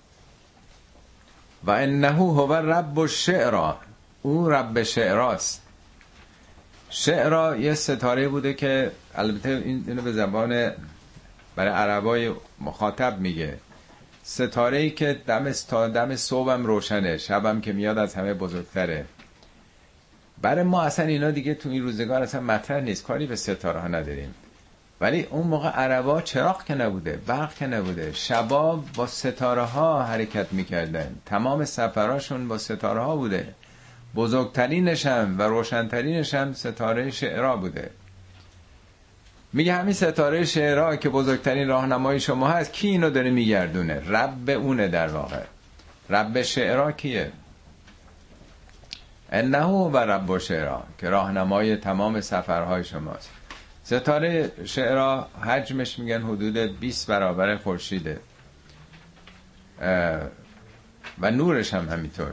و انه هو رب الشعرا، او رب شعراست. شعرا یه ستاره بوده که البته اینو به زبان برای عربای مخاطب میگه، ستاره‌ای که دم صبحم روشنه، شبم که میاد از همه بزرگتره. برای ما اصلا اینا دیگه تو این روزگار اصلا مطرح نیست، کاری به ستاره ها نداریم. ولی اون موقع عربا چراغ که نبوده، برق که نبوده، شبا با ستاره ها حرکت میکردن، تمام سفراشون با ستاره ها بوده. بزرگترینش هم و روشنترینش هم ستاره شعرا بوده. میگه همین ستاره شعرا که بزرگترین راهنمای شما هست، کی اینو داره میگردونه؟ رب اونه در واقع. رب شعرا کیه؟ انه و رب شعرا، که راهنمای تمام سفرهای شماست. ستاره شعرا حجمش میگن حدود 20 برابر خورشیده و نورش هم همینطور.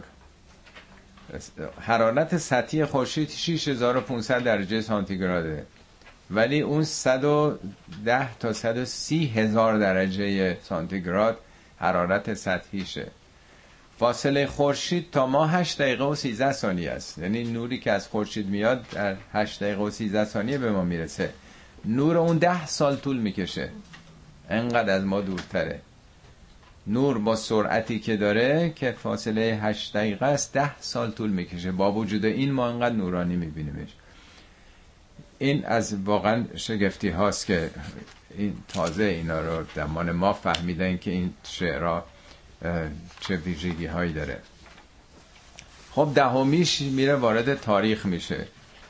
حرارت سطحی خورشید 6500 درجه سانتیگراده، ولی اون 110 تا 130 هزار درجه سانتیگراد حرارت سطحیشه. فاصله خورشید تا ما 8 دقیقه و 13 ثانیه است، یعنی نوری که از خورشید میاد در 8 دقیقه و 13 ثانیه به ما میرسه. نور اون 10 سال طول میکشه، انقدر از ما دورتره. نور با سرعتی که داره که فاصله 8 دقیقه است 10 سال طول میکشه، با وجود این ما انقدر نورانی میبینیمش. این از واقعا شگفتی هاست که این تازه اینا رو زمان ما فهمیدن که این شعرها چه ویژگی هایی داره. خب دهمیش میره وارد تاریخ میشه،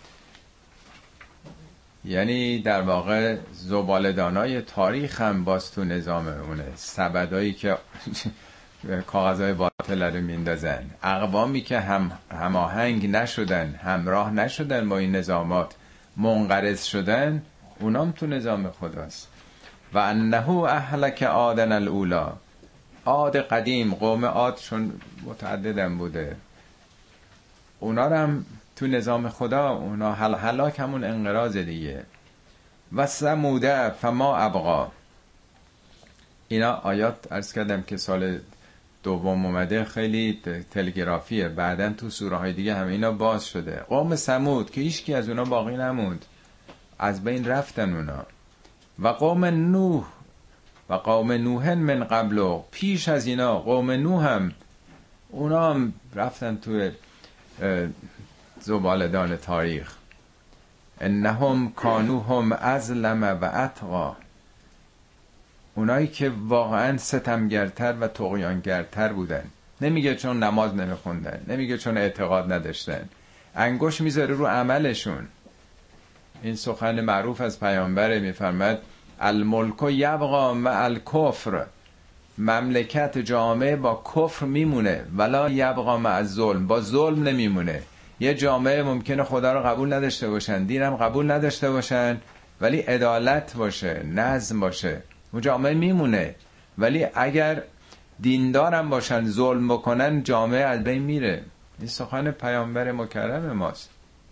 یعنی در واقع زباله‌دانای تاریخ هم باز تو نظام اونه، سبدایی که کاغذهای باطل رو میندازن، اقوامی که هماهنگ نشدن، همراه نشدن با این نظامات، منقرض شدن، اونام تو نظام خداست. و انه اهلک عادن الاولا، عاد قدیم، قوم عاد چون متعددن بوده، اونا رو هم تو نظام خدا، اونا هلاک همون انقراض دیگه. و ثموده فما ابقا، اینا آیات عرض کردم که سال دوم اومده، خیلی تلگرافیه، بعدن تو سوره های دیگه همه اینا باز شده. قوم ثمود که هیچکی از اونا باقی نموند، از بین رفتن اونا. و قوم نوح و قوم نوح من قبل، پیش از اینا قوم نوح هم، اونا هم رفتن تو زباله‌دان تاریخ. انهم کانوهم ازلم و اتقا، اونایی که واقعا ستمگرتر و طغیانگرتر بودن. نمیگه چون نماز نمیخوندن، نمیگه چون اعتقاد نداشتن، انگوش میذاره رو عملشون. این سخن معروف از پیامبر، میفرماد الملک یبقا مع الکفر، مملکت جامعه با کفر میمونه، ولا یبقا مع الظلم، با ظلم نمیمونه. یه جامعه ممکنه خدا رو قبول نداشته باشن، دینم قبول نداشته باشن، ولی عدالت باشه، نظم باشه، اون جامعه میمونه. ولی اگر دیندارم باشن، ظلم بکنن، جامعه از بین میره. این سخن پیامبر مکرم ماست.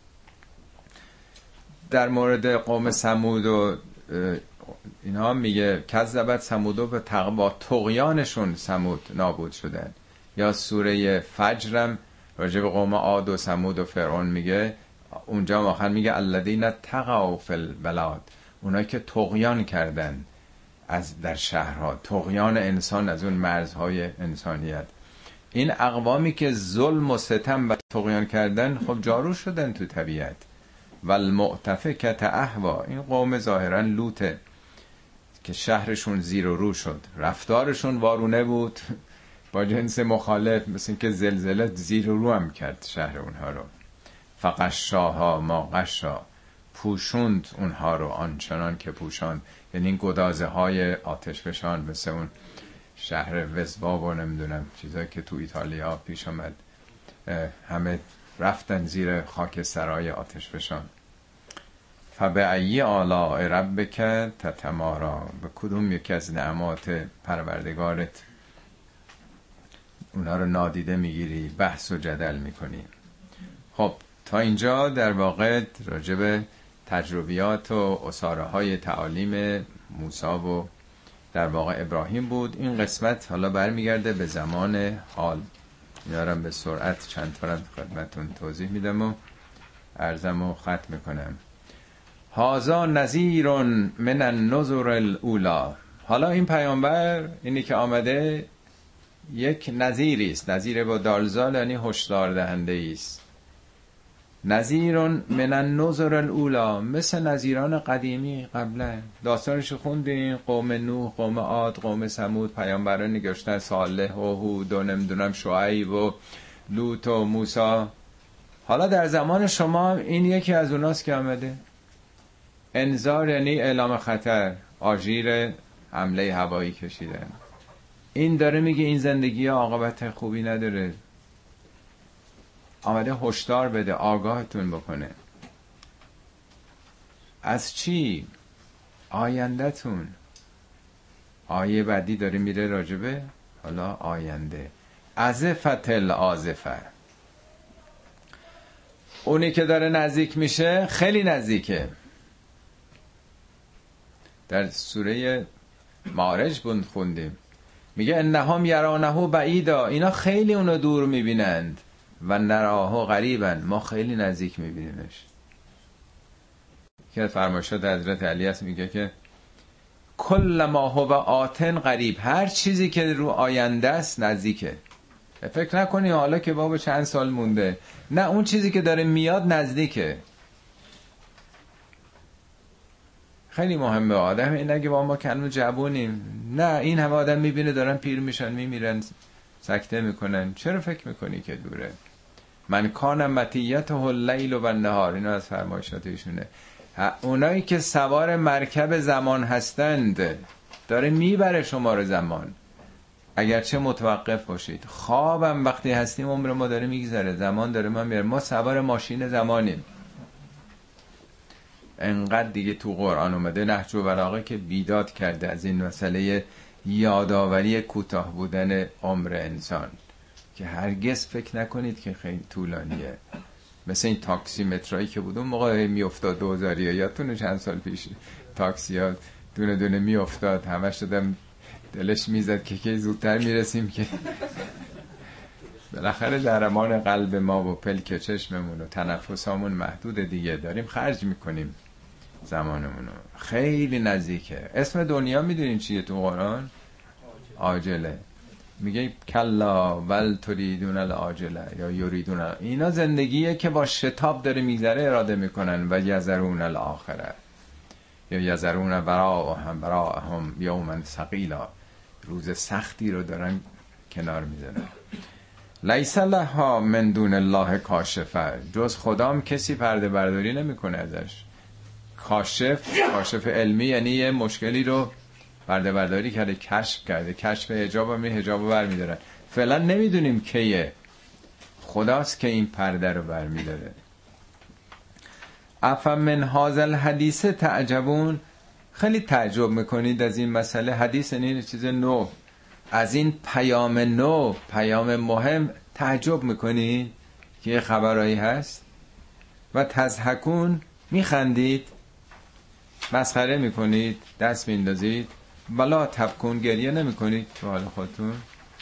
در مورد قوم ثمود و اینها میگه کذبت ثمود و با طغیانشون ثمود نابود شدن. یا سوره فجرم راجع به قوم عاد و ثمود و فرعون میگه، اونجا آخر میگه الذین طغوا فی البلاد، اونایی که طغیان کردن از در شهرها، طغیان انسان از اون مرزهای انسانیت. این اقوامی که ظلم و ستم و طغیان کردن، خب جارو شدن تو طبیعت. والمؤتفکة اهوا، این قوم ظاهرا لوطه که شهرشون زیر و رو شد، رفتارشون وارونه بود با جنس مخالف، مثل که زلزله زیر و رو هم کرد شهر اونها رو. فغشاها ما غشا، پوشوند اونها رو آنچنان که پوشاند. یعنی این گدازه های آتش فشان، مثل اون شهر وزوا و نمیدونم چیزایی که تو ایتالیا پیش آمد، همه رفتن زیر خاک سرای آتش فشان. فبأی آلاء ربک تتماری، به کدوم یکی از نعمات پروردگارت اونا رو نادیده میگیری، بحث و جدل میکنی. خب تا اینجا در واقع راجب تجربیات و اساره های تعالیم موسی و در واقع ابراهیم بود. این قسمت حالا برمیگرده به زمان حال، میارم به سرعت چند تا خدمتون توضیح میدم و عرضم و ختم میکنم. هازا نذیر من النذر الاولا، حالا این پیامبر اینی که آمده یک نذیری است، نذیر با دالزال یعنی هشدار دهنده است. نذیر من النذر الاولا، مثل نذیران قدیمی قبلا داستانش خوندین، قوم نوح، قوم عاد، قوم ثمود، پیامبران گشتن، صالح و هود و نمیدونم شعیب و لوط و موسی. حالا در زمان شما این یکی از اوناست که آمده. انذار یعنی اعلام خطر، آژیر حمله هوایی کشیدن. این داره میگه این زندگی عاقبت خوبی نداره، آمده هشدار بده، آگاهتون بکنه. از چی؟ آیندهتون. آیه بعدی داره میره راجبه حالا آینده. ازفت الازفه، اونی که داره نزدیک میشه خیلی نزدیکه. در سوره معارج خوندیم، میگه انهم یرانه بعیدا، اینا خیلی اونو دور میبینند، و نراه قریبا، ما خیلی نزدیک میبینیمش. که فرمایشات حضرت علی است، میگه که کل ما هو آتن قریب، هر چیزی که رو آینده است نزدیکه. فکر نکنی حالا که بابا چند سال مونده، نه، اون چیزی که داره میاد نزدیکه. خیلی مهمه. آدم این نگه با ما کنون جوونیم، نه، این همه آدم میبینه دارن پیر میشن میمیرن سکته میکنن، چرا فکر میکنی که دوره؟ من کان مطیته اللیل و النهار، اینو از فرمایشات ایشونه. اونایی که سوار مرکب زمان هستند داره میبره شما رو زمان، اگرچه متوقف باشید. خوابم وقتی هستیم عمر ما داره میگذره، زمان داره ما میره، ما سوار ماشین زمانیم. انقدر دیگه تو قرآن اومده نهج البلاغه که بیداد کرده از این مسئله یادآوری کوتاه بودن عمر انسان، که هرگز فکر نکنید که خیلی طولانیه. مثل این تاکسی مترایی که بود اون موقع میافتاد 2000، یادتونه چند سال پیش تاکسی ها دونه دونه میافتاد، همش دادم دلش میزد که زودتر میرسیم، که بالاخره درمان قلب ما و پلک چشممون و تنفسامون محدود دیگه، داریم خرج میکنیم زمانمونو، خیلی نزدیکه. اسم دنیا میدونین چیه تو قرآن؟ عاجله. میگه کلا ول تریدون العاجله یا یریدون اینا زندگیه که با شتاب داره میگذره اراده میکنن، و یذرون الاخره یا یذرون وراءهم یوما ثقیلا، روز سختی رو دارن کنار میذارن. لیس لها من دون الله کاشفه، جز خدام کسی پرده برداری نمیکنه ازش. کاشف علمی یعنی یه مشکلی رو پرده برداری کرده، کشف کرده. کشف حجاب هم حجاب رو برمیدارن، فعلا نمیدونیم کیه، خداست که این پرده رو برمیداره. افمن هذا الحدیث تعجبون، خیلی تعجب میکنید از این مسئله. حدیث یعنی چیز نو، از این پیام نو، پیام مهم تعجب میکنید که یه خبرایی هست. و تضحکون، میخندید، مسخره میکنید، دست میندازید. ولا تبکون، گریه نمیکنید تو حال خودتون،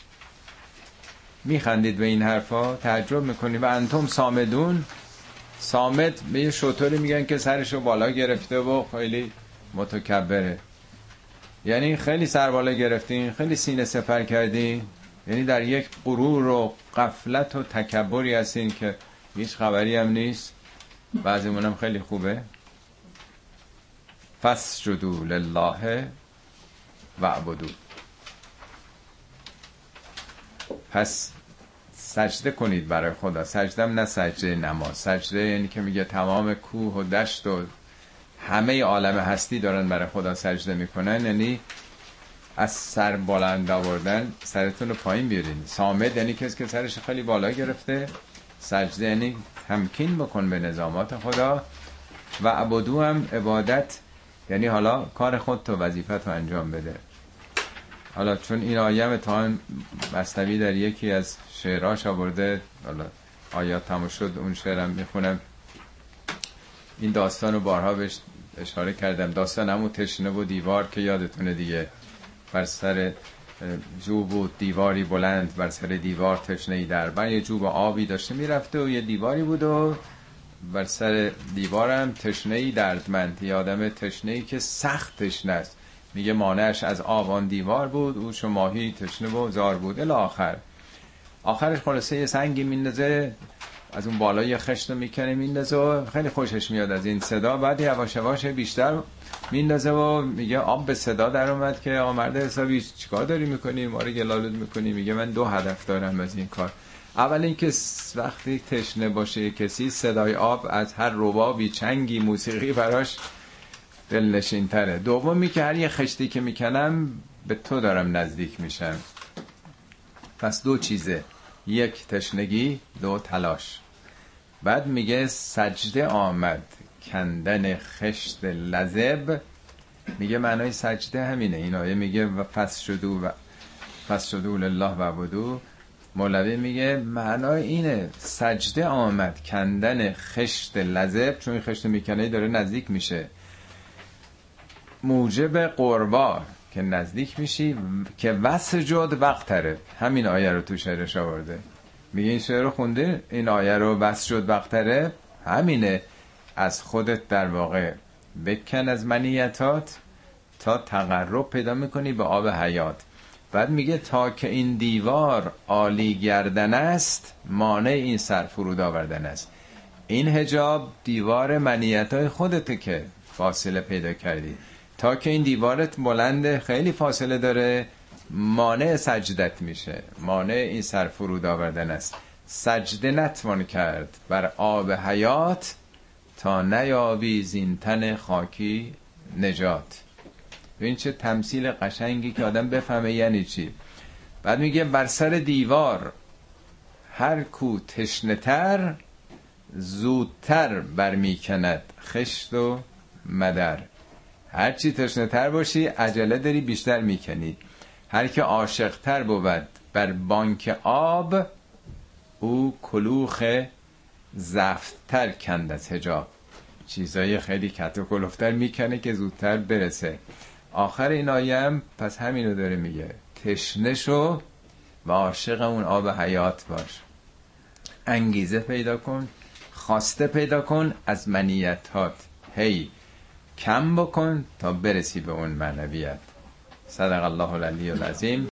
میخندید به این حرفا، تعجب میکنید. و انتم صامدون، صامت به یه شطوری میگن که سرشو بالا گرفته و خیلی متکبره، یعنی خیلی سر بالا گرفتین، خیلی سینه سپر کردین، یعنی در یک غرور و غفلت و تکبری هستین که هیچ خبری هم نیست. بعضیمون هم خیلی خوبه. فاسجدوا لله واعبدوا، پس سجده کنید برای خدا. سجده هم نه سجده نماز، سجده یعنی که میگه تمام کوه و دشت و همه عالم هستی دارن برای خدا سجده میکنن، یعنی از سر بلند آوردن، سرتون رو پایین بیارین. صامد یعنی کسی که سرش خیلی بالا گرفته. سجده یعنی تمکین بکن به نظامات خدا. و عبادو هم عبادت یعنی حالا کار خودت و وظیفت رو انجام بده. حالا چون این آیه تا مثنوی در یکی از شعراش آورده، حالا آیات تموم شد اون شعرم میخونم. این داستان رو بارها بهش اشاره کردم، داستان همون تشنه و دیوار که یادتونه دیگه. بر سر جوب و دیواری بلند، بر سر دیوار تشنه‌ای در بر، یه جوب آبی داشته میرفته و یه دیواری بود و بر سر دیوارم تشنه‌ای دردمند، یه آدم تشنه‌ای که سخت تشنه است. میگه مانعش از آوان دیوار بود، او چو ماهی تشنه و زار بود. الی آخرش خلاصه یه سنگی میندازه از اون بالای خشت رو میکنه میندازه و خیلی خوشش میاد از این صدا. بعد یواش یواش بیشتر میندازه و میگه آب به صدا در اومد که آمرده حسابی چیکار داری میکنی، ما رو گلالود میکنی. میگه من 2 هدف دارم از این کار. اول اینکه وقتی تشنه باشه کسی، صدای آب از هر ربابی، چنگی، موسیقی براش دلنشین تره. دومی که هر یه خشتی که میکنم به تو دارم نزدیک میشم. پس 2 چیزه، 1 تشنگی، 2 تلاش. بعد میگه سجده آمد، کندن خشت لذب. میگه معنای سجده همینه. این آیه میگه و فاسجدوا لله واعبدوا. مولوی میگه معنای اینه، سجده آمد، کندن خشت لذب، چون این خشت میکنه داره نزدیک میشه، موجب قربا که نزدیک میشی، که وسجد وقتره. همین آیه رو تو شعرش آورده. میگه این شعر رو خونده، این آیه رو وسجد وقتره، همینه. از خودت در واقع بکن از منیتات تا تقرب پیدا میکنی به آب حیات. بعد میگه تا که این دیوار عالی گردن است، مانع این سر فرود آوردن است. این حجاب دیوار منیتای خودته که فاصله پیدا کردی. تا که این دیوارت بلنده، خیلی فاصله داره، مانع سجدت میشه، مانع این سر فرود آوردن است. سجده نتوان کرد بر آب حیات، تا نیابی زین تن خاکی نجات. این چه تمثیل قشنگی که آدم بفهمه یعنی چی. بعد میگه بر سر دیوار هر کو تشنه تر، زودتر برمیکند خشت و مدر. هر چی تشنه تر باشی عجله داری بیشتر میکنی. هر که عاشق تر بود بر بانک آب، او کلوخ زفتر کند از حجاب. چیزای خیلی کت و کلفتر میکنه که زودتر برسه. آخر این آیه پس همینو داره میگه، تشنه شو و عاشق اون آب حیات باش. انگیزه پیدا کن، خواسته پیدا کن از منیتات، هی کم بکن تا برسی به اون معنویت. صدق الله العلی العظیم.